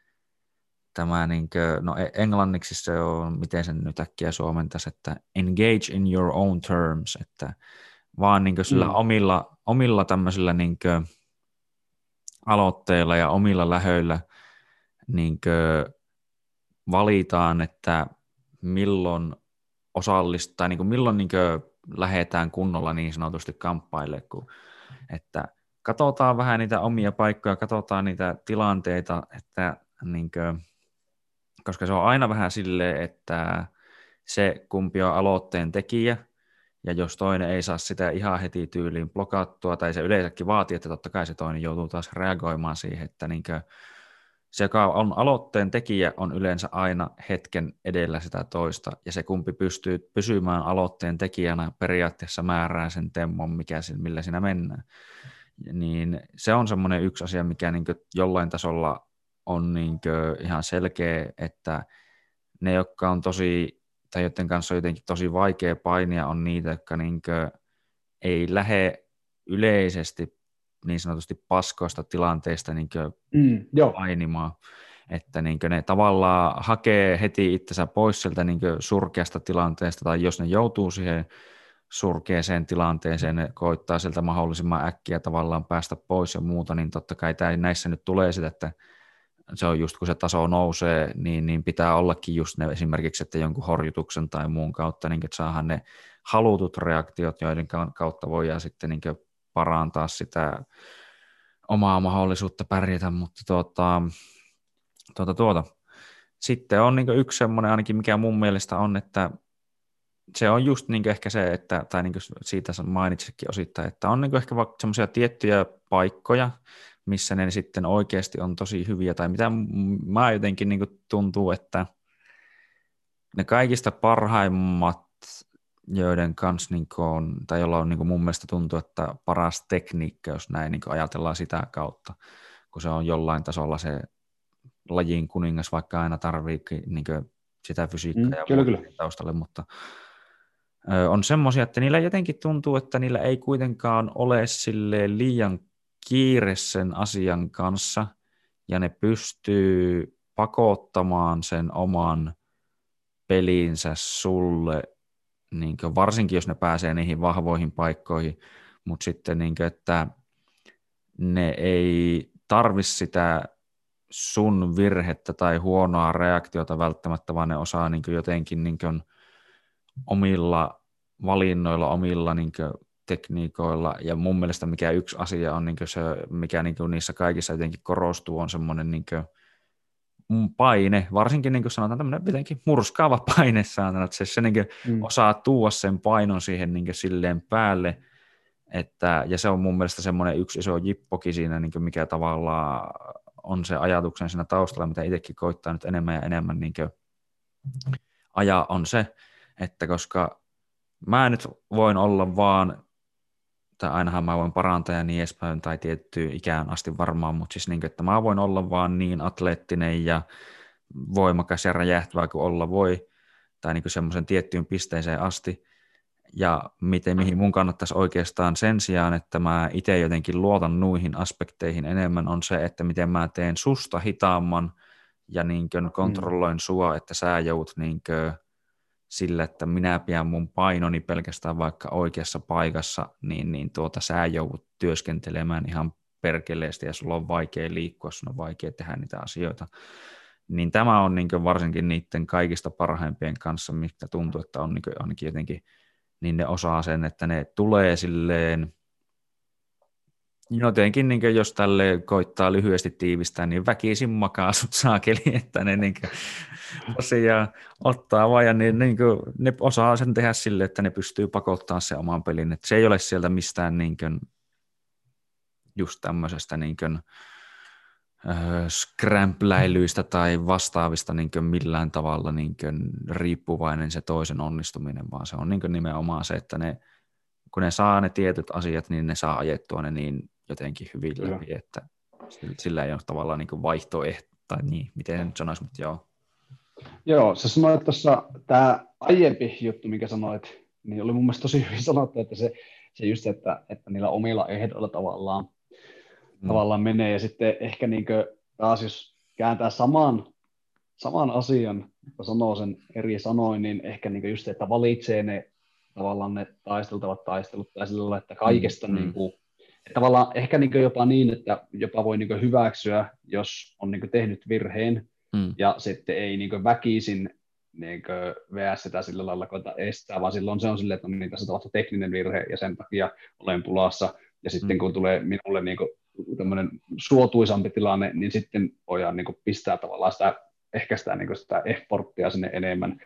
tämä, niin kuin, no englanniksi se on, miten sen nyt äkkiä suomentaisi, että engage in your own terms, että vaan niin kuin sillä omilla tämmöisillä niin kuin aloitteilla ja omilla lähöillä niin kuin valitaan, että milloin osallistaa, niin kuin milloin niin kuin lähdetään kunnolla niin sanotusti kamppaille, että katsotaan vähän niitä omia paikkoja, katsotaan niitä tilanteita, että niin kuin, koska se on aina vähän silleen, että se kumpi on aloitteen tekijä, ja jos toinen ei saa sitä ihan heti tyyliin blokattua, tai se yleensäkin vaatii, että totta kai se toinen joutuu taas reagoimaan siihen, että niin kuin, se, joka on aloitteen tekijä, on yleensä aina hetken edellä sitä toista, ja se kumpi pystyy pysymään aloitteen tekijänä periaatteessa määrää sen temmon, millä siinä mennään. Niin se on semmoinen yksi asia, mikä niin jollain tasolla on niin ihan selkeä, että ne, jotka on tosi, tai joiden kanssa on jotenkin tosi vaikea painia, on niitä, jotka niin ei lähde yleisesti niin sanotusti paskoista tilanteista niin painimaan. Että niin ne tavallaan hakee heti itsensä pois sieltä niin surkeasta tilanteesta, tai jos ne joutuu siihen surkeaseen tilanteeseen, ne koittaa sieltä mahdollisimman äkkiä tavallaan päästä pois ja muuta, niin totta kai näissä nyt tulee sitä, että se on just kun se taso nousee, niin pitää ollakin just ne esimerkiksi, että jonkun horjutuksen tai muun kautta, niin että saadaan ne halutut reaktiot, joiden kautta voidaan sitten niin parantaa sitä omaa mahdollisuutta pärjätä, mutta sitten on niin yksi semmoinen ainakin, mikä mun mielestä on, että se on just niin ehkä se, että, tai niin siitä mainitsikin osittain, että on niin ehkä vaikka semmoisia tiettyjä paikkoja, missä ne sitten oikeasti on tosi hyviä, tai mitä mä jotenkin niin tuntuu, että ne kaikista parhaimmat, joiden kanssa niin on, tai jolla on niin mun mielestä tuntuu, että paras tekniikka, jos näin niin ajatellaan sitä kautta, kun se on jollain tasolla se lajin kuningas, vaikka aina tarvii niin sitä fysiikkaa ja kyllä. taustalle, mutta on semmoisia, että niillä jotenkin tuntuu, että niillä ei kuitenkaan ole silleen liian kiire sen asian kanssa, ja ne pystyy pakottamaan sen oman pelinsä sulle, niin kuin, varsinkin jos ne pääsee niihin vahvoihin paikkoihin, mutta sitten, niin kuin, että ne ei tarvi sitä sun virhettä tai huonoa reaktiota välttämättä, vaan ne osaa niin kuin, jotenkin niin kuin, omilla valinnoilla, omilla niin kuin, tekniikoilla, ja mun mielestä mikä yksi asia on niin kuin se, mikä niin kuin, niissä kaikissa jotenkin korostuu, on semmoinen niin kuin, paine, varsinkin niin kuin sanotaan tämmöinen jotenkin murskaava paine, sanotaan, että se niin kuin, osaa tuoda sen painon siihen niin kuin, silleen päälle, ja se on mun mielestä semmoinen yksi iso jippokin siinä, niin kuin, mikä tavallaan on se ajatuksen siinä taustalla, mitä itsekin koittaa nyt enemmän ja enemmän niin kuin, ajaa, on se, että koska mä nyt voin olla vaan, tai ainahan mä voin parantaa ja niin edespäin, tai tiettyyn ikään asti varmaan, mutta siis niin kuin, että mä voin olla vaan niin atleettinen ja voimakas ja räjähtävä kuin olla voi, tai niin kuin semmoisen tiettyyn pisteeseen asti, ja mihin mun kannattaisi oikeastaan sen sijaan, että mä itse jotenkin luotan nuihin aspekteihin enemmän, on se, että miten mä teen susta hitaamman, ja niin kuin kontrolloin sua, että sä joudut niin kuin sillä, että minä pidän mun painoni pelkästään vaikka oikeassa paikassa, niin sä joudut työskentelemään ihan perkeleesti ja sulla on vaikea liikkua, sun on vaikea tehdä niitä asioita. Niin tämä on niin varsinkin niiden kaikista parhaimpien kanssa, mitkä tuntuu, että on niin ainakin jotenkin, niin ne osaa sen, että ne tulee silleen, jotenkin niin jos tälle koittaa lyhyesti tiivistää, niin väkisin makaa sut saakeli, että ne niin tosiaan ottaa vaan, ja ne osaa sen tehdä silleen, että ne pystyy pakottamaan sen oman pelin, että se ei ole sieltä mistään niin kuin, just tämmöisestä niin kuin, skrämpläilyistä tai vastaavista niin kuin millään tavalla niin kuin riippuvainen se toisen onnistuminen, vaan se on niin kuin nimenomaan se, että kun ne saa ne tietyt asiat, niin ne saa ajettua ne niin jotenkin hyvin läpi, että sillä ei ole tavallaan niin kuin vaihtoehto, tai niin, miten nyt sanoisi, mutta joo. Joo, sä sanoit tuossa, tämä aiempi juttu, mikä sanoit, niin oli mun mielestä tosi hyvin sanottu, että se just, että niillä omilla ehdoilla tavallaan menee, ja sitten ehkä niin taas jos kääntää saman asian, mutta sanoo sen eri sanoin, niin ehkä niin just, että valitsee ne tavallaan ne taisteltavat taistelut, tai sillä lailla, että kaikesta niin kuin, että tavallaan ehkä niin jopa niin, että jopa voi niin hyväksyä, jos on niin tehnyt virheen, ja sitten ei niin väkisin niin veä sitä sillä lailla, koeta estää, vaan silloin se on silleen, että niin tässä tapahtuu tekninen virhe, ja sen takia olen pulassa, ja sitten kun tulee minulle niin tämmöinen suotuisampi tilanne, niin sitten voidaan niin pistää tavallaan ehkä sitä efforttia sinne enemmän.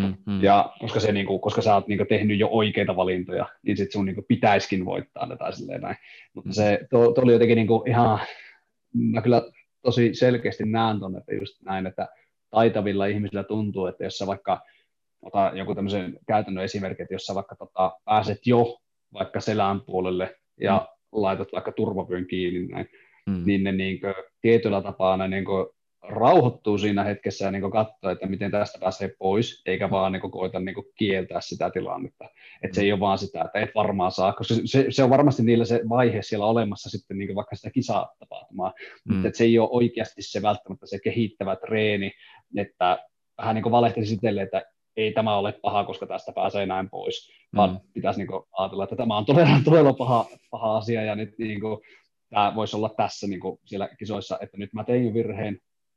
Ja koska sä oot niin tehnyt jo oikeita valintoja, niin sitten sun niin pitäisikin voittaa ne tai silleen näin. Mutta se oli jotenkin niin ihan, mä kyllä tosi selkeästi näen ton, että just näin, että taitavilla ihmisillä tuntuu, että jos sä vaikka, ota joku tämmöisen käytännön esimerkki, että jos sä vaikka pääset jo vaikka selän puolelle ja laitat vaikka turvavyön kiinni, näin, niin ne niin kuin, tietyllä tapaa ne niin kuin, rauhoittuu siinä hetkessä ja niin katsoo, että miten tästä pääsee pois, eikä vaan niin koita niin kieltää sitä tilannetta. Että se ei ole vaan sitä, että et varmaan saa, koska se on varmasti niillä se vaihe siellä olemassa sitten niin vaikka sitä kisatapahtumaa, mutta se ei ole oikeasti se välttämättä se kehittävä treeni, että vähän niin valehtelisi itselle, että ei tämä ole paha, koska tästä pääsee näin pois, vaan pitäisi niin ajatella, että tämä on todella paha asia, ja nyt niin kuin, tämä voisi olla tässä niin kuin siellä kisoissa, että nyt mä tein virheen,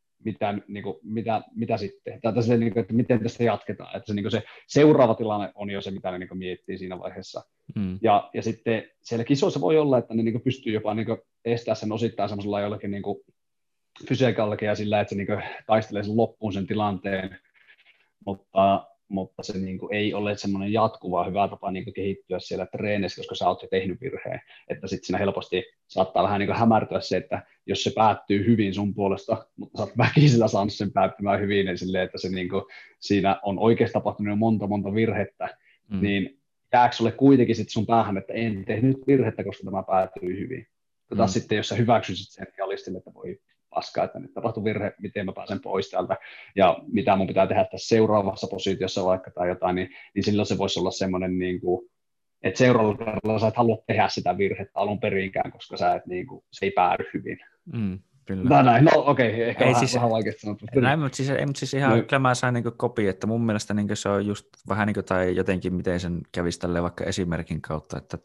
mitä sitten, että miten tästä jatketaan, että se seuraava tilanne on jo se, mitä ne miettii siinä vaiheessa. Ja sitten siellä kisoissa voi olla, että ne pystyy jopa estää sen osittain semmoisella jollakin fysiikallakin ja sillä, että se taistelee sen loppuun sen tilanteen, mutta se ei ole semmoinen jatkuva hyvä tapa kehittyä siellä treenissä, koska sä oot jo tehnyt virheen. Että sitten siinä helposti saattaa vähän hämärtyä se, että jos se päättyy hyvin sun puolesta, mutta sä oot väkisellä saanut sen päättymään hyvin, niin silleen, että se siinä on oikeasti tapahtunut monta virhettä, niin jääkö sulle kuitenkin sit sun päähän, että en tehnyt virhettä, koska tämä päättyy hyvin. Taas sitten, jos sä hyväksyisit sen realistille, että voi paskaa, että nyt tapahtui virhe, miten mä pääsen pois täältä, ja mitä mun pitää tehdä tässä seuraavassa positiossa vaikka tai jotain, niin silloin se voisi olla semmoinen, niin kuin, että seuraavalla kerralla sä et halua tehdä sitä virhettä alun perinkään, koska sä et, niin kuin, se ei päädy hyvin. Kyllä. Tai näin, no okei, ehkä ei vähän vaikeasti sanottu. Näin, mutta siis ihan, kyllä mä sain niin kopi, että mun mielestä niin se on just vähän niin kuin, tai jotenkin miten sen kävisi tälleen vaikka esimerkin kautta, että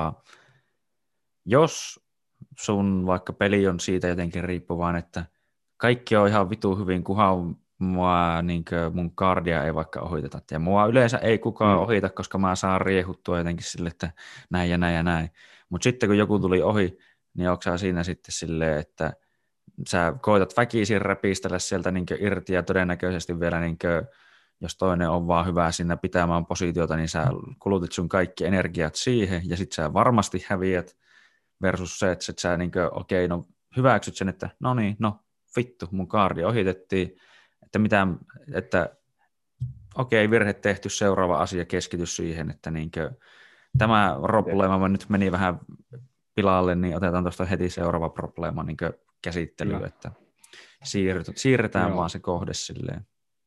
jos sun vaikka peli on siitä jotenkin riippuvainen, että kaikki on ihan vitu hyvin, kunhan mua, niin mun kardia ei vaikka ohiteta. Ja mua yleensä ei kukaan ohita, koska mä saan riehuttua jotenkin sille, että näin ja näin ja näin. Mutta sitten kun joku tuli ohi, niin onko sä siinä sitten silleen, että sä koetat väkisin räpistellä sieltä niin irti ja todennäköisesti vielä, niin kuin, jos toinen on vaan hyvä siinä pitämään positiota, niin sä kulutit sun kaikki energiat siihen ja sit sä varmasti häviät versus se, että sä niin kuin, okei, no hyväksyt sen, että no niin, no vittu, mun kaardi ohitettiin, että okei, virhe tehty, seuraava asia, keskity siihen, että niin kuin, tämä probleema nyt meni vähän pilalle, niin otetaan tuosta heti seuraava probleema niin käsittelyyn, että siirretään vaan se kohde silleen.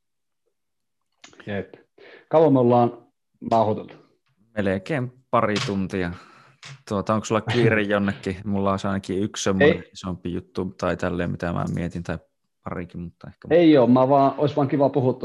Jep. Kauan me ollaan nauhoiteltu? Melkein pari tuntia. Onko sulla kiire jonnekin? Mulla on ainakin yksi semmoinen isompi juttu tai tälleen, mitä mä mietin, tai parikin, mutta ehkä... Ei ole, olisi vaan kiva puhua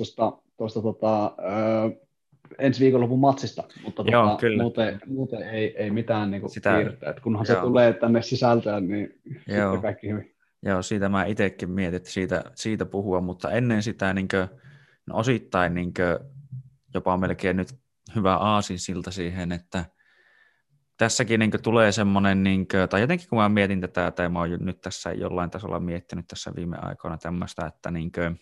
tuosta ensi viikonlopun matsista, mutta joo, muuten ei mitään niin kiirettä, että kunhan se tulee tänne sisältöön, niin sitten kaikki hyvin. Joo, siitä mä itsekin mietin, että siitä puhua, mutta ennen sitä niin kuin, no osittain niin kuin, jopa melkein nyt hyvä aasinsilta siihen, että tässäkin niin kuin, tulee semmoinen, niin kuin, tai jotenkin kun mä mietin tätä, tai mä oon nyt tässä jollain tasolla miettinyt tässä viime aikoina tämmöistä, että niin kuin,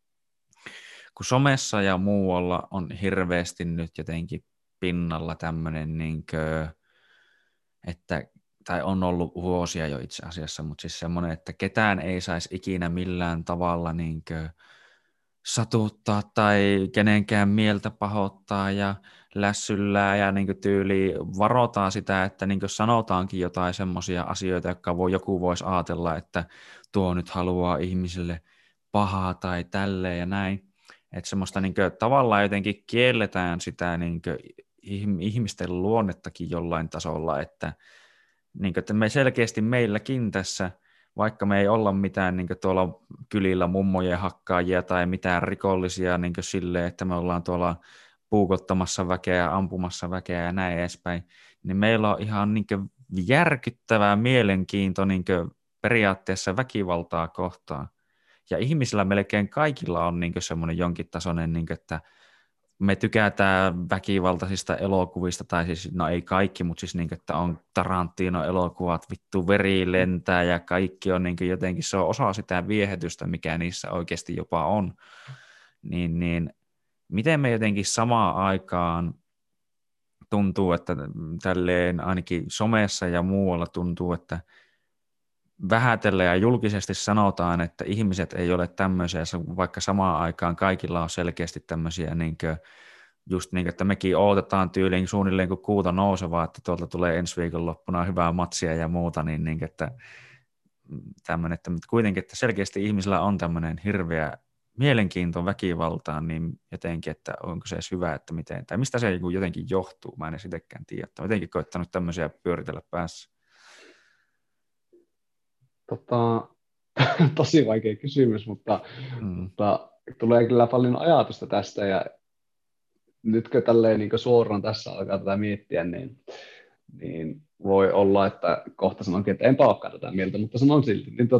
kun somessa ja muualla on hirveästi nyt jotenkin pinnalla tämmöinen, niin kuin, että, tai on ollut vuosia jo itse asiassa, mutta siis semmoinen, että ketään ei saisi ikinä millään tavalla niin kuin satuttaa tai kenenkään mieltä pahoittaa ja lässyllää ja niin kuin tyyliin varotaan sitä, että niin kuin sanotaankin jotain semmoisia asioita, jotka joku voisi ajatella, että tuo nyt haluaa ihmisille pahaa tai tälleen ja näin. Että semmoista niin kuin, tavallaan jotenkin kielletään sitä niin kuin, ihmisten luonnettakin jollain tasolla, että, niin kuin, että me selkeästi meilläkin tässä, vaikka me ei olla mitään niin kuin, tuolla kylillä mummojen hakkaajia tai mitään rikollisia niin kuin, silleen, että me ollaan tuolla puukottamassa väkeä, ampumassa väkeä ja näin edespäin, niin meillä on ihan niin kuin, järkyttävää mielenkiinto niin kuin, periaatteessa väkivaltaa kohtaan. Ja ihmisillä melkein kaikilla on niin semmoinen jonkin tasoinen, niin kuin, että me tykätään väkivaltaisista elokuvista, tai siis, no ei kaikki, mutta siis niin kuin, että on Tarantino-elokuvat, vittu veri lentää ja kaikki on niin kuin, jotenkin, se on osa sitä viehätystä, mikä niissä oikeasti jopa on. Niin miten me jotenkin samaan aikaan tuntuu, että tälleen ainakin somessa ja muualla tuntuu, että vähätellä ja julkisesti sanotaan, että ihmiset ei ole tämmöisiä, vaikka samaan aikaan kaikilla on selkeästi tämmöisiä, niin kuin, just niin kuin, että mekin odotetaan tyyliin suunnilleen kuin kuuta nousevaa, että tuolta tulee ensi viikonloppuna hyvää matsia ja muuta, niin että tämmöinen, että kuitenkin, että selkeästi ihmisillä on tämmöinen hirveä mielenkiinto väkivaltaan, niin jotenkin, että onko se edes hyvä, että miten, tai mistä se jotenkin johtuu, mä en edes itsekään tiedä, että jotenkin koittanut tämmöisiä pyöritellä päässä. Tosi vaikea kysymys, mutta tulee kyllä paljon ajatusta tästä, ja nytkö tälleen niin suoraan tässä alkaa tätä miettiä, niin voi olla, että kohta sanonkin, että enpä olekaan tätä mieltä, mutta sanon silti. Niin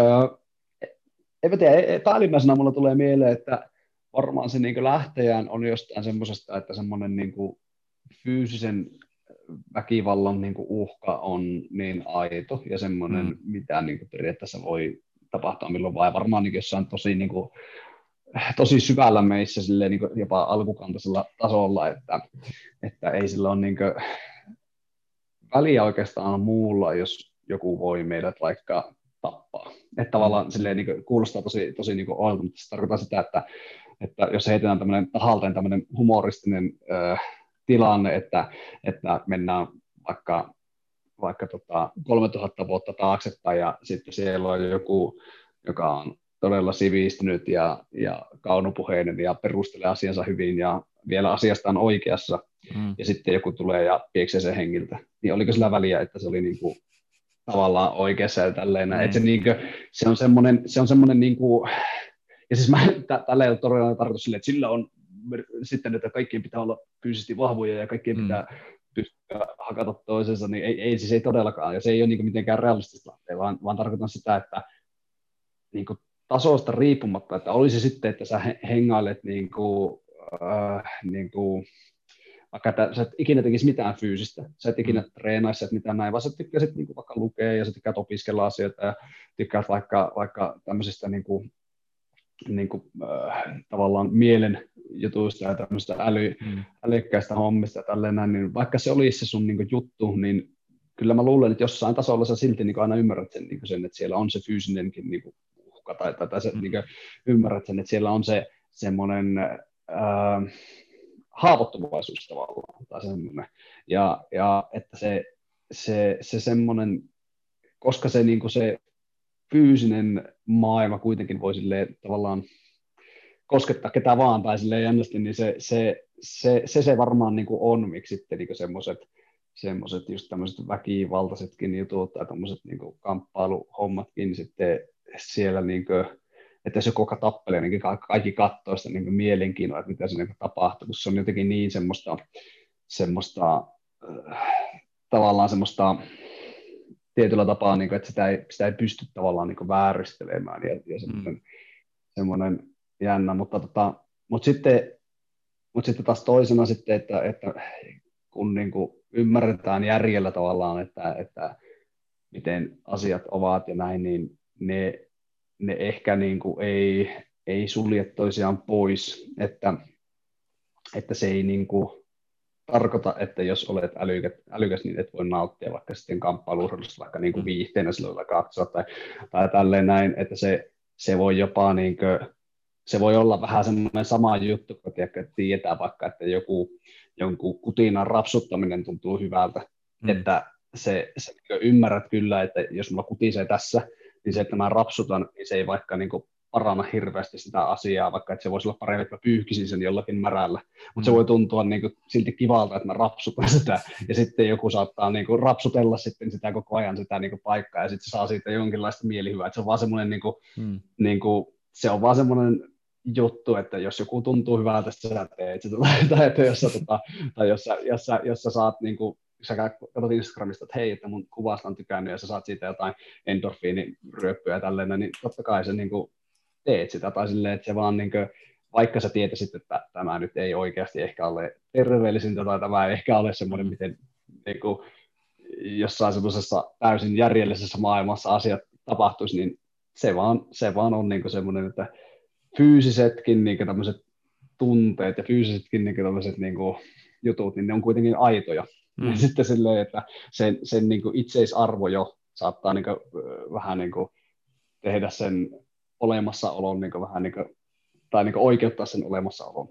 en tiedä, päällimmäisenä mulla tulee mieleen, että varmaan se niin lähtejään on jostain semmoisesta, että semmoinen niin fyysisen väkivallan niin kuin uhka on niin aito ja semmoinen, mitä niin kuin periaatteessa voi tapahtua milloin vaan. Varmaan niin jossain tosi syvällä meissä silleen, niin kuin jopa alkukantaisella tasolla, että ei sillä ole niin kuin väliä oikeastaan muulla, jos joku voi meidät vaikka tappaa. Että tavallaan silleen, niin kuin, kuulostaa tosi niin kuin oilta, mutta se tarkoittaa sitä, että jos heitetään tahalteen tämmöinen humoristinen tilanne, että mennään vaikka vaikka 3000 vuotta taaksepäin ja sitten siellä on joku, joka on todella sivistynyt ja kaunopuheinen ja perustelee asiansa hyvin ja vielä asiasta on oikeassa ja sitten joku tulee ja pieksee sen hengiltä. Niin oliko sillä väliä, että se oli niin kuin tavallaan oikeassa ja tälleen. Että se, niin kuin, se on semmoinen niin kuin, ja siis tällä ei ole todella tarkoitus silleen, että sillä on sitten, että kaikkien pitää olla fyysisesti vahvoja ja kaikkien pitää pystyä hakata toisensa, niin ei todellakaan, ja se ei ole niin kuin mitenkään realistista, vaan tarkoitan sitä, että niin kuin tasosta riippumatta, että olisi sitten, että sä hengailet niin kuin, vaikka että sä et ikinä tekisi mitään fyysistä, sä et ikinä treenaisi, et mitään näin, vaan sä tykkäisit niin kuin vaikka lukea ja sä tykkäät opiskella asioita ja tykkäät vaikka tämmöisistä tavallaan mielen jutuista ja tämmöistä älykkäistä hommista ja tälleen näin, niin vaikka se olisi se sun niin kuin juttu, niin kyllä mä luulen, että jossain tasolla sä silti niin kuin aina ymmärrät sen, että siellä on se fyysinenkin niin kuin uhka tai sä niin kuin ymmärrät sen, että siellä on se semmoinen haavoittuvaisuus tavallaan tai semmoinen. Ja että se semmoinen, koska se, niin kuin se fyysinen maailma kuitenkin voi silleen, tavallaan koskettaa ketä vaan tai silleen jännästi, niin se varmaan niin kuin on, miksi sitten niin semmoiset just tämmöiset väkivaltaisetkin jutut tai tämmöiset niin kuin kamppailuhommatkin sitten siellä niin kuin, että jos joku tappelee, niin kaikki katsoo sitä niin mielenkiinnoa, että mitä se niin tapahtuu, kun se on jotenkin niin semmoista tavallaan semmoista tietyllä tapaa, niin kuin, että sitä ei pysty tavallaan niin vääristelemään ja semmoinen jännä, mutta sitten taas toisena sitten, että kun niin kuin ymmärretään järjellä tavallaan, että miten asiat ovat ja näin, niin ne ehkä niin kuin ei sulje toisiaan pois, että se ei niin kuin tarkoita, että jos olet älykäs, niin et voi nauttia vaikka sitten kamppailuurheilusta vaikka niin kuin viihteenä silloin katsoa tai tälleen näin, että se voi jopa niin kuin, se voi olla vähän semmoinen sama juttu, kun tietää vaikka, että jonkun kutinan rapsuttaminen tuntuu hyvältä, että se ymmärrät kyllä, että jos mulla kutisee tässä, niin se, että mä rapsutan, niin se ei vaikka niin kuin paranna hirveästi sitä asiaa, vaikka että se voisi olla parempi, että mä pyyhkisin sen jollakin märällä, mutta se voi tuntua niin kuin silti kivalta, että mä rapsutan sitä, ja sitten joku saattaa niin kuin rapsutella sitten sitä koko ajan sitä niin kuin paikkaa, ja sitten se saa siitä jonkinlaista mielihyvää, että se on vaan semmoinen, niin kuin, se on vaan semmoinen juttu, että jos joku tuntuu hyvältä, että sä teet sitä, tai jos sä saat niin kuin, sä katsot Instagramista, että hei, että mun kuvasta on tykännyt ja sä saat siitä jotain endorfiiniryöppyä ja tälleen, niin totta kai sä niin kuin teet sitä, tai silleen, että se vaan niin kuin, vaikka sä tietäisit, että tämä nyt ei oikeasti ehkä ole terveellisintä tai tämä ei ehkä ole semmoinen, miten niin kuin, jossain semmoisessa täysin järjellisessä maailmassa asiat tapahtuisi, niin se vaan on niin kuin semmoinen, että fyysisetkin niin kuin tämmöiset tunteet ja fyysisetkin niin kuin tämmöiset niin kuin jutut, niin ne on kuitenkin aitoja. Ja sitten silleen, että sen niin kuin itseisarvo jo saattaa niin kuin, vähän niin kuin tehdä sen olemassaolon niin kuin, vähän niin kuin, tai niin kuin oikeuttaa sen olemassaolon.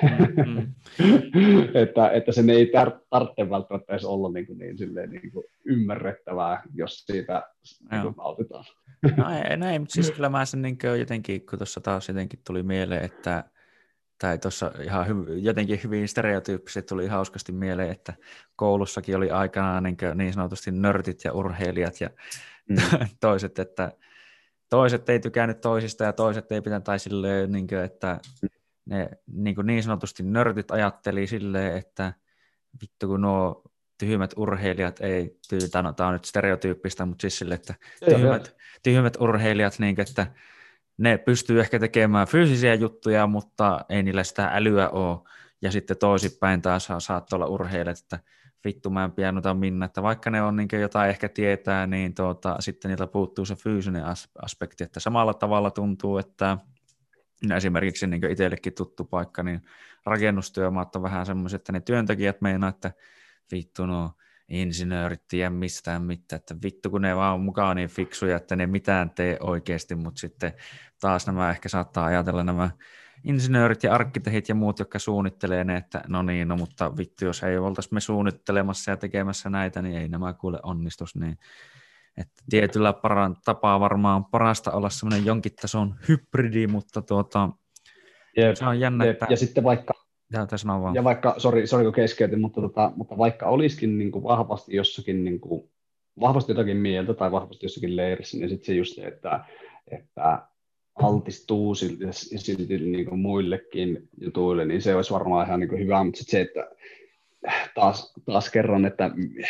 että sen ei tarvitse välttämättä edes olla niin kuin ymmärrettävää, jos siitä niin kuin nautitaan. No ei, mutta siis kyllä mä sen niin jotenkin, kun tuossa taas jotenkin tuli mieleen, että tai tuossa ihan jotenkin hyvin stereotyyppisesti tuli hauskasti mieleen, että koulussakin oli aikanaan niin sanotusti nörtit ja urheilijat ja toiset, että toiset ei tykännyt toisista ja toiset ei pitänyt, tai silleen, että ne niin sanotusti nörtit ajatteli silleen, että vittu kun nuo tyhmät urheilijat ei, tämä on nyt stereotyyppistä, mutta siis silleen, että tyhmät urheilijat, että ne pystyy ehkä tekemään fyysisiä juttuja, mutta ei niillä sitä älyä ole. Ja sitten toisinpäin taas saattaa olla urheilijat, että vittu mä en pianuta minne, että vaikka ne on jotain ehkä tietää, niin sitten niiltä puuttuu se fyysinen aspekti, että samalla tavalla tuntuu, että esimerkiksi itsellekin tuttu paikka, niin rakennustyömaat on vähän semmoiset, että ne työntekijät meinaa, että vittu no insinöörit tiedä mistään mitään, että vittu kun ne vaan on mukaan niin fiksuja, että ne mitään tee oikeasti, mutta sitten taas nämä ehkä saattaa ajatella nämä insinöörit ja arkkitehit ja muut, jotka suunnittelee ne, että no niin, no mutta vittu, jos ei oltaisi me suunnittelemassa ja tekemässä näitä, niin ei nämä kuule onnistus. Niin, että tietyllä tapaa varmaan parasta olla semmoinen jonkin tason hybridi, mutta se on jännä, että... Ja sitten vaikka... vaan. Ja vaikka, sori kun keskeytin, mutta vaikka olisikin niin kuin vahvasti jossakin niin kuin, vahvasti jotakin mieltä tai vahvasti jossakin leirissä, niin sitten se just se, että altistuu silti niin kuin muillekin jutuille, niin se olisi varmaan ihan niin kuin hyvä, mutta sitten se, että taas kerran, että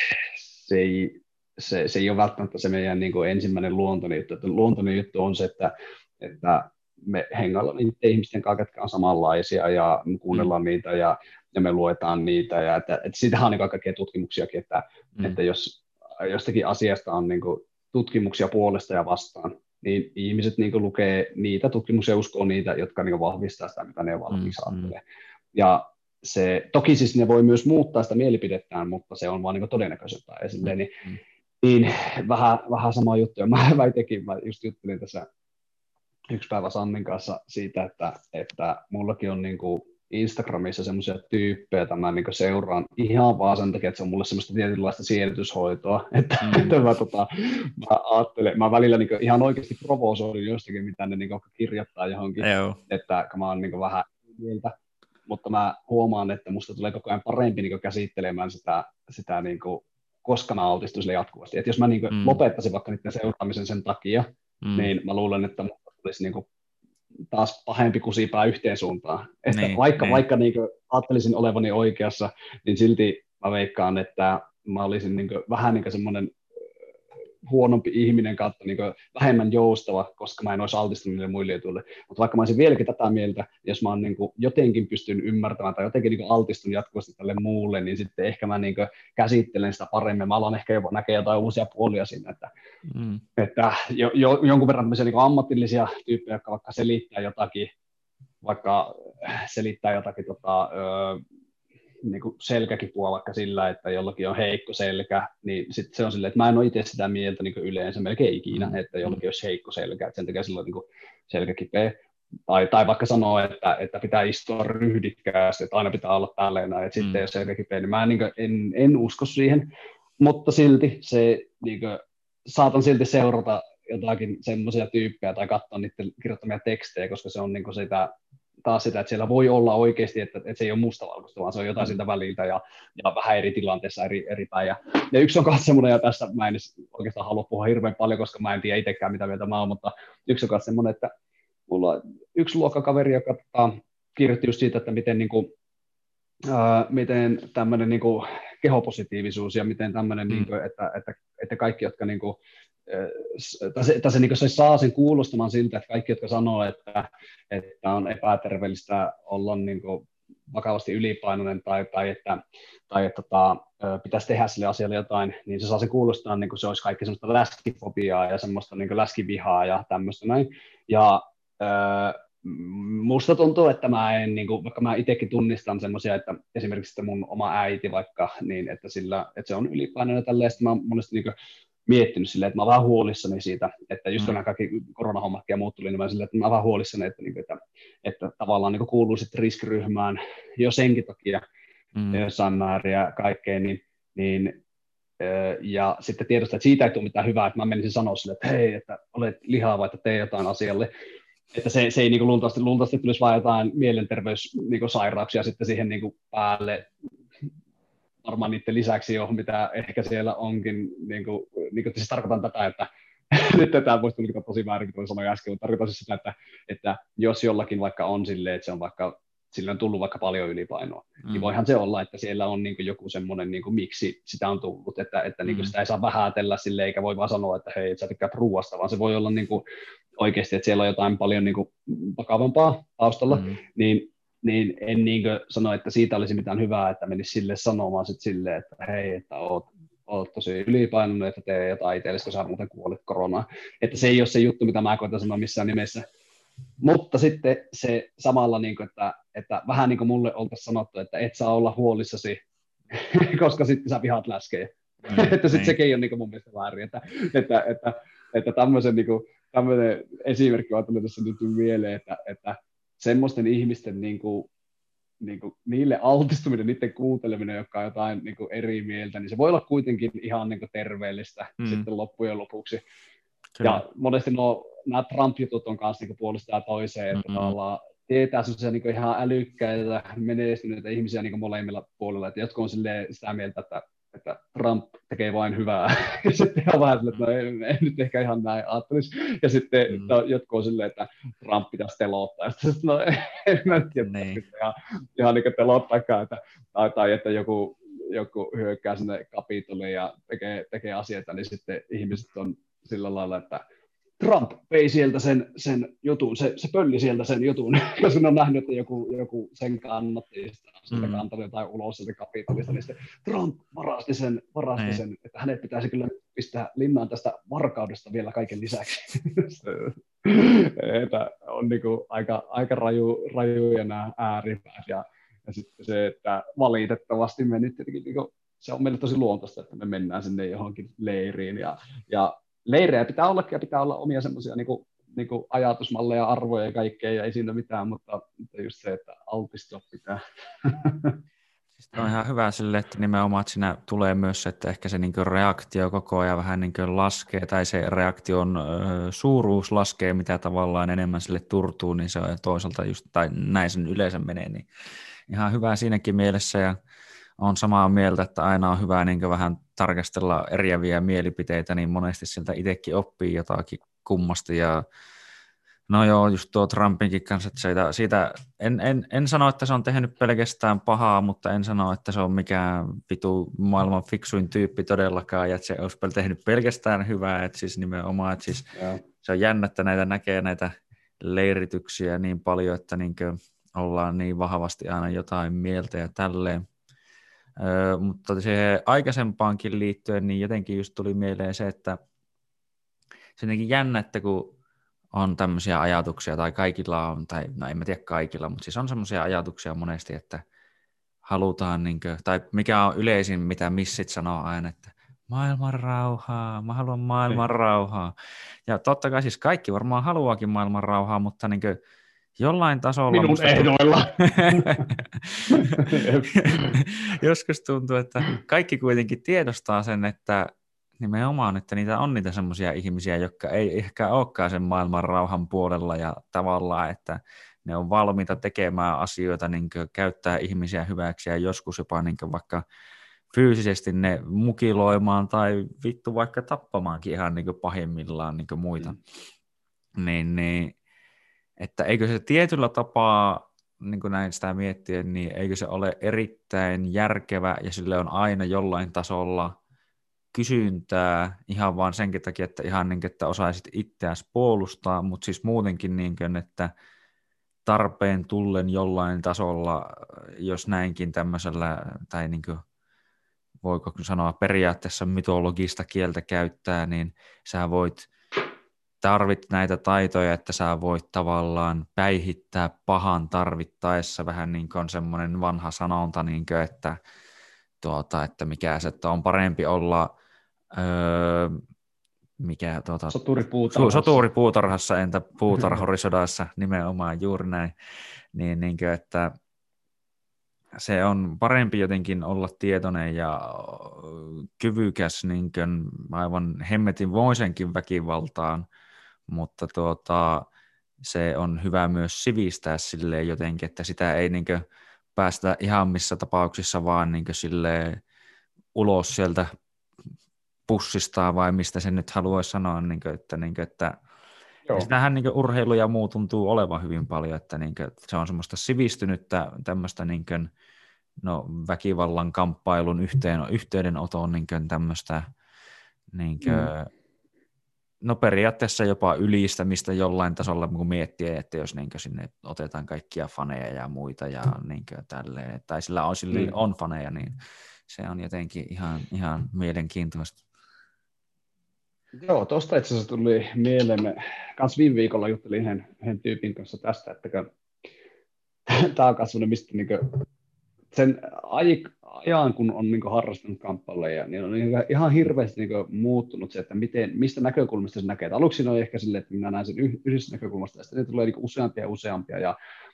se ei ole välttämättä se meidän niin kuin ensimmäinen luontoinen juttu. Että luontoinen juttu on se, että me hengaillaan niiden ihmisten kanssa, jotka on samanlaisia ja me kuunnellaan niitä ja me luetaan niitä. Ja että siitähän on niin kaikkia tutkimuksiakin, että jos jostakin asiasta on niin kuin tutkimuksia puolesta ja vastaan, niin ihmiset niin kuin lukee niitä tutkimuksia ja uskoo niitä, jotka niin kuin vahvistaa sitä, mitä ne valmiiksi ajattelee. Ja toki siis ne voi myös muuttaa sitä mielipidettään, mutta se on vaan niin kuin todennäköisempää. Ja silleen, niin vähän sama juttu. Ja mä just juttelin tässä yksi päivä Sannin kanssa siitä, että mullakin on niin kuin Instagramissa semmoisia tyyppejä, että mä niin kuin seuraan ihan vaan sen takia, että se on mulle semmoista tietynlaista siedätyshoitoa, että mä ajattelen, mä välillä niin kuin ihan oikeasti provosoin jostakin, mitä ne niin kuin kirjoittaa johonkin, että mä oon niin kuin vähän mieltä, mutta mä huomaan, että musta tulee koko ajan parempi niin kuin käsittelemään sitä niin kuin, koska mä altistuin sille jatkuvasti. Että jos mä niin kuin lopettaisin vaikka niiden seuraamisen sen takia, niin mä luulen, että olisi niin kuin taas pahempi kusipää yhteen suuntaan. Että vaikka niin kuin ajattelisin olevani oikeassa, niin silti mä veikkaan, että mä olisin niin kuin vähän niin kuin semmoinen huonompi ihminen kautta niin kuin vähemmän joustava, koska mä en olisi altistunut niille muille jutuille. Mutta vaikka mä olisin vieläkin tätä mieltä, jos mä niin kuin jotenkin pystyn ymmärtämään tai jotenkin niin kuin altistunut jatkuvasti tälle muulle, niin sitten ehkä mä niin kuin käsittelen sitä paremmin. Mä alan ehkä jopa näkee jotain uusia puolia siinä, että jonkun verran niin kuin ammatillisia tyyppejä, jotka vaikka selittää jotakin niin kuin selkäkipua vaikka sillä, että jollakin on heikko selkä, niin sitten se on silleen, että mä en ole itse sitä mieltä niin kuin yleensä melkein ikinä, että jollakin olisi heikko selkä, että sen takia silloin niin kuin selkä kipeä. Tai vaikka sanoo, että pitää istua ryhdikkäästi, että aina pitää olla tälleen, että sitten jos selkä kipeä, niin mä niin kuin en usko siihen, mutta silti niin kuin, saatan silti seurata jotakin semmoisia tyyppejä tai katsoa niiden kirjoittamia tekstejä, koska se on niin kuin taas sitä, että siellä voi olla oikeasti, että se ei ole mustavalkoista, vaan se on jotain siltä väliltä ja vähän eri tilanteessa eri päin. Ja yksi on myös semmoinen, ja tässä mä en oikeastaan halua puhua hirveän paljon, koska mä en tiedä itsekään, mitä mieltä mä oon, mutta yksi on myös semmoinen, että mulla on yksi luokkakaveri, joka kirjoitti just siitä, että miten tämmöinen niin kuin kehopositiivisuus ja miten tämmöinen, niin kuin, että kaikki, jotka niin kuin, se saa sen kuulostamaan siltä, että kaikki, jotka sanoo, että on epäterveellistä olla niin kuin vakavasti ylipainoinen tai että pitäisi tehdä sille asialle jotain, niin se saa sen kuulostaa niin kuin se olisi kaikki semmoista läskifobiaa ja semmoista niin kuin läskivihaa ja tämmöistä näin. Ja musta tuntuu, että mä en, niin kuin, vaikka mä itsekin tunnistan semmoisia, että esimerkiksi mun oma äiti vaikka, niin että se on ylipainoinen tälleen, sitten mä oon monesti niin kuin miettinyt silleen, että mä oon vähän huolissani siitä, että just kun nämä kaikki koronahommatkin ja muut tuli, niin mä silleen, että mä oon vähän huolissani, että tavallaan niin kuuluu sitten riskiryhmään jo senkin takia jossain määrin ja kaikkea, niin ja sitten tiedostaa, että siitä ei tule mitään hyvää, että mä menisin sanoa sille, että hei, että olet lihava, että tee jotain asialle, että se ei niin kuin luultavasti tulisi vaan jotain mielenterveyssairauksia sitten siihen niin kuin päälle, varmaan niiden lisäksi jo, mitä ehkä siellä onkin, niin kuin siis tarkoitan tätä, että nyt tämä voisi tulla tosi väärin, mitä sanoin äsken, mutta tarkoitan siis sitä, että jos jollakin vaikka on silleen, että se on vaikka, sillä on tullut vaikka paljon ylipainoa, niin voihan se olla, että siellä on niin kuin joku semmoinen, niin kuin, miksi sitä on tullut, että niin kuin sitä ei saa vähätellä silleen, eikä voi vaan sanoa, että hei, et sä tykkäät ruuasta, vaan se voi olla niin kuin, oikeasti, että siellä on jotain paljon niin kuin, vakavampaa taustalla, niin en niin kuin sano, että siitä olisi mitään hyvää, että menisi sille sanomaan sitten silleen, että hei, että oot tosi ylipainoinen, että tee jotain itsellesi, kun sä muuten kuolit koronaan. Että se ei ole se juttu, mitä mä koitan sanoa missään nimessä. Mutta sitten se samalla, niin kuin, että vähän niin kuin mulle oltaisiin sanottu, että et saa olla huolissasi, koska sitten sä vihaat läskejä. Että sitten sekin on niin kuin mun mielestä väärin. Että tämmöinen esimerkki on tullut tässä nyt mieleen, että semmoisten ihmisten niille altistuminen, niiden kuunteleminen, jotka on jotain eri mieltä, niin se voi olla kuitenkin ihan terveellistä sitten loppujen lopuksi. Kyllä. Ja monesti nämä Trump-jutut on kanssa puolesta ja toiseen, että tavallaan tietää semmoisia ihan älykkäitä, menestyneitä ihmisiä molemmilla puolilla, että jotkut on sitä mieltä, että Trump tekee vain hyvää, ja sitten ihan vähän silleen, että no ei nyt ehkä ihan näin ajattelisi, ja sitten jotkut on silleen, että Trump pitäisi telottaa, ja sitten no en mä tiedä, ihan telottaakaan, tai että joku hyökkää sinne Kapitoliin ja tekee asioita, niin sitten ihmiset on sillä lailla, että Trump vei sieltä sen jutun, se pölli sieltä sen jutun, jos on nähnyt, että joku sen kannatti, sitä kantanut jotain ulos sieltä Kapitolista, niin sitten Trump varasti sen, että hänet pitäisi kyllä pistää linnaan tästä varkaudesta vielä kaiken lisäksi. Että on aika rajuja nämä ääripäät, ja sitten se, että valitettavasti me nyt tietenkin, se on meille tosi luontaista, että me mennään sinne johonkin leiriin, ja leirejä pitää ollakin, ja pitää olla omia semmoisia ajatusmalleja, arvoja ja kaikkea, ja ei siinä mitään, mutta just se, että altistua pitää. Siis on ihan hyvä sille, että nimenomaan että siinä tulee myös se, että ehkä se reaktio koko ajan vähän laskee, tai se reaktion suuruus laskee, mitä tavallaan enemmän sille turtuu, niin se on toisaalta just, tai näin sen yleensä menee, niin ihan hyvä siinäkin mielessä, ja on samaa mieltä, että aina on hyvä vähän tarkastella eriäviä mielipiteitä, niin monesti siltä itsekin oppii jotakin kummasti, ja no joo, just tuo Trumpinkin kanssa, että siitä en sano, että se on tehnyt pelkästään pahaa, mutta en sano, että se on mikään vitu maailman fiksuin tyyppi todellakaan, ja että se olisi tehnyt pelkästään hyvää, että siis nimenomaan, että siis se on jännä, että näkee näitä leirityksiä niin paljon, että ollaan niin vahvasti aina jotain mieltä ja tälleen. Mutta siihen aikaisempaankin liittyen, niin jotenkin just tuli mieleen se, että se jotenkin jännä, että kun on tämmöisiä ajatuksia, tai kaikilla on, tai no en mä tiedä kaikilla, mutta siis on semmoisia ajatuksia monesti, että halutaan, tai mikä on yleisin, mitä missit sanoo aina, että maailman rauhaa, mä haluan maailman rauhaa. Ja totta kai siis kaikki varmaan haluaakin maailman rauhaa, mutta jollain tasolla... Minun ehdoilla. Joskus tuntuu, että kaikki kuitenkin tiedostaa sen, että nimenomaan, että niitä on niitä semmoisia ihmisiä, jotka ei ehkä olekaan sen maailman rauhan puolella, ja tavallaan, että ne on valmiita tekemään asioita, käyttää ihmisiä hyväksi, ja joskus jopa vaikka fyysisesti ne mukiloimaan tai vittu vaikka tappamaankin ihan pahimmillaan muita. Niin, että eikö se tietyllä tapaa, niin kuin näin sitä miettiä, niin eikö se ole erittäin järkevä, ja sille on aina jollain tasolla kysyntää ihan vaan senkin takia, että ihan että osaisit itseäsi puolustaa, mutta siis muutenkin että tarpeen tullen jollain tasolla, jos näinkin tämmöisellä, tai voiko sanoa periaatteessa mytologista kieltä käyttää, niin sä tarvit näitä taitoja, että sä voit tavallaan päihittää pahan tarvittaessa, vähän on semmoinen vanha sanonta, että mikä se, että on parempi olla soturi puutarhassa, entä puutarhurisodassa, nimenomaan juuri näin, että se on parempi jotenkin olla tietoinen ja kyvykäs aivan hemmetin voisenkin väkivaltaan, mutta se on hyvä myös sivistää silleen jotenkin, että sitä ei päästä ihan missä tapauksissa vaan silleen ulos sieltä pussistaa, vai mistä se nyt haluaisi sanoa, että ja sitähän urheilu ja muu tuntuu olevan hyvin paljon, että se on semmoista sivistynyttä tämmöistä väkivallan kamppailun yhteydenoton tämmöistä no periaatteessa jopa ylistämistä jollain tasolla, kun miettii, että jos sinne otetaan kaikkia faneja ja muita ja tälleen, tai sillä on faneja, niin se on jotenkin ihan mielenkiintoista. Joo, tuosta itse asiassa tuli mieleen, kans viime viikolla juttelin yhden tyypin kanssa tästä, että tämä on sellainen, mistä sen ajan, kun on harrastanut kamppailuja, niin on ihan hirveästi muuttunut se, että mistä näkökulmasta se näkee. Aluksi on ehkä silleen, että minä näen sen yhdessä näkökulmasta, ja sitten tulee useampia ja useampia, ja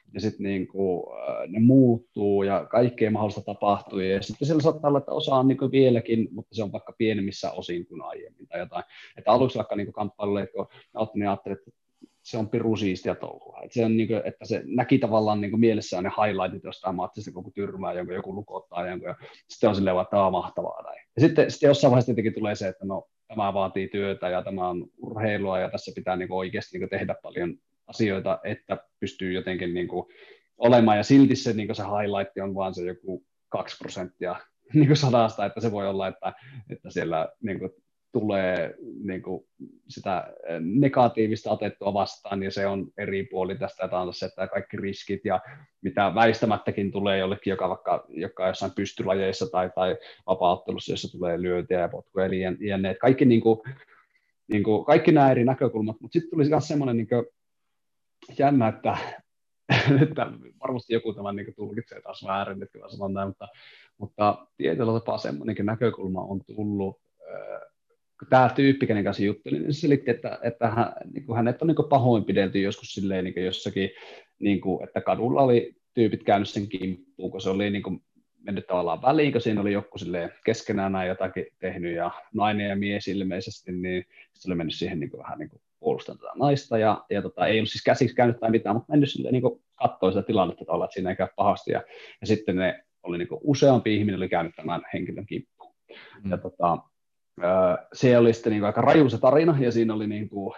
ja sitten niin kuin, ne muuttuu ja kaikkea mahdollista tapahtuu ja sitten siellä saattaa olla, että osa on niin kuin vieläkin, mutta se on vaikka pienemmissä osin kuin aiemmin tai jotain. Että aluksi vaikka niin kamppailulle, kun ne ajattelin, että se on pirun siistiä touhua. Että se on niin kuin, että se näki tavallaan niin kuin mielessään ne highlightit jostain matsista, kun tyrmää jonkun, joku lukottaa jonkun, ja sitten on silleen, että tämä on mahtavaa näin. Ja sitten jossain vaiheessa tietenkin tulee se, että no, tämä vaatii työtä ja tämä on urheilua ja tässä pitää niin kuin oikeasti niin kuin tehdä paljon asioita, että pystyy jotenkin niin kuin olemaan, ja silti se, niin kuin se highlight on vaan se joku 2% niin kuin 100, että se voi olla, että siellä niin kuin tulee niin kuin sitä negatiivista otettua vastaan, ja se on eri puoli tästä, että kaikki riskit ja mitä väistämättäkin tulee jollekin, joka jossain pystylajeissa tai vapaa-ottelussa, jossa tulee lyöntiä ja potkuja, eli kaikki, niin kuin, kaikki nämä eri näkökulmat, mutta sitten tuli myös semmoinen niin kuin jännä, että varmasti joku tämän niin kuin tulkitsee taas väärin, että sanon näin, mutta tietyllä tapaa semmoinen näkökulma on tullut, kun tämä tyyppi, kenen kanssa juttelin, niin se selitti, että hänet on niin pahoinpidelty joskus silleen niin jossakin, niin kuin, että kadulla oli tyypit käynyt sen kimppuun, kun se oli niin kuin mennyt tavallaan väliin, kun siinä oli joku keskenään näin jotakin tehnyt, ja nainen ja mies ilmeisesti, niin se oli mennyt siihen niin kuin, vähän niin kuin puolustamaan tätä naista, ja ei ollut siis käsiksi käynyt tai mitään, mutta mennyt silleen niin katsoa sitä tilannetta tavallaan, että siinä ei käy pahasti, ja sitten ne oli niin kuin, useampi ihminen oli käynyt tämän henkilön kimppuun. Ja se oli sitten niin aika raju se tarina, ja siinä oli niin kuin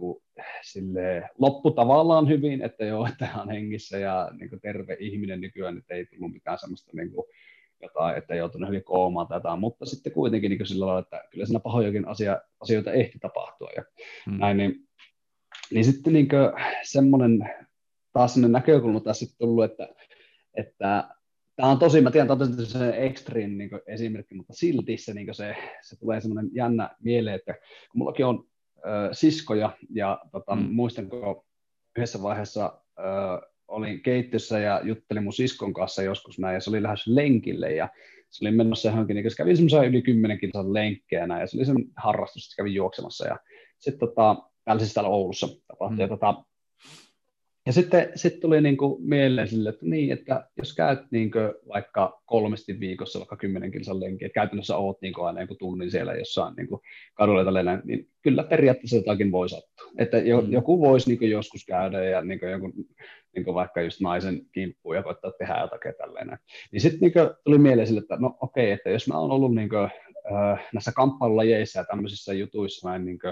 loppu tavallaan hyvin, että joo, että hän on hengissä ja niin kuin terve ihminen nykyään, että ei tullut mitään semmoista niin kuin jotain, että ei joutunut hyvin koomaan tai jotain, mutta sitten kuitenkin niin kuin sillä lailla, että kyllä siinä pahojakin asioita ehti tapahtua ja näin, niin sitten niin kuin semmoinen taas semmoinen näkökulma tässä tullut, että tämä on tosi, mä tiedän, että on tosi extreme niin esimerkki, mutta silti se tulee semmoinen jännä mieleen, että kun mullakin on siskoja, ja muistan, kun yhdessä vaiheessa olin keittiössä ja juttelin mun siskon kanssa joskus näin, ja se oli lähes lenkille, ja se oli menossa johonkin, niin se kävi semmoisia yli 10 kilsan lenkkejä näin, ja se oli semmoinen harrastus, että se kävi juoksemassa, ja sitten täällä Oulussa tapahtui, ja sitten tuli niinku mieleen sille, että jos käyt niinku vaikka 3 viikossa vaikka 10 kilsan lenkiä, että käytännössä oot niinku aina joku tunnin siellä jossain niinku kadulla tällainen, niin kyllä periaatteessa jotakin voi sattua. Että joku voisi niinku joskus käydä ja niinku joku niinku vaikka just naisen kimppuun ja koittaa tehdä jotakin tällainen. Niin sitten niinku tuli mieleen sille, että no okei, että jos mä oon ollut niinku, näissä kamppailulajeissa ja tämmöisissä jutuissa näin niinku,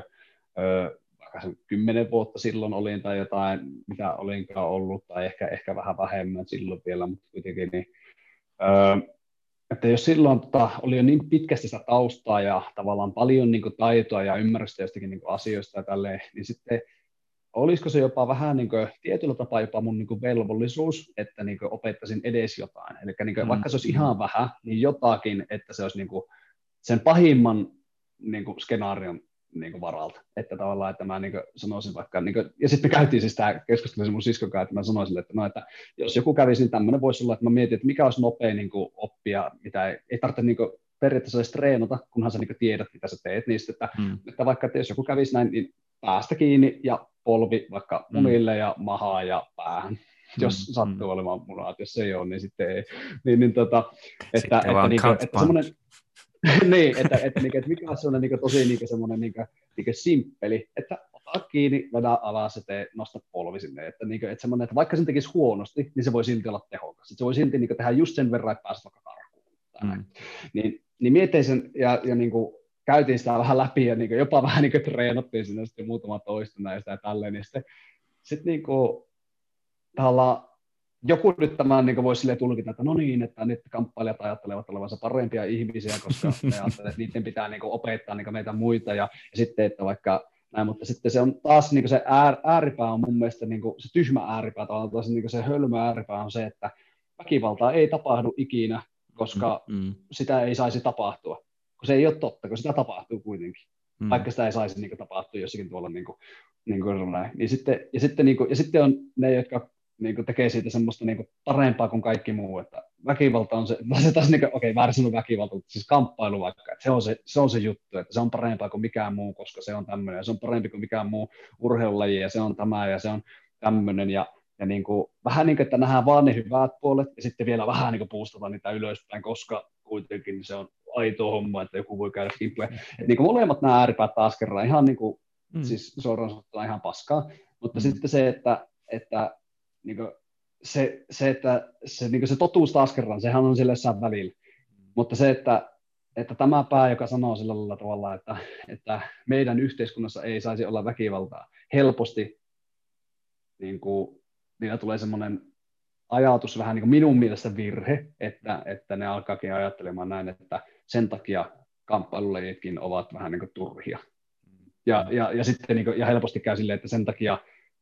10 vuotta silloin olin tai jotain, mitä olinkaan ollut, tai ehkä vähän vähemmän silloin vielä, mutta kuitenkin, niin, että jos silloin oli jo niin pitkästi sitä taustaa ja tavallaan paljon niin kuin, taitoa ja ymmärrystä jostakin niin kuin, asioista ja tälleen, niin sitten olisiko se jopa vähän niin kuin, tietyllä tapaa jopa mun niin kuin, velvollisuus, että niin kuin, opettaisin edes jotain. Eli niin kuin, vaikka se olisi ihan vähän, niin jotakin, että se olisi niin kuin, sen pahimman niin kuin, skenaarion niin kuin varalta, että tavallaan, että mä niin kuin sanoisin vaikka, niin kuin, ja sitten me käytiin siis tämä keskustelu mun siskon kanssa, että mä sanoisin, että, no, että jos joku kävisi, niin tämmöinen voisi olla, että mä mietin, että mikä olisi nopea niin kuin oppia, mitä ei tarvitse niin kuin periaatteessa edes treenata, kunhan sä niin kuin tiedät, mitä sä teet niistä, että vaikka, että jos joku kävisi näin, niin päästä kiinni ja polvi vaikka munille ja mahaa ja päähän. Jos sattuu olemaan munaa, jos ei ole, niin sitten ei. Että semmoinen, niin, että mikä on semmoinen niin tosi niin semmoinen niin simppeli, että ota kiinni, vedä alas ja nosta polvi sinne. Että, että semmoinen, että vaikka sen tekisi huonosti, niin se voi silti olla tehokas. Että se voi silti niin tehdä just sen verran, että pääset vaikka karkuun. Niin mietin sen ja niin kuin, käytiin sitä vähän läpi ja niin kuin, jopa vähän niin treenattiin sinne sitten muutama toista näistä ja tälleen. Niin sitten niin kuin, joku nyt tämän niin voisi tulkita, että no niin, että nyt kamppailijat ajattelevat olevansa parempia ihmisiä, koska ne ajattelevat, että niiden pitää niin opettaa niin meitä muita ja sitten, että vaikka näin, mutta sitten se on taas niin se ääripää on mun mielestä niin se tyhmä ääripää, taas niin se hölmö ääripää on se, että väkivaltaa ei tapahdu ikinä, koska sitä ei saisi tapahtua, kun se ei ole totta, kun sitä tapahtuu kuitenkin, vaikka sitä ei saisi niin tapahtua jossakin tuolla niin sitten on ne, jotka niin tekee siitä semmoista niin parempaa kuin kaikki muu, että väkivalta on se taas niin okei, väärin sanoa väkivalta, mutta siis kamppailu vaikka, että se on se juttu, että se on parempaa kuin mikään muu, koska se on tämmöinen, ja se on parempi kuin mikään muu urheilulaji, ja se on tämä, ja se on tämmöinen, ja Ja niin kuin, vähän niin kuin, että nähdään vaan ne hyvät puolet ja sitten vielä vähän niin kuin puustataan niitä ylöspäin, koska kuitenkin se on aito homma, että joku voi käydä kimppuja. Niin kuin molemmat nämä ääripäät taas kerran ihan niin kuin, siis suoraan sanottuna ihan paskaa, mutta sitten se, että niin kuin, että niin kuin se totuus taas kerran, sehän on sille jossain välillä. Mutta se, että tämä pää, joka sanoo sillä lailla tavalla, että meidän yhteiskunnassa ei saisi olla väkivaltaa, helposti niin kuin, niillä tulee semmoinen ajatus vähän niin kuin minun mielestä virhe, että ne alkaakin ajattelemaan näin, että sen takia kamppailulajitkin ovat vähän niin kuin turhia. Ja sitten niin kuin, ja helposti käy silleen, että sen takia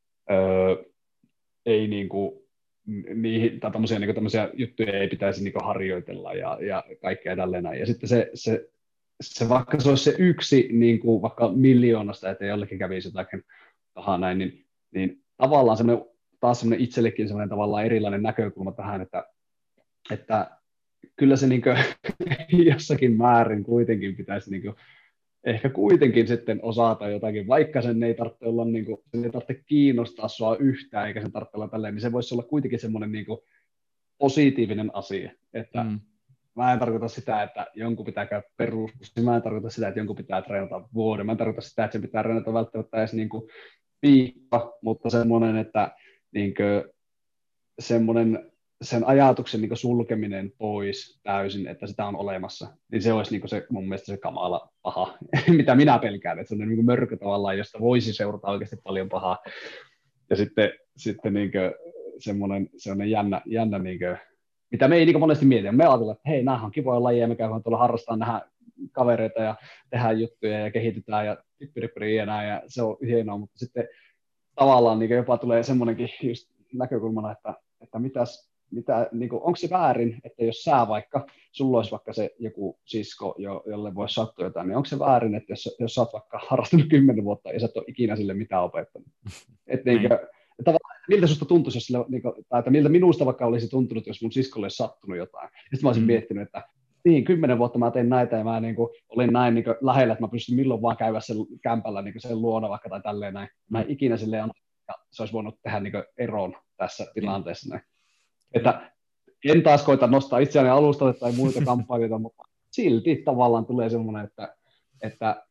ei niin kuin, niihin, tai tämmöisiä juttuja ei pitäisi niin kuin harjoitella ja kaikkea tälleen näin. Ja sitten se vaikka se olisi se yksi niin kuin vaikka miljoonasta, että jollekin kävisi jotakin pahaa näin, niin tavallaan taas semmoinen itsellekin semmoinen tavallaan erilainen näkökulma tähän, että kyllä se niin kuin, jossakin määrin kuitenkin pitäisi niin kuin, ehkä kuitenkin sitten osata jotakin, vaikka sen ei tarvitse olla, niin kuin, sen ei tarvitse kiinnostaa sua yhtään, eikä sen tarvitse olla tälleen, niin se voisi olla kuitenkin semmoinen niin kuin positiivinen asia, että mä en tarkoita sitä, että jonkun pitää käydä peruskurssi, mä en tarkoita sitä, että jonkun pitää treenata vuoden, mä en tarkoita sitä, että sen pitää treenata välttämättä edes niin kuin viikko, mutta semmoinen, että niin kuin, semmoinen sen ajatuksen niin kuin sulkeminen pois täysin, että sitä on olemassa, niin se olisi niin kuin se, mun mielestä se kamala paha, mitä minä pelkään, että se on niin kuin mörkö tavallaan, josta voisi seurata oikeasti paljon pahaa. Ja sitten niin kuin semmoinen jännä niin kuin, mitä me ei niin kuin monesti mietitä. Me ajatellaan, että hei, nämähän on kivoja lajeja, me käydään tuolla harrastamaan, nähdään kavereita ja tehdään juttuja ja kehitytään ja tippirippiri ja näin, ja se on hienoa, mutta sitten tavallaan niin jopa tulee semmoinenkin just näkökulmana, että niin kuin, onko se väärin, että jos sulla olisi vaikka se joku sisko, jolle voisi sattua jotain, niin onko se väärin, että jos sä oot vaikka harrastanut 10 vuotta ja sä et ole ikinä sille mitään opettanut. Että niin kuin, miltä susta tuntuisi, jos sille, niin kuin, tai että miltä minusta vaikka olisi tuntunut, jos mun siskolle olisi sattunut jotain. Sitten mä olisin miettinyt, että niin, 10 vuotta mä tein näitä ja mä niin kuin, olin näin niin kuin, lähellä, että mä pystyn milloin vaan käydä sen kämpällä niin kuin sen luona vaikka tai tälleen näin. Mä en ikinä silleen se olisi voinut tehdä niin kuin, eron tässä tilanteessa näin. Että en taas koita nostaa itseäni alustalle tai muita kampanjoita, mutta silti tavallaan tulee semmoinen, että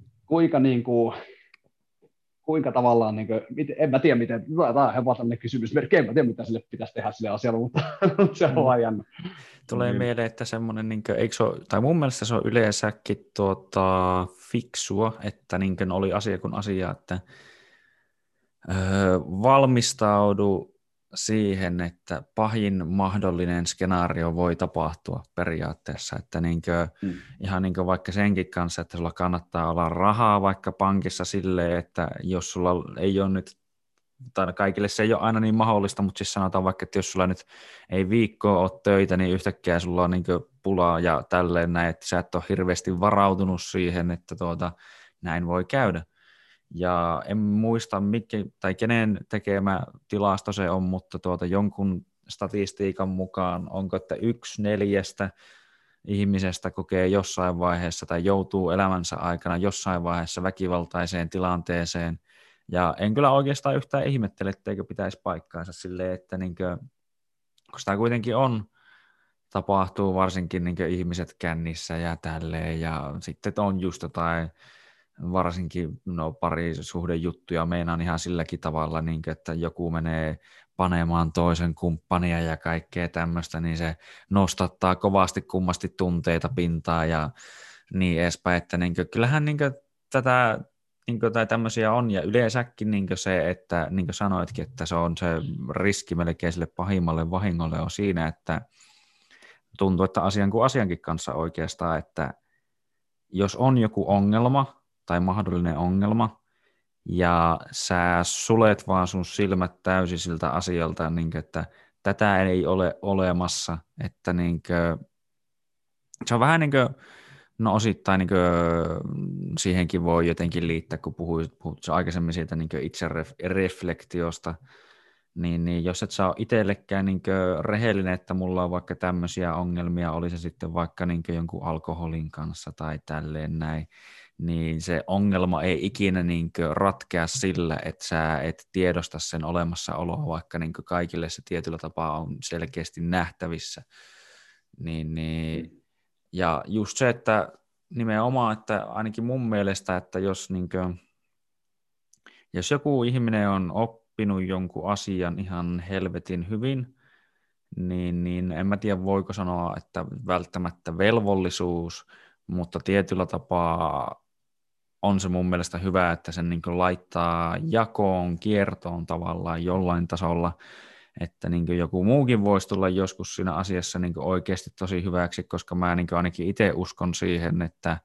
kuinka tavallaan, niin kuin, en mä tiedä miten, tämä on helppo kysymysmerkki, en mä tiedä mitä sille pitäisi tehdä sille asialle, mutta se on vaan jännä. Tulee mieleen, että semmoinen, niin kuin, eikö se ole, tai mun mielestä se on yleensäkin fiksua, että niin kuin oli asia kuin asia, että valmistaudu siihen, että pahin mahdollinen skenaario voi tapahtua periaatteessa, että ihan niin kuin vaikka senkin kanssa, että sulla kannattaa olla rahaa vaikka pankissa silleen, että jos sulla ei ole nyt, tai kaikille se ei ole aina niin mahdollista, mutta siis sanotaan vaikka, että jos sulla nyt ei viikkoa ole töitä, niin yhtäkkiä sulla on niin kuin pulaa ja tälleen näin, että sä et ole hirveästi varautunut siihen, että näin voi käydä. Ja en muista kenen tekemä tilasto se on, mutta jonkun statistiikan mukaan onko, että 1/4 ihmisestä kokee jossain vaiheessa tai joutuu elämänsä aikana jossain vaiheessa väkivaltaiseen tilanteeseen. Ja en kyllä oikeastaan yhtään ihmettele, etteikö pitäisi paikkaansa silleen, että kun sitä kuitenkin tapahtuu varsinkin ihmiset kännissä ja tälleen, ja sitten on just jotain varsinkin parisuhdejuttuja meinaan ihan silläkin tavalla, että joku menee panemaan toisen kumppania ja kaikkea tämmöistä, niin se nostattaa kovasti kummasti tunteita pintaan ja niin edespäin, että kyllähän tätä tai tämmöisiä on, ja yleensäkin se, että niin kuin sanoitkin, että se on se riski melkein sille pahimmalle vahingolle on siinä, että tuntuu, että asian kuin asiankin kanssa oikeastaan, että jos on joku ongelma tai mahdollinen ongelma, ja sä sulet vaan sun silmät täysin siltä asialta, että tätä ei ole olemassa, että se on vähän no osittain siihenkin voi jotenkin liittää, kun puhuit aikaisemmin siitä itse reflektiosta, niin jos et sä ole itsellekään rehellinen, että mulla on vaikka tämmöisiä ongelmia, oli se sitten vaikka jonkun alkoholin kanssa tai tälleen näin, niin se ongelma ei ikinä niin ratkea sillä, että sä et tiedosta sen olemassaoloa, vaikka niin kaikille se tietyllä tapaa on selkeästi nähtävissä. Ja just se, että nimenomaan, että ainakin mun mielestä, että jos joku ihminen on oppinut jonkun asian ihan helvetin hyvin, niin en mä tiedä voiko sanoa, että välttämättä velvollisuus, mutta tietyllä tapaa on se mun mielestä hyvä, että sen niin laittaa jakoon, kiertoon tavallaan jollain tasolla, että niin joku muukin voisi tulla joskus siinä asiassa niin oikeasti tosi hyväksi, koska mä niin ainakin itse uskon siihen, että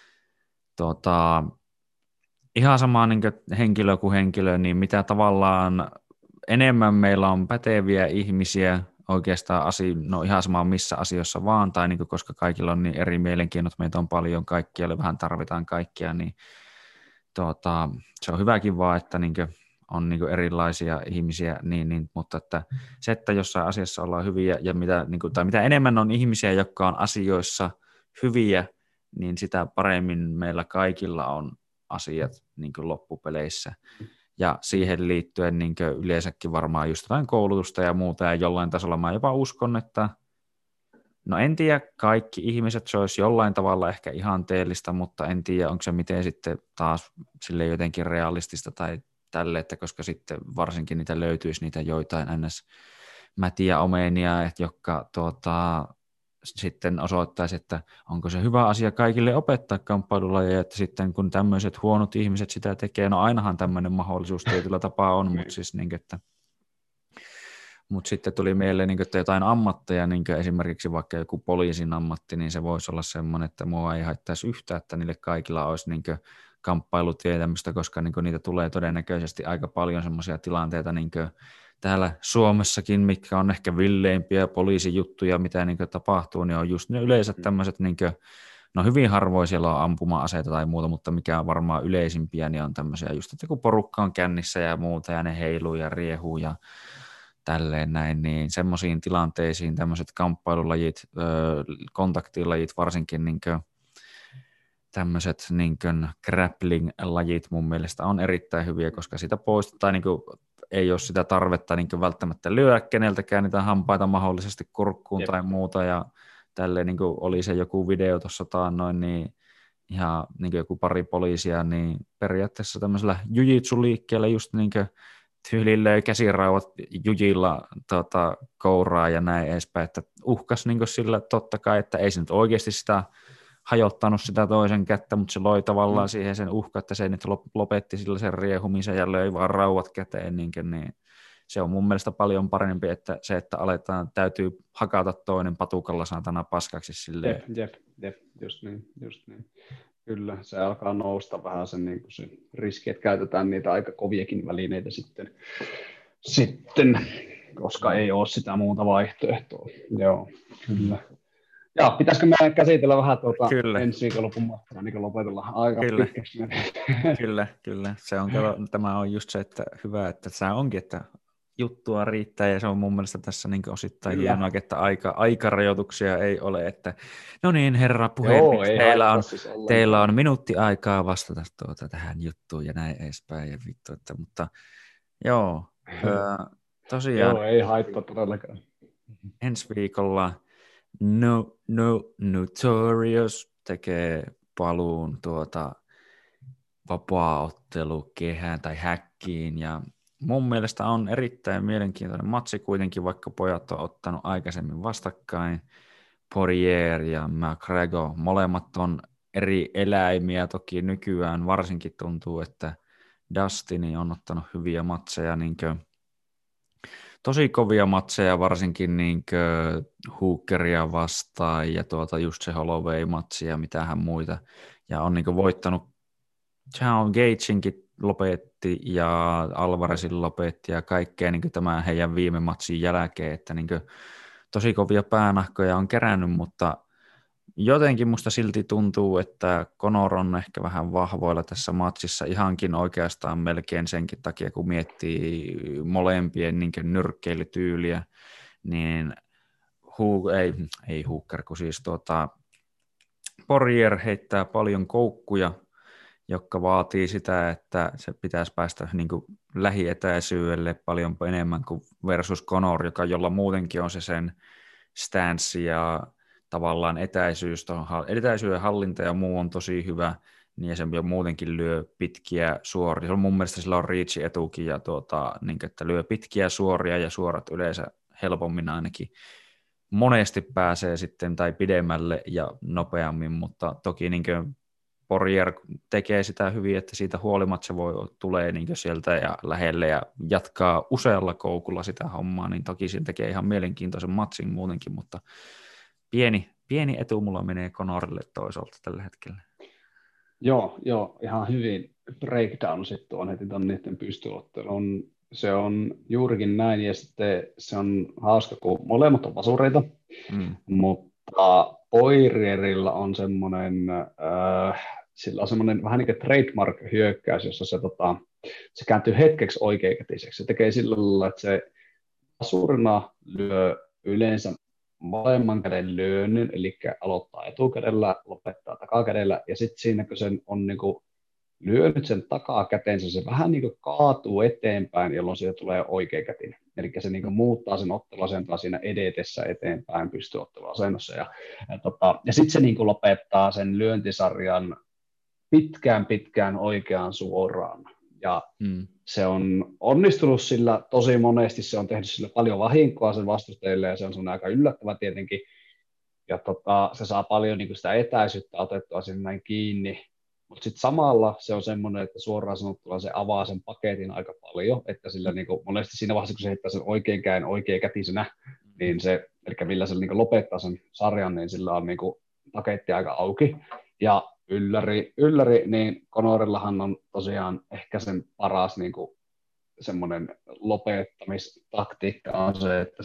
ihan sama niin henkilö kuin henkilö, niin mitä tavallaan enemmän meillä on päteviä ihmisiä oikeastaan no ihan sama missä asioissa vaan, tai niin koska kaikilla on niin eri mielenkiinnot, meitä on paljon, kaikkialle vähän tarvitaan kaikkia, niin se on hyväkin vaan, että niin on niin erilaisia ihmisiä, mutta että se, että jossain asiassa ollaan hyviä, ja mitä enemmän on ihmisiä, jotka on asioissa hyviä, niin sitä paremmin meillä kaikilla on asiat niin loppupeleissä. Ja siihen liittyen niin yleensäkin varmaan just jotain koulutusta ja muuta, ja jollain tasolla mä jopa uskon, että no en tiedä, kaikki ihmiset se olisi jollain tavalla ehkä ihanteellista, mutta en tiedä, onko se miten sitten taas sille jotenkin realistista tai tälle, että koska sitten varsinkin niitä löytyisi niitä joitain ns. Mätiä omenia, jotka sitten osoittaisi, että onko se hyvä asia kaikille opettaa kamppailulajeja, että sitten kun tämmöiset huonot ihmiset sitä tekee, no ainahan tämmöinen mahdollisuus tietyllä tapaa on, mutta siis mutta sitten tuli mieleen, että jotain ammatteja, esimerkiksi vaikka joku poliisin ammatti, niin se voisi olla semmoinen, että mua ei haittaisi yhtään, että niille kaikilla olisi kamppailutietämystä, koska niitä tulee todennäköisesti aika paljon semmoisia tilanteita täällä Suomessakin, mitkä on ehkä villeimpiä poliisijuttuja, mitä tapahtuu, niin on just ne yleensä tämmöiset, no hyvin harvoin siellä on ampuma-aseita tai muuta, mutta mikä on varmaan yleisimpiä, niin on tämmöisiä just, että kun porukka on kännissä ja muuta, ja ne heiluu ja riehuu ja tälleen näin, niin semmoisiin tilanteisiin tämmöiset kamppailulajit, kontaktilajit, varsinkin tämmöiset grappling-lajit mun mielestä on erittäin hyviä, koska sitä poistetaan, ei ole sitä tarvetta välttämättä lyödä keneltäkään niitä hampaita mahdollisesti kurkkuun tai muuta, ja tälleen oli se joku video tuossa taannoin, niin ihan joku pari poliisia, niin periaatteessa tämmöisellä jujitsu-liikkeellä just tyylin löi käsirauvat jujilla kouraa ja näin edespäin, että uhkas sillä totta kai, että ei se nyt oikeasti sitä hajottanut sitä toisen kättä, mutta se loi tavallaan siihen sen uhka, että se nyt lopetti sillä sen riehumisen ja löi vaan rauat käteen, niin se on mun mielestä paljon parempi, että se, että täytyy hakata toinen patukalla saatana paskaksi silleen. Jep, just niin. Kyllä, se alkaa nousta vähän se riski, että käytetään niitä aika koviakin välineitä sitten koska ei ole sitä muuta vaihtoehtoa. Joo, kyllä. Ja pitäisikö meidän käsitellä vähän ensi viikonlopun matkaa, niin kuin lopetellaan aika pitkäksi. Kyllä. Tämä on just se, että hyvä, että se onkin, että juttua riittää, ja se on mun mielestä tässä osittain hienoa, että aikarajoituksia ei ole, että no niin, herra puhemies, teillä on minuutti aikaa vastata tähän juttuun ja näin edespäin, ja vittu, mutta joo, tosiaan. Joo, ei haittaa todellakaan. Ensi viikolla Notorious tekee paluun vapaaottelukehään tai häkkiin, ja mun mielestä on erittäin mielenkiintoinen matsi kuitenkin, vaikka pojat on ottanut aikaisemmin vastakkain. Poirier ja McGregor, molemmat on eri eläimiä, toki nykyään varsinkin tuntuu, että Dustin on ottanut hyviä matseja, tosi kovia matseja, varsinkin Hookeria vastaan ja just se Holloway-matsi ja mitähän muita, ja on voittanut John Gageinkin lopetti ja Alvarezin lopetti ja kaikkea tämän heidän viime matsin jälkeen, että tosi kovia päänahkoja on kerännyt, mutta jotenkin musta silti tuntuu, että Conor on ehkä vähän vahvoilla tässä matsissa ihankin oikeastaan melkein senkin takia, kun miettii molempien nyrkkeilytyyliä, niin ei Hooker, kun siis Poirier heittää paljon koukkuja, jotka vaatii sitä, että se pitäisi päästä niin kuin lähietäisyydelle paljon enemmän kuin versus Conor, jolla muutenkin on se sen stance ja tavallaan etäisyyden hallinta ja muu on tosi hyvä, niin se muutenkin lyö pitkiä suoria. Se on mun mielestä sillä on reach etukin, ja niin, että lyö pitkiä suoria ja suorat yleensä helpommin ainakin. Monesti pääsee sitten tai pidemmälle ja nopeammin, mutta toki niin Poirier tekee sitä hyvin, että siitä huolimatta se tulee niin sieltä ja lähelle ja jatkaa usealla koukulla sitä hommaa, niin toki siinä tekee ihan mielenkiintoisen matsin muutenkin, mutta pieni etu mulla menee Conorille toisaalta tällä hetkellä. Joo, ihan hyvin breakdown sitten on heti tuon niiden pystyottelun. Se on juurikin näin, ja sitten se on hauska, kun molemmat on vasureita, mutta Poirierilla on semmoinen, sillä on semmoinen vähän niin kuin trademark-hyökkäys, jossa se kääntyy hetkeksi oikeakätiseksi. Se tekee sillä lailla, että se vasurina lyö yleensä molemman käden lyönnin, eli aloittaa etukädellä, lopettaa takakädellä, ja sitten siinä, kun sen on niin kuin lyönyt sen takakätensä, se vähän niin kuin kaatuu eteenpäin, jolloin siitä tulee oikeakätinen. Eli se niin kuin muuttaa sen otteluasentoa siinä edetessä eteenpäin pystyotteluasennossa. Ja sitten se niin kuin lopettaa sen lyöntisarjan pitkään oikeaan suoraan. Ja se on onnistunut sillä tosi monesti, se on tehnyt sillä paljon vahinkoa sen vastustajille, ja se on aika yllättävä tietenkin. Ja se saa paljon niin kuin sitä etäisyyttä otettua sinne näin kiinni. Mutta sitten samalla se on semmoinen, että suoraan sanottuna se avaa sen paketin aika paljon, että sillä niin kuin monesti siinä vaiheessa, kun se heittää sen oikeakätisenä, niin se, eli millä se niin kuin lopettaa sen sarjan, niin sillä on niin kuin paketti aika auki. Ja ylläri, niin Conorillahan on tosiaan ehkä sen paras niin kuin semmoinen lopettamistaktiikka on se, että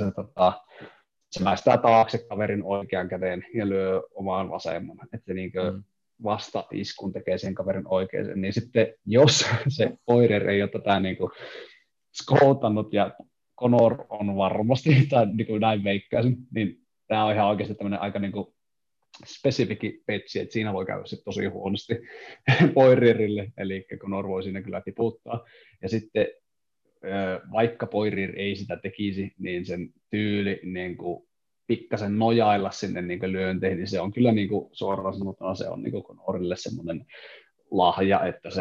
se väistää taakse kaverin oikean käteen ja lyö omaan vasemman. Että niin kuin vasta-iskun tekee sen kaverin oikein, niin sitten jos se Poirier ei ole tätä niin kuin skoutannut ja Conor on varmasti, tai niin kuin näin veikkaisin, niin tämä on ihan oikeasti tämmöinen aika niin kuin spesifiki petsi, että siinä voi käydä sitten tosi huonosti Poirierille, eli Conor voi siinä kyllä tiputtaa. Ja sitten vaikka Poirier ei sitä tekisi, niin sen tyyli niin kuin pikkasen nojailla sinne niin lyönteihin, niin se on kyllä niin kuin, suoraan sanottuna se on niin Conorille semmoinen lahja, että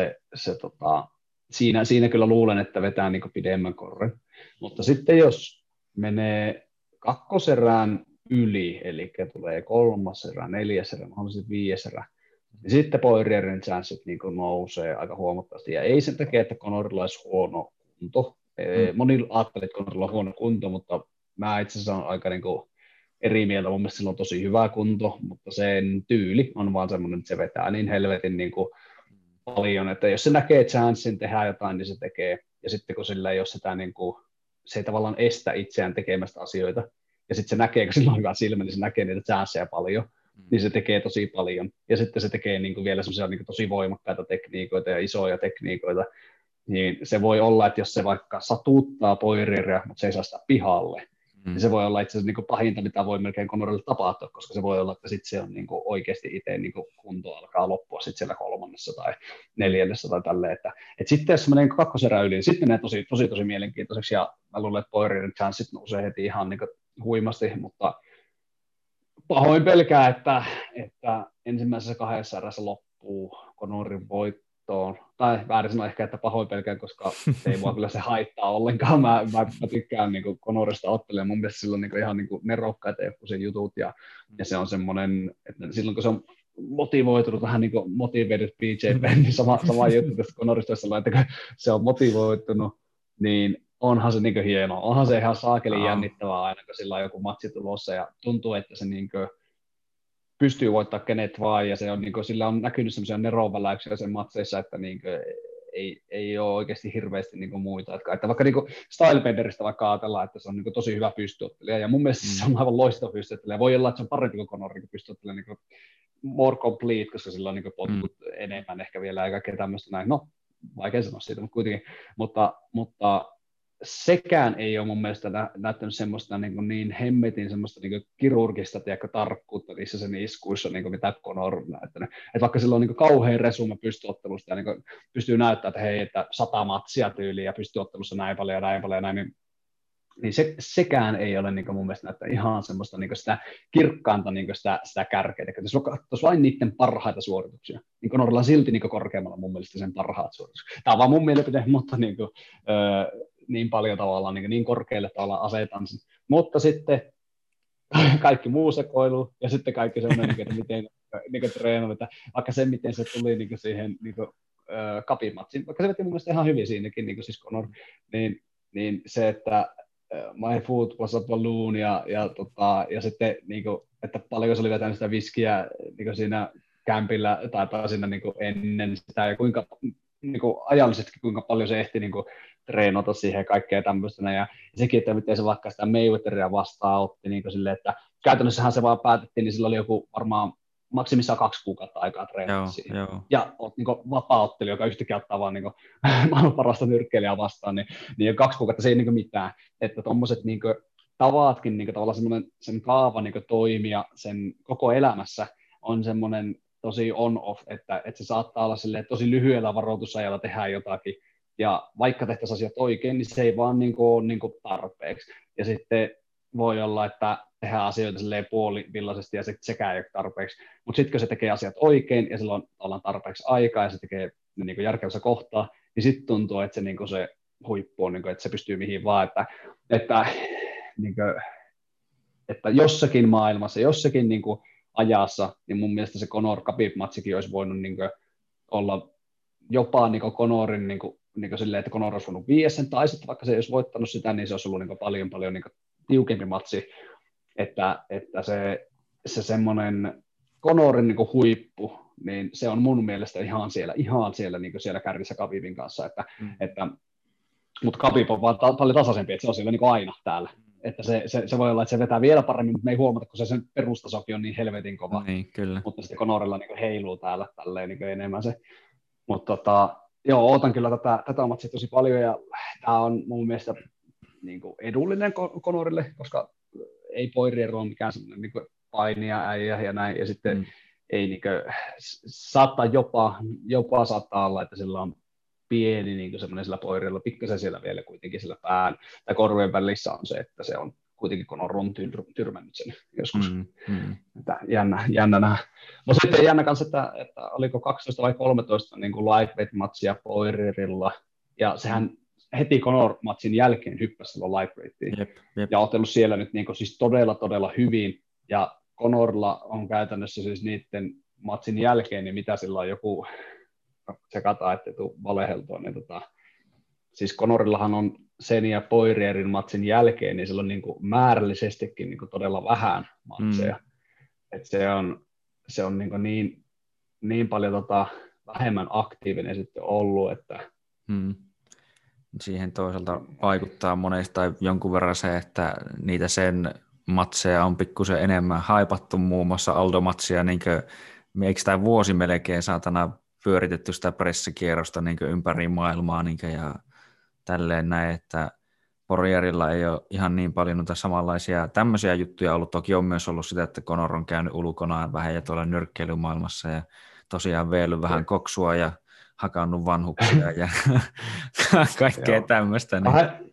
siinä kyllä luulen, että vetää niin pidemmän korren. Mutta sitten jos menee kakkoserään yli, eli tulee kolmas erä, neljäs erä, mahdollisesti viides erä, niin sitten Poirierin chanssit niin nousee aika huomattavasti. Ja ei sen takia, että Conorilla olisi huono kunto. Moni ajattelee, että Conorilla on huono kunto, mutta mä itse asiassa olen aika niin kuin eri mieltä. Mun mielestä sillä on tosi hyvä kunto, mutta sen tyyli on vaan semmoinen, että se vetää niin helvetin niin kuin paljon, että jos se näkee chanssin tehdä jotain, niin se tekee. Ja sitten kun sillä ei ole sitä, niin kuin, se ei tavallaan estä itseään tekemästä asioita. Ja sitten se näkee, kun sillä on hyvä silmä, niin se näkee niitä chansseja paljon. Niin se tekee tosi paljon. Ja sitten se tekee niin kuin vielä semmoisia niin kuin tosi voimakkaita tekniikoita ja isoja tekniikoita. Niin se voi olla, että jos se vaikka satuttaa Poirieria, mutta se ei saa sitä pihalle, niin se voi olla itse asiassa niin pahinta, mitä voi melkein Conorille tapahtua, koska se voi olla, että sitten se on niin kuin oikeasti itse niin kuin kunto alkaa loppua sitten siellä kolmannessa tai neljännessä tai tälleen. Että sitten jos menee kakkoserä yli, niin sitten menee tosi mielenkiintoiseksi, ja mä luulen, että Poirierin chanssit nousee heti ihan niin kuin huimasti, mutta pahoin pelkää, että ensimmäisessä kahdessa erässä loppuu Conorin voittoon. Tai väärin sanoa ehkä, että pahoin pelkään, koska ei mua kyllä se haittaa ollenkaan. Mä tykkään niin Conorista ottelemaan. Mun mielestä sillä on ihan niin nerokkaita joku sen jutut. Ja se on semmoinen, että silloin kun se on motivoitunut, vähän niin kuin motivated BJ Penn, niin sama juttu tästä Conorista, että kun se on motivoitunut, niin onhan se niin hienoa. Onhan se ihan saakeli jännittävää aina, kun sillä on joku matsi tulossa ja tuntuu, että se niin pystyy voittamaan kenet vaan, ja se on, sillä on näkynyt sellaisia neronväläyksiä sen matseissa, että ei ole oikeasti hirveästi muita. Että vaikka Stylebenderistä vaikka ajatellaan, että se on tosi hyvä pystyottelija, ja mun mielestä se on aivan loistava pystyottelija. Voi olla, että se on parempi kuin Conor pystyottelija, more complete, koska sillä on potkut enemmän ehkä vielä, eikä ketään tämmöistä näin. No, vaikea sanoa siitä, mutta kuitenkin. Mutta sekään ei ole mun mielestä näyttänyt semmoista niin hemmetin semmoista niin kirurgista tarkkuutta niissä sen iskuissa, niin mitä Conor on näyttänyt. Et vaikka sillä on niin kauhean resume pystyottelusta ja niin pystyy näyttämään, että hei, että 100 matsia tyyliin ja pystyottelussa näin paljon ja näin paljon ja näin, niin sekään ei ole niin mun mielestä näyttää ihan semmoista niin sitä kirkkaanta niin sitä kärkeä. Jos katsoisi vain niiden parhaita suorituksia, niin Conorilla on silti niin korkeammalla mun mielestä sen parhaat suoritukset. Tämä on vaan mun mielipide, mutta niin paljon tavallaan niin korkealle tavallaan asetan sen. Mutta sitten kaikki muu sekoilu ja sitten kaikki semmoinen, että miten treenannut, että vaikka se, miten se tuli siihen kapimatsiin, vaikka se veti mun mielestä ihan hyvin siinäkin, siis Conor, niin se, että my food was a balloon ja sitten että paljonko se oli vetänyt sitä viskiä siinä kämpillä tai siinä ennen sitä ja kuinka ajallisesti kuinka paljon se ehti treenata siihen kaikkea tämmöistä ja sekin, että miten se vaikka sitä Mayweatheria vastaan otti silleen, että käytännössähän se vaan päätettiin, niin sillä oli joku varmaan maksimissaan 2 kuukautta aikaa treenata siihen. Joo. Ja olet vapaa-otteli, joka yhtäkkiä ottaa vaan maailman parasta nyrkkeilijää vastaan, niin 2 kuukautta se ei mitään. Että tuommoiset tavatkin, tavallaan sen kaava toimia sen koko elämässä on semmoinen tosi on-off, että se saattaa olla silleen, että tosi lyhyellä varoitusajalla tehdään jotakin, ja vaikka tehtäisiin asiat oikein, niin se ei vaan ole tarpeeksi. Ja sitten voi olla, että tehdään asioita puolivillaisesti ja sekään ei ole tarpeeksi. Mutta sitten kun se tekee asiat oikein ja silloin ollaan tarpeeksi aikaa ja se tekee järkevässä kohtaa, niin sitten tuntuu, että se huippu on, että se pystyy mihin vaan. Että jossakin maailmassa, jossakin ajassa, niin mun mielestä se Conor-Khabib-matsikin olisi voinut olla jopa Conorin silleen, että Conor olisi voinut viedä sen, tai sitten vaikka se ei olisi voittanut sitä, niin se olisi ollut paljon tiukempi matsi, että se semmoinen Conorin huippu, niin se on mun mielestä ihan siellä kärjissä Khabibin kanssa, mutta Khabib on vaan paljon tasaisempi, että se on siellä aina täällä. Että se voi olla, että se vetää vielä paremmin, mutta me ei huomata, kun se sen perustasokin on niin helvetin kova. Niin, kyllä. Mutta sitten Conorilla heiluu täällä tälleen enemmän se. Mutta joo, ootan kyllä tätä matsia tosi paljon, ja tämä on mun mielestä edullinen Conorille, koska ei Poirier ole mikään semmoinen painija äijä ja näin, ja sitten ei saattaa jopa saattaa olla, että sillä on pieni semmoinen sillä Poirierilla, pikkasen siellä vielä kuitenkin sillä pään tai korvien välissä on se, että se on kuitenkin Conor on tyrmännyt sen joskus. Jännä nähdä. Mutta sitten jännä kanssa, että oliko 12 vai 13 lightweight-matsia Poirierilla, ja sehän heti Conor-matsin jälkeen hyppäsi silloin lightweightiin. Jep. Ja otellut siellä nyt siis todella hyvin, ja Conorilla on käytännössä siis niiden matsin jälkeen, niin mitä sillä on joku, sekataan, ettei tule valeheltua, niin siis Conorillahan on sen ja Poirierin matsin jälkeen, niin sillä on määrällisestikin todella vähän matseja. Että se on niin paljon vähemmän aktiivinen sitten ollut, että siihen toisaalta vaikuttaa monesta jonkun verran se, että niitä sen matseja on pikkusen enemmän haipattu, muun muassa Aldo-matsia, eikö tämä vuosi melkein saatana pyöritetty sitä pressikierrosta ympäri maailmaa ja tälleen näin, että Poirierilla ei ole ihan niin paljon noita samanlaisia tämmöisiä juttuja ollut. Toki on myös ollut sitä, että Conor on käynyt ulkona vähän ja tuolla nyrkkeilymaailmassa ja tosiaan veellyt vähän koksua ja hakannut vanhuksia ja kaikkea tämmöistä. Niin.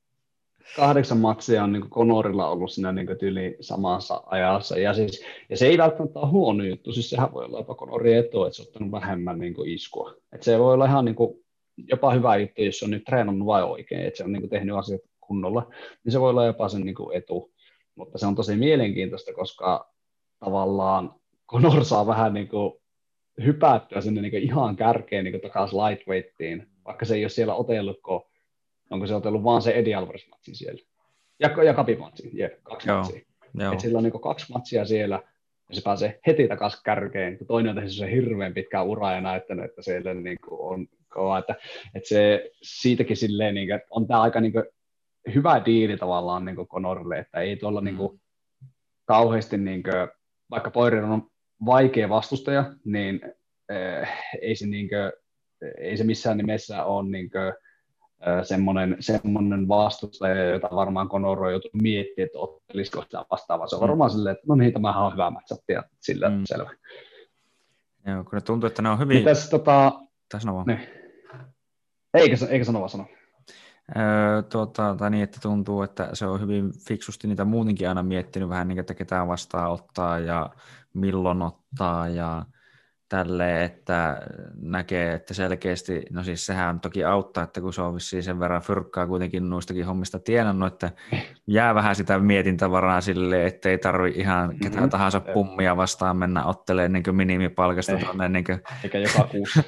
8 matsia on Conorilla ollut siinä tyyli samassa ajassa, ja se ei välttämättä ole huono juttu, siis sehän voi olla jopa Conorin etu, että se on ottanut vähemmän iskua. Et se voi olla ihan jopa hyvä juttu, jos se on nyt treenannut vai oikein, että se on tehnyt asiat kunnolla, niin se voi olla jopa sen etu, mutta se on tosi mielenkiintoista, koska tavallaan Conor saa vähän hypättyä sinne ihan kärkeen takaisin lightweightiin, vaikka se ei ole siellä otellut, onko se otellut vaan se Eddie Alvarez-matsin siellä. Ja Khabib-matsin, 2 matsia. Että sillä on 2 matsia siellä, ja se pääsee heti takaisin kärkeen, kun toinen on tehnyt se hirveän pitkään uraa ja näyttänyt, että siellä on kova. Että se siitäkin silleen, on tämä aika hyvä diili tavallaan Conorille, että ei tuolla kauheasti, vaikka Poirier on vaikea vastustaja, niin ei se missään nimessä ole semmoinen vastustaja, jota varmaan Conor on joutunut miettimään, että ottelisiko sitä vastaavaa. Se on varmaan silleen, että no niin, tämähän on hyvä matchup ja sillä selvä. Joo, kun ne tuntuu, että ne on hyvin... Mitäs niin. Eikä sano vaan sano. Tai niin, että tuntuu, että se on hyvin fiksusti niitä muutenkin aina miettinyt vähän niin, että ketään vastaan ottaa ja milloin ottaa ja tälleen, että näkee, että selkeästi, no siis sehän toki auttaa, että kun se on vissiin sen verran fyrkkaa kuitenkin noistakin hommista tienannut, että jää vähän sitä mietintävaraa silleen, ettei tarvitse ihan ketään tahansa pummia vastaan mennä ottelemaan niin minimipalkasta tuonne. Niin eikä joka kuussa.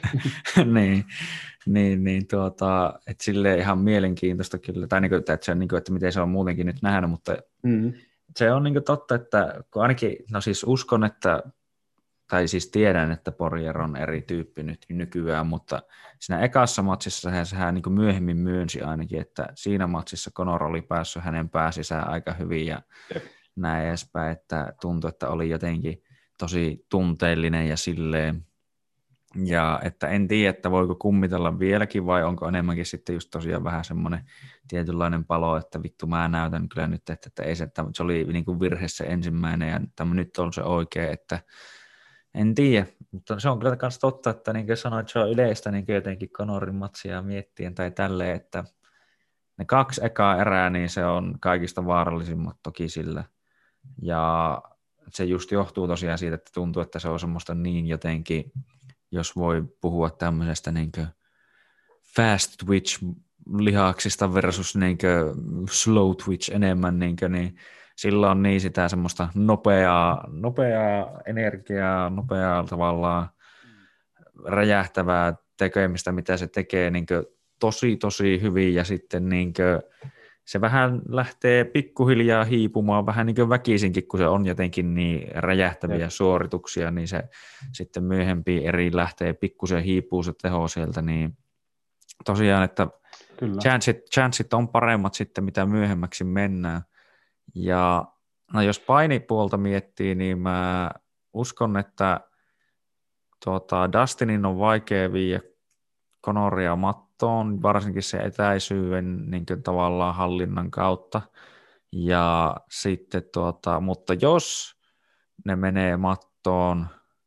Että silleen ihan mielenkiintoista kyllä, tai niin kuin, että, se, niin kuin, että miten se on muutenkin nyt nähnyt, mutta se on niin kuin totta, että kun ainakin, no siis uskon, että tai siis tiedän, että Poirier on eri tyyppi nyt nykyään, mutta siinä ekassa matsissa hän niin kuin myöhemmin myönsi ainakin, että siinä matsissa Conor oli päässyt hänen pääsisään aika hyvin ja näin edespäin, että tuntui, että oli jotenkin tosi tunteellinen ja silleen, ja että en tiedä, että voiko kummitella vieläkin vai onko enemmänkin sitten just tosiaan vähän semmoinen tietynlainen palo, että vittu mä näytän kyllä nyt, että ei se oli niin kuin virhe se ensimmäinen ja tämä nyt on se oikea, että en tiedä, mutta se on kyllä myös totta, että niin kuin sanoit, se on yleistä niin jotenkin Conorin matsia miettien tai tälleen, että ne 2 ekaa erää, niin se on kaikista vaarallisimmat toki sillä. Ja se just johtuu tosiaan siitä, että tuntuu, että se on semmoista niin jotenkin, jos voi puhua tämmöisestä niin kuin fast twitch lihaksista versus niin kuin slow twitch enemmän, niin sillä on niin sitä semmoista nopeaa energiaa, nopeaa tavallaan räjähtävää tekemistä, mitä se tekee niin tosi hyvin ja sitten niin se vähän lähtee pikkuhiljaa hiipumaan vähän niin väkisinkin, kun se on jotenkin niin räjähtäviä suorituksia, niin se sitten myöhempi eri lähtee pikkusen hiipuu se teho sieltä, niin tosiaan, että chanssit on paremmat sitten, mitä myöhemmäksi mennään. Ja no jos painipuolta miettii, niin mä uskon, että Dustinin on vaikea viedä Conoria mattoon, varsinkin se etäisyyden niin tavallaan hallinnan kautta. Ja sitten, mutta jos ne menee mattoon,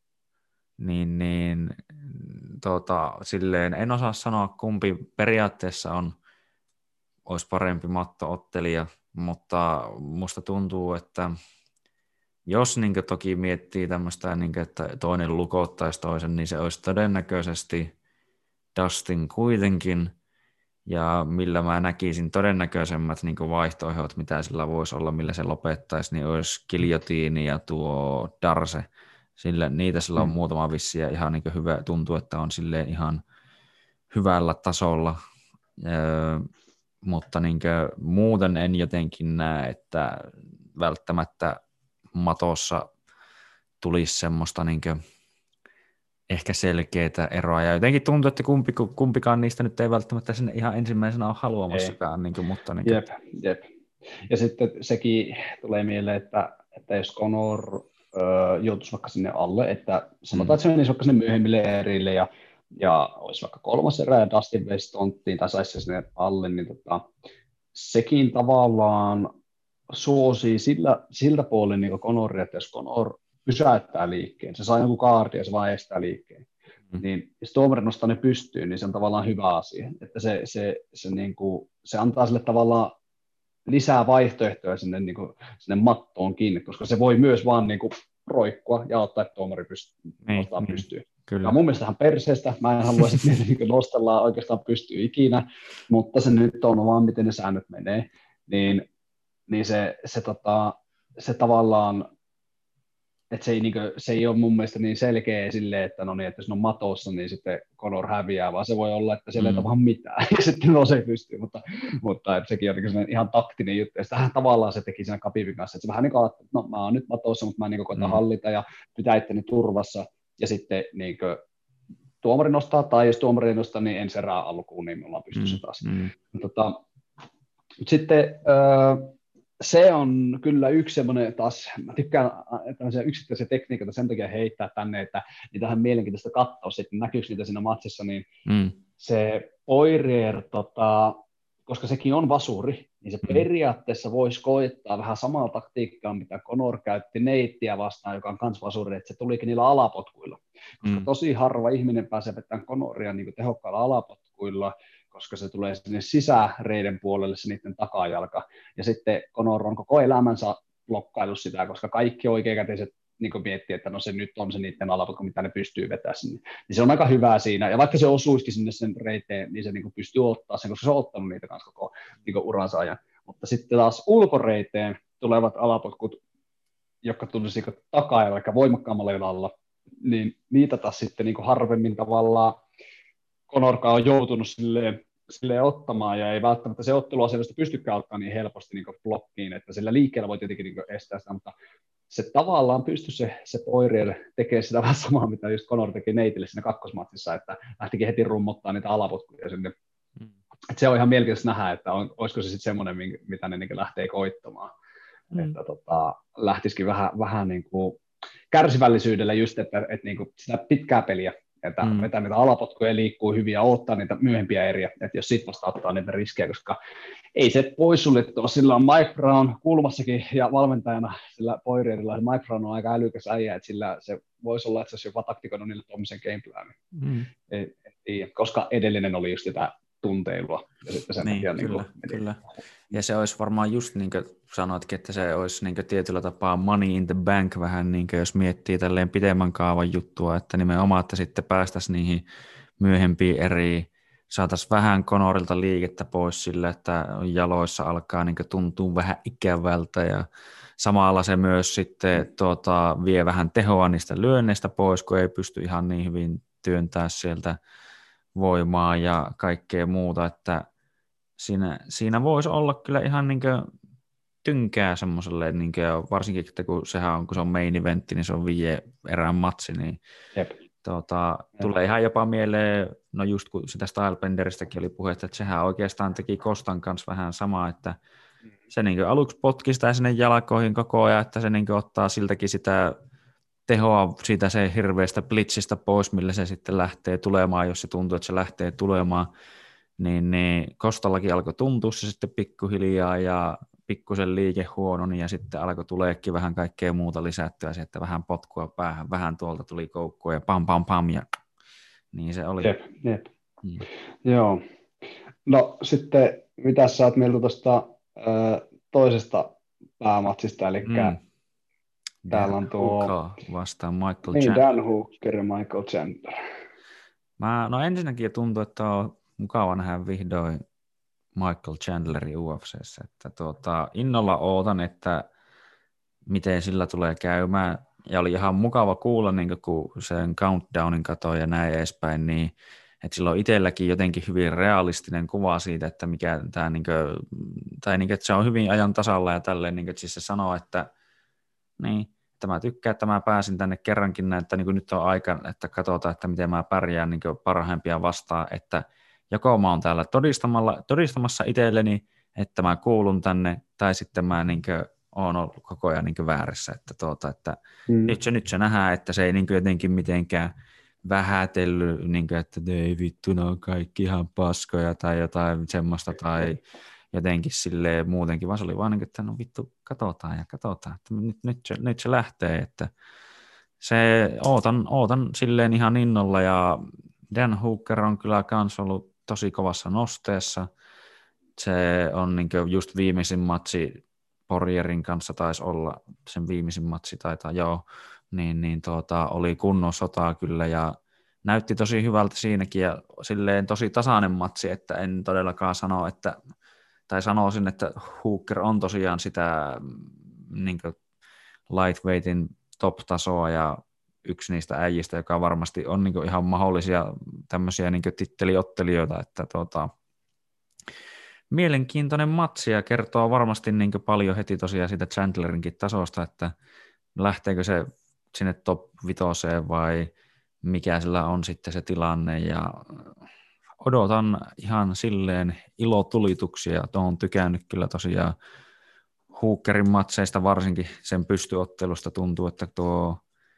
niin silleen en osaa sanoa, kumpi periaatteessa olisi parempi mattoottelija, mutta musta tuntuu, että jos niin toki miettii tämmöistä, niin että toinen lukottaisi toisen, niin se olisi todennäköisesti Dustin kuitenkin, ja millä mä näkisin todennäköisemmät niin vaihtoehdot, mitä sillä voisi olla, millä se lopettaisi, niin olisi Guillotine ja tuo Darce. Niitä sillä on muutama vissi ja ihan niin hyvä, tuntuu, että on silleen ihan hyvällä tasolla. Mutta niin muuten en jotenkin näe, että välttämättä matossa tulisi semmoista niin ehkä selkeää eroa. Ja jotenkin tuntuu, että kumpikaan niistä nyt ei välttämättä sinne ihan ensimmäisenä ole haluamassakaan. Mutta Jep. Ja sitten sekin tulee mieleen, että jos Conor joutuisi vaikka sinne alle, että sanotaan, että se menisi vaikka sinne myöhemmille erille ja olisi vaikka 3. erä ja Dustin veisi tonttiin tai saisi se sinne alle, niin sekin tavallaan suosii siltä puolella niin Conoria, että jos Conor pysäyttää liikkeen, se saa jonkun kaartin ja se vaan estää liikkeen, niin jos tuomari nostaa ne pystyyn, niin se on tavallaan hyvä asia, että se antaa sille tavallaan lisää vaihtoehtoja sinne mattoon kiinni, koska se voi myös vaan roikkua ja ottaa, että tuomari nostaa pystyyn. Kyllä. Ja mun mielestä ihan perseestä, mä en halua, että niitä nostellaan oikeastaan pystyy ikinä, mutta se nyt on vaan, miten ne säännöt menee, niin se tavallaan, että se ei ole mun mielestä niin selkeä silleen, että no niin, että jos ne on matossa, niin sitten Conor häviää, vaan se voi olla, että siellä ei tapahdu mitään, ja sitten nousee pystyyn, mutta että sekin on ihan taktinen juttu, ja sitähän tavallaan se teki siinä Khabibin kanssa, että se vähän niin kuin että no mä oon nyt matossa, mutta mä niin koitan hallita ja pitää itteni turvassa, ja sitten niin kuin, tuomari nostaa, tai jos tuomari ei nosta, niin ensi erää alkuun, niin me ollaan pystyssä taas. Mutta sitten se on kyllä yksi semmoinen taas, mä tykkään tämmöisiä yksittäisiä tekniikoita sen takia heittää tänne, että niitä on mielenkiintoista katsoa sitten, näkyykö niitä siinä matsissa, niin se Poirier, koska sekin on vasuri, niin se periaatteessa voisi koittaa vähän samalla taktiikkaa, mitä Conor käytti Neittiä vastaan, joka on kans vasuri, että se tulikin niillä alapotkuilla. Koska tosi harva ihminen pääsee vetämään Conoria niin tehokkailla alapotkuilla, koska se tulee sinne sisäreiden puolelle se niiden takajalka. Ja sitten Conor on koko elämänsä blokkaillut sitä, koska kaikki oikeakäteiset niin miettii, että no se nyt on se niiden alapotku, mitä ne pystyy vetämään sinne. Niin se on aika hyvä siinä. Ja vaikka se osuisikin sinne sen reiteen, niin se niin pystyy ottaa sen, koska se on ottanut niitä kanssa koko niin uransa ajan. Mutta sitten taas ulkoreiteen tulevat alapotkut, jotka tulisi takaa ja vaikka voimakkaammalla jalalla, niin niitä taas sitten niin harvemmin tavallaan Conorkaan on joutunut silleen ottamaan, ja ei välttämättä se otteluasennosta pystykään ottaa niin helposti niin blokkiin, että sillä liikkeellä voi tietenkin niin estää sitä, mutta se tavallaan pystyy se Poirier tekemään sitä vähän samaa, mitä just Conor teki Neitille siinä kakkosmatsissa, että lähtikin heti rummottaa niitä alapotkuja sinne. Et se on ihan mielenkiintoista nähdä, että olisiko se sitten semmoinen, mitä ne niin lähtee koittamaan. Että lähtisikin vähän niin kuin kärsivällisyydellä just, että niin kuin sitä pitkää peliä, että vetää niitä alapotkuja ja liikkuu hyvin ja odottaa niitä myöhempiä eriä, että jos sit vasta ottaa niitä riskejä, koska ei se poissuljettu ole. Sillä on Mike Brown kulmassakin ja valmentajana sillä Poirierilla. Mike Brown on aika älykäs äijä, että sillä se voisi olla, että se olisi jopa taktikoinut niille tuommoisen gameplanin. Koska edellinen oli just sitä tunteilua. Ja sitten sen kyllä. Ja se olisi varmaan just niin kuin sanoitkin, että se olisi niin kuin tietyllä tapaa money in the bank vähän, niin kuin jos miettii tälleen pidemmän kaavan juttua, että nimenomaan, että sitten päästäisiin niihin myöhempiin eriin, saataisiin vähän Conorilta liikettä pois sille, että jaloissa alkaa niin kuin tuntua vähän ikävältä ja samalla se myös sitten vie vähän tehoa niistä lyönneistä pois, kun ei pysty ihan niin hyvin työntää sieltä voimaa ja kaikkea muuta, että siinä voisi olla kyllä ihan niin kuin tynkää semmoiselle, niin kuin, varsinkin että kun se on main eventti, niin se on 5 erään matsi, niin tulee ihan jopa mieleen, no just kun sitä Stylebenderistäkin oli puhetta, että sehän oikeastaan teki Kostan kanssa vähän samaa, että se niin kuin aluksi potki sitä sinne jalkoihin koko ajan, että se niin kuin ottaa siltäkin sitä tehoa siitä se hirveästä blitzistä pois, millä se sitten lähtee tulemaan, jos se tuntuu, että se lähtee tulemaan, niin Kostallakin alkoi tuntua se sitten pikkuhiljaa ja pikkusen liike huononi ja sitten alkoi tuleekin vähän kaikkea muuta lisättyä, että vähän potkua päähän, vähän tuolta tuli koukkua ja pam pam pam ja niin se oli. Jep. Joo. No sitten mitä sä oot mieltä tuosta toisesta päämatsista, eli täällä on tuo vastaan Michael Chandler. Dan Hooker ja Michael Chandler. No ensinnäkin tuntuu, että on mukava nähdä vihdoin Michael Chandlerin UFC:ssä, että innolla ootan, että miten sillä tulee käymään, ja oli ihan mukava kuulla, niin kun sen countdownin katoi ja näin edespäin, niin että sillä on itselläkin jotenkin hyvin realistinen kuva siitä, että mikä tämä, että se on hyvin ajan tasalla ja tälleen, että siis se sanoo, että että mä tykkään, että mä pääsin tänne kerrankin näin, että nyt on aika, että katsotaan, että miten mä pärjään parhaimpia vastaan, että joko mä oon täällä todistamassa itselleni, että mä kuulun tänne, tai sitten mä oon ollut koko ajan väärässä, että nyt se nähdään, että se ei jotenkin mitenkään vähätellyt, että ei vittu, ne on kaikki ihan paskoja tai jotain semmoista, tai jotenkin silleen muutenkin, vaan se oli vaan että no vittu, katsotaan, että nyt se lähtee, että se ootan silleen ihan innolla, ja Dan Hooker on kyllä kans ollut tosi kovassa nosteessa, se on just viimeisin matsi Poirierin kanssa taisi olla, sen viimeisin matsi taitaa, oli kunnon sotaa kyllä, ja näytti tosi hyvältä siinäkin, ja silleen tosi tasainen matsi, että en todellakaan sano, tai sanoisin, että Hooker on tosiaan sitä lightweightin top-tasoa ja yksi niistä äijistä, joka varmasti on ihan mahdollisia tämmöisiä titteliottelijoita, että mielenkiintoinen matsi ja kertoo varmasti paljon heti tosiaan siitä Chandlerinkin tasosta, että lähteekö se sinne top 5 vai mikä sillä on sitten se tilanne, ja odotan ihan silleen ilotulituksia, olen tykännyt kyllä tosiaan Hookerin matseista, varsinkin sen pystyottelusta tuntuu, että tuo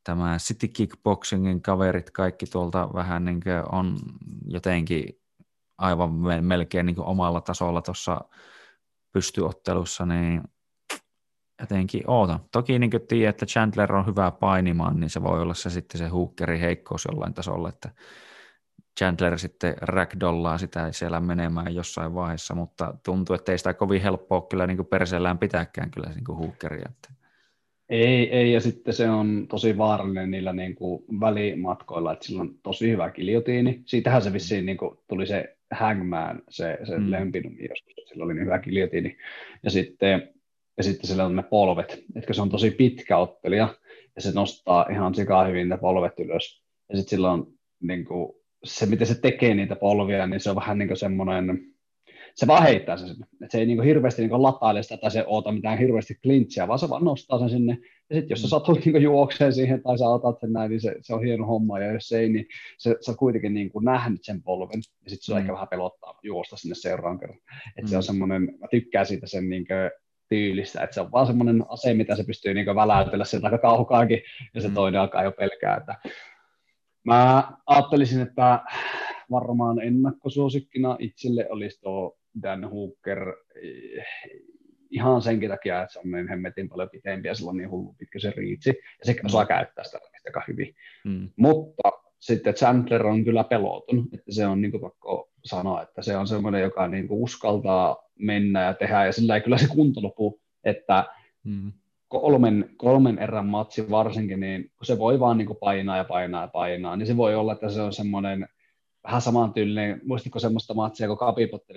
tämä City Kickboxingin kaverit kaikki tuolta vähän niin kuin on jotenkin aivan melkein niin kuin omalla tasolla tuossa pystyottelussa, niin jotenkin ootan. Toki niin kuin tiedän, että Chandler on hyvä painimaan, niin se voi olla se sitten se Hookerin heikkous jollain tasolla, että Chandler sitten ragdollaa sitä siellä menemään jossain vaiheessa, mutta tuntuu, että ei sitä kovin helppoa kyllä niin kuin perseellään pitääkään kyllä niin kuin Hookeria. Ei, ja sitten se on tosi vaarallinen niillä niin kuin välimatkoilla, että sillä on tosi hyvä giljotiini. Siitähän se vissiin niin kuin tuli se Hangman, se lempinumi joskus, että sillä oli niin hyvä giljotiini. Ja sitten sillä on ne polvet, että se on tosi pitkä ottelija, ja se nostaa ihan sikaa hyvin ne polvet ylös. Ja sitten sillä on niin kuin, se, miten se tekee niitä polvia, niin se on vähän niin kuin semmoinen, se vaan heittää sen sinne. Et se ei niinku hirveästi niinku lataile sitä tai se oota mitään hirveästi klintsiä, vaan se vaan nostaa sen sinne. Ja sitten jos sä satut niinku juokseen siihen tai sä otat sen näin, niin se on hieno homma. Ja jos ei, niin sä oot kuitenkin niinku nähnyt sen polven. Ja sitten se on ehkä vähän pelottaa juosta sinne seuraan kerran. Että se on semmoinen, mä tykkään siitä sen niinku tyylistä, että se on vaan semmoinen ase, mitä se pystyy niinku väläytellä sieltä aika kaukaakin. Ja se toinen alkaa jo pelkää. Että mä ajattelisin, että varmaan ennakkosuosikkina itselle olisi tuo Dan Hooker ihan senkin takia, että se on niin hemmetin paljon pitempi ja sillä on niin hullu pitkä se riitsi, ja se osaa käyttää sitä aika hyvin. Mutta sitten Chandler on kyllä peloton, että se on niin kuin pakko sanoa, että se on semmoinen, joka niin kuin uskaltaa mennä ja tehdä, ja sillä ei kyllä se kunto lopu, että kolmen erän matsi varsinkin, niin kun se voi vaan niin kuin painaa, niin se voi olla, että se on semmoinen vähän samantyylinen, muistatko semmoista matsia, kun Kapipotteli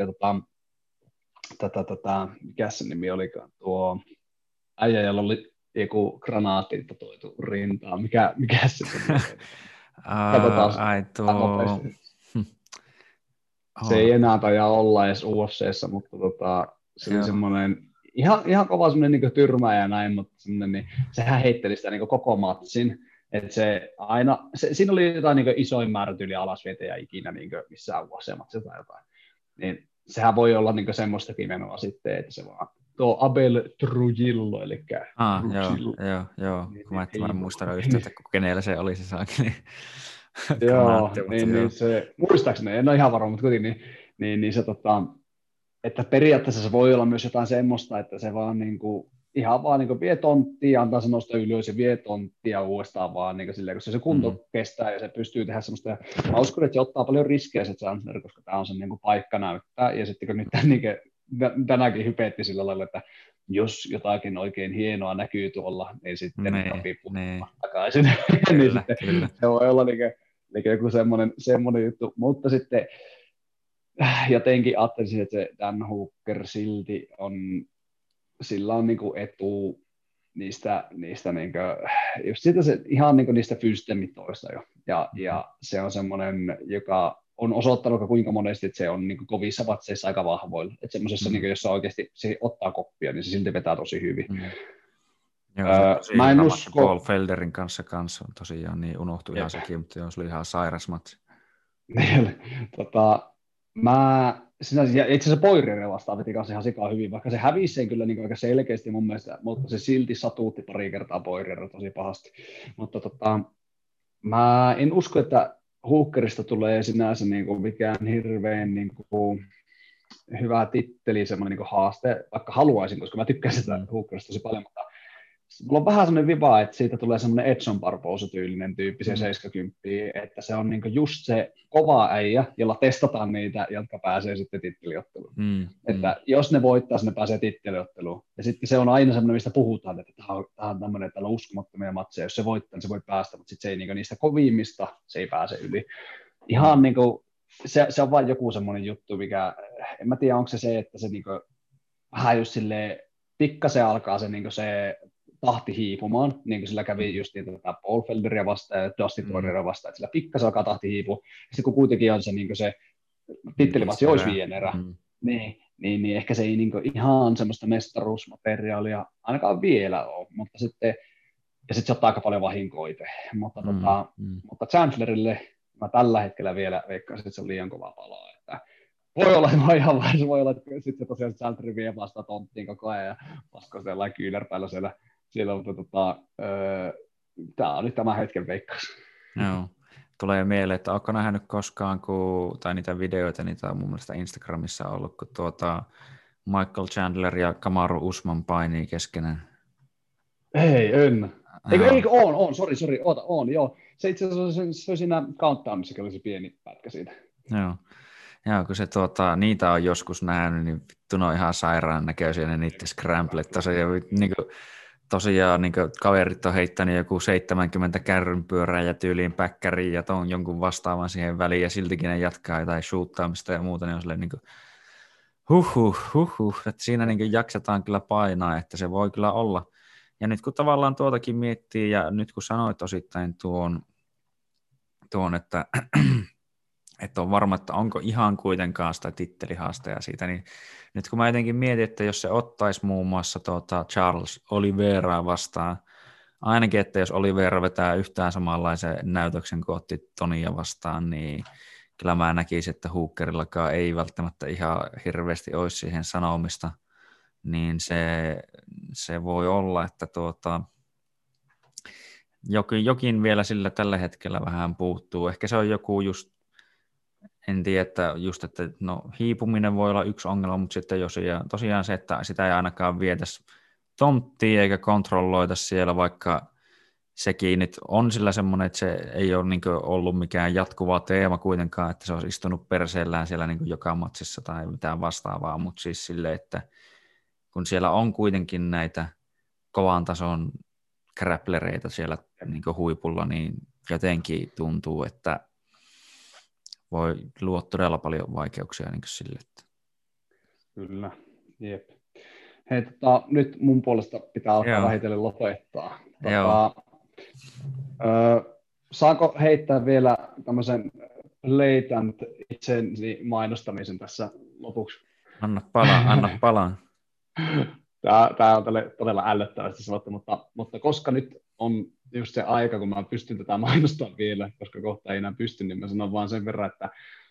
mikä se nimi olikaan, tuo äijä, jolla oli joku granaatti toitu rintaan, mikä se oli? Se ei enää taida olla edes UFC:ssä, mutta se oli semmoinen ihan kova semmoinen niin tyrmä ja näin, mutta niin, sehän heitteli sitä niin koko matsin. Että siinä oli jotain niin isoin määrä tyyli alasvietäjä ikinä niin missään UFC-matsissa tai jotain. Niin sehän voi olla niin semmoistakin menoa sitten, että se vaan tuo Abel Trujillo, eli Joo, kun mä en muista yhtään, että kenellä se oli se saakeli. Joo, niin se, muistaakseni, en ole ihan varma, mutta kuitenkin, niin se että periaatteessa se voi olla myös jotain semmoista, että se vaan niin kuin, ihan vaan niin kuin vie tonttia, antaa se nostaa ylös ja vie tonttia uudestaan vaan niin kuin silleen, koska se kunto kestää ja se pystyy tehdä semmoista. Ja mä uskon, että se ottaa paljon riskejä se Chandler, koska tämä on sen niin kuin paikka näyttää. Ja sitten kun nyt niin kuin, tänäänkin hypeetti sillä lailla, että jos jotakin oikein hienoa näkyy tuolla, niin sitten kapipuu takaisin. Niin sitten se voi olla niin kuin joku semmoinen juttu. Mutta sitten jotenkin ajattelisin, että se Dan Hooker silti sillä on niinku etu niistä niinku, just siitä se, ihan niinku niistä fysteemitoista jo. Ja se on semmoinen, joka on osoittanut kuinka monesti, että se on niinku kovissa vatseissa aika vahvoilla. Että semmoisessa, niinku, jossa oikeasti se ottaa koppia, niin se silti vetää tosi hyvin. Joo, se mä en usko. Paul Felderin kanssa on tosiaan, niin unohtui ihan sekin, mutta se oli ihan sairas matsi. Ja itse asiassa Poirieria vastaan veti kanssa ihan sikaa hyvin, vaikka se hävisi sen kyllä niin aika selkeästi mun mielestä, mutta se silti satuutti pari kertaa Poirieria tosi pahasti. Mutta mä en usko, että Hookerista tulee sinänsä niin kuin mikään hirveän niin kuin hyvä titteli, semmoinen niin kuin haaste, vaikka haluaisin, koska mä tykkään sitä Hookerista tosi paljon, mutta mulla on vähän semmoinen viba, että siitä tulee semmoinen Edson Barbosa-tyylinen tyyppi, se 70, että se on niinku just se kova äijä, jolla testataan niitä, jotka pääsee sitten titteliotteluun. Että jos ne voittaa, ne pääsee titteliotteluun. Ja sitten se on aina semmoinen, mistä puhutaan, että tämä on tämmöinen, täällä on uskomattomia matseja. Jos se voittaa, niin se voi päästä, mutta sitten se ei niinku niistä kovimmista, se ei pääse yli. Ihan niinku, se on vain joku semmoinen juttu, mikä, en mä tiedä, onko se, että se niinku vähän just silleen, pikkasen alkaa se niinku se tahti hiipumaan, niin kuin sillä kävi just tätä Paul Felderia vastaan ja Dustin Poirieria vastaan, että sillä pikkasen alkaa tahti hiipua. Sitten kun kuitenkin on se, niin se tittelimatsi olisi 5 erää, niin ehkä se ei niin ihan semmoista mestaruusmateriaalia ainakaan vielä ole, mutta sitten se ottaa aika paljon vahinkoa itse. Mutta Chandlerille mä tällä hetkellä vielä veikkaisin, että se on liian kova palaa. Että voi olla, että sitten tosiaan Chandler vie vasta tonttiin koko ajan ja pasko sellainen kyynärpäillä siellä mutta tämä on nyt tämän hetken veikkaus. Joo. Tulee mieleen, että oletko nähnyt koskaan, tai niitä videoita, niitä on mun mielestä Instagramissa ollut, kun Michael Chandler ja Kamaru Usman painii keskenään. Ei, en. Joo. Eikö, sori, on, joo. Se itse asiassa se oli siinä Countdownissa, oli se pieni pätkä siitä. Joo. Joo, kun se niitä on joskus nähnyt, niin vittu ne on ihan sairaan näköisiä ne niiden scramblet. Tosiaan niin kaverit on heittänyt joku 70 kärrynpyörää ja tyyliin päkkäriin ja ton jonkun vastaavan siihen väliin ja siltikin ne jatkaa jotain shoottaamista ja muuta, niin on silleen niin kuin että siinä niin jaksetaan kyllä painaa, että se voi kyllä olla. Ja nyt kun tavallaan tuotakin miettii ja nyt kun sanoit osittain tuon että on varma, että onko ihan kuitenkaan sitä tittelihaasteja siitä, niin nyt kun mä jotenkin mietin, että jos se ottaisi muun muassa Charles Oliveira vastaan, ainakin, että jos Oliveira vetää yhtään samanlaisen näytöksen kuin otti Tonia vastaan, niin kyllä mä näkisin, että Hookerillakaan ei välttämättä ihan hirveästi olisi siihen sanomista, niin se voi olla, että jokin vielä sillä tällä hetkellä vähän puuttuu. Ehkä se on joku just, en tiedä, että hiipuminen voi olla yksi ongelma, mutta sitten tosiaan se, että sitä ei ainakaan vietäisi tonttiin eikä kontrolloita siellä, vaikka sekin nyt on sillä semmoinen, että se ei ole niin ollut mikään jatkuva teema kuitenkaan, että se olisi istunut perseellään siellä niin joka matsissa tai mitään vastaavaa, mutta siis silleen, että kun siellä on kuitenkin näitä kovan tason grapplereita siellä niin huipulla, niin jotenkin tuntuu, että voi luoda todella paljon vaikeuksia niin sille. Että... Kyllä, jep. Hei, nyt mun puolesta pitää alkaa vähitellen lopettaa. Saanko heittää vielä tämmöisen blatant itseni mainostamisen tässä lopuksi? Anna palaa. Tämä on todella ällöttävästi sanottu, mutta koska nyt on just se aika, kun mä pystyn tätä mainostamaan vielä, koska kohta ei enää pysty, niin mä sanon vaan sen verran, että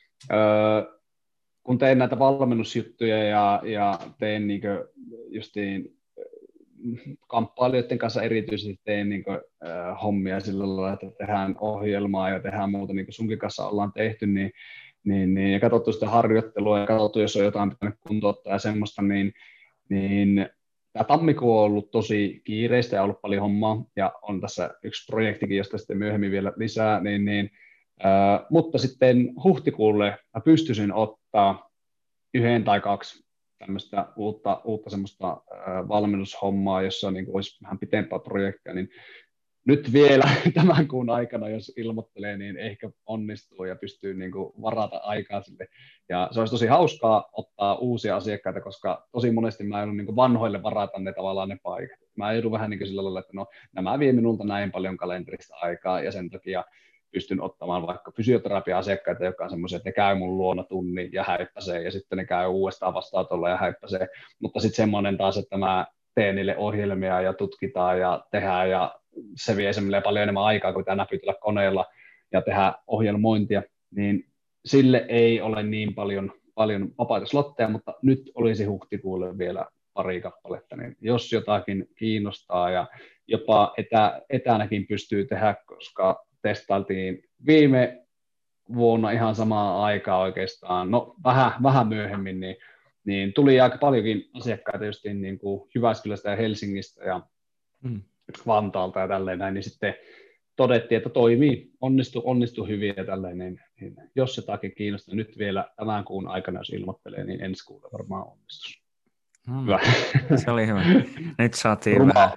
kun teen näitä valmennusjuttuja ja teen justiin kamppailijoiden kanssa erityisesti teen hommia sillä lailla, että tehdään ohjelmaa ja tehdään muuta, niin kuin sunkin kanssa ollaan tehty, niin ja katsottu sitä harjoittelua ja katsottu, jos on jotain pitänyt kuntouttaa ja semmoista, niin tämä tammikuu on ollut tosi kiireistä ja ollut paljon hommaa, ja on tässä yksi projektikin, josta sitten myöhemmin vielä lisää, mutta sitten huhtikuulle mä pystyisin ottaa 1 tai 2 tämmöistä uutta semmoista valmennushommaa, jossa niin olisi vähän pitempää projektia, niin nyt vielä tämän kuun aikana, jos ilmoittelee, niin ehkä onnistuu ja pystyy niin kuin varata aikaa sille. Ja se olisi tosi hauskaa ottaa uusia asiakkaita, koska tosi monesti mä joudun niin kuin vanhoille varata ne tavallaan ne paikat. Mä joudun vähän niin kuin sillä lailla, että nämä vie minulta näin paljon kalenterista aikaa ja sen takia pystyn ottamaan vaikka fysioterapia-asiakkaita, jotka on semmoisia, että ne käy mun luona tunnin ja häippäsee ja sitten ne käy uudestaan vastaanotolla ja häippäsee. Mutta sitten semmoinen taas, että mä teen niille ohjelmia ja tutkitaan ja tehdään ja se vie paljon enemmän aikaa kuin tämä näpytellä koneella ja tehdä ohjelmointia, niin sille ei ole niin paljon vapaita slotteja, mutta nyt olisi huhtikuulle vielä pari kappaletta, niin jos jotakin kiinnostaa ja jopa etänäkin pystyy tehdä, koska testailtiin viime vuonna ihan samaa aikaa oikeastaan, vähän myöhemmin, niin tuli aika paljonkin asiakkaita justiin niin kuin Jyväskylästä ja Helsingistä ja Vantaalta ja tälleen näin, niin sitten todettiin, että toimii, onnistuu hyvin ja tälleen, niin jos jotakin kiinnostaa nyt vielä tämän kuun aikana, jos ilmoittelee, niin ensi kuulla varmaan onnistuu. Hyvä. Se oli hyvä. Nyt saatiin vähän.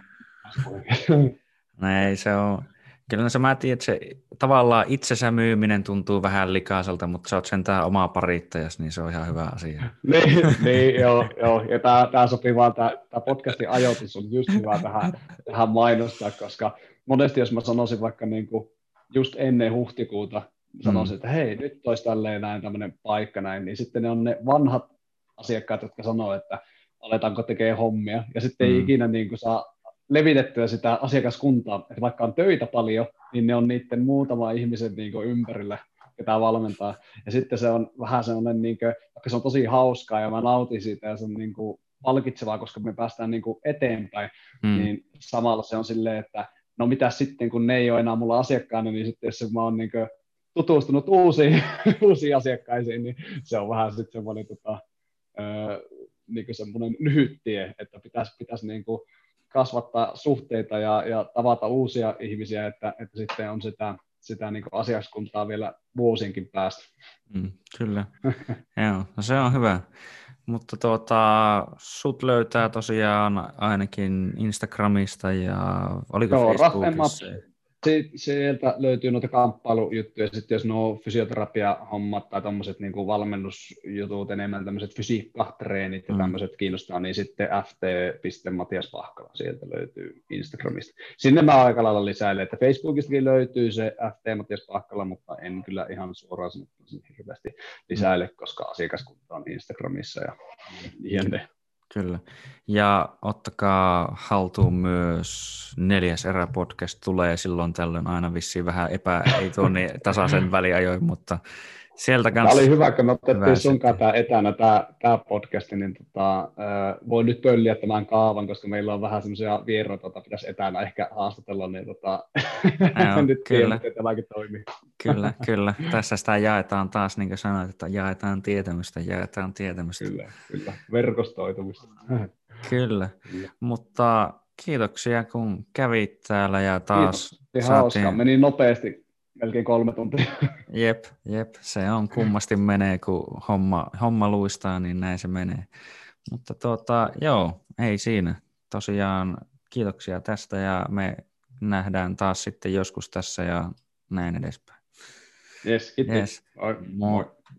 Ei, se on. Kyllä mä tiedän, että se tavallaan itsensä myyminen tuntuu vähän likaiselta, mutta sä oot sentään oma parittajas, niin se on ihan hyvä asia. niin, joo. Ja tämä sopii vaan, tämä podcastin ajoitus on just hyvä tähän mainostaa, koska monesti jos mä sanoisin vaikka niin kuin just ennen huhtikuuta, sanoisin, että hei, nyt olisi tälleen näin tämmöinen paikka näin, niin sitten ne on ne vanhat asiakkaat, jotka sanoo, että aletaanko tekemään hommia, ja sitten ei ikinä niin kuin saa levitettyä sitä asiakaskuntaa, että vaikka on töitä paljon, niin ne on niiden muutama ihmisen niin kuin ympärillä, ketä valmentaa. Ja sitten se on vähän sellainen, niin kuin, vaikka se on tosi hauskaa ja mä nautin siitä ja se on niin kuin palkitsevaa, koska me päästään niin kuin eteenpäin, niin samalla se on silleen, että no mitä sitten, kun ne ei ole enää mulla asiakkaana, niin sitten jos mä oon niin kuin tutustunut uusiin asiakkaisiin, niin se on vähän sitten semmoinen niin kuin semmoinen lyhyt tie, että pitäisi niin kuin kasvattaa suhteita ja tavata uusia ihmisiä, että sitten on sitä niin kuin asiakaskuntaa vielä vuosienkin päästä. Kyllä, joo, no se on hyvä. Mutta sut löytää tosiaan ainakin Instagramista ja oliko Facebookissa? Sieltä löytyy noita kamppailujuttuja, sitten jos nuo fysioterapia-hommat tai tämmöiset niin valmennusjutut, enemmän tämmöiset fysiikkatreenit ja tämmöiset kiinnostaa, niin sitten ft.matias Pahkala sieltä löytyy Instagramista. Sinne mä aika lailla lisäilen, että Facebookistakin löytyy se ft Matias Pahkala, mutta en kyllä ihan suoraan sanottuna hirveästi lisäile, koska asiakaskunta on Instagramissa ja jne. Kyllä. Ja ottakaa haltuun myös 4. erä-podcast tulee silloin tällöin aina vissiin vähän ei tuo niin tasaisen väliajoin, mutta sieltä kanssa... Tämä oli hyvä, kun me otettiin sunkaan tämä etänä, tämä podcast, niin voin nyt pölliä tämän kaavan, koska meillä on vähän semmoisia vieraita, joita pitäisi etänä ehkä haastatella, niin nyt tiedän, miten tämäkin toimii. Kyllä. Tässä sitä jaetaan taas, niin kuin sanoit, että jaetaan tietämystä. Kyllä. Verkostoitumista. Kyllä, mutta kiitoksia, kun kävit täällä ja taas saatiin... Meni nopeasti, melkein 3 tuntia. Jep, se on kummasti menee, kun homma luistaa, niin näin se menee. Mutta joo, ei siinä. Tosiaan kiitoksia tästä ja me nähdään taas sitten joskus tässä ja näin edespäin. Yes, kiitos. Yes. Moi.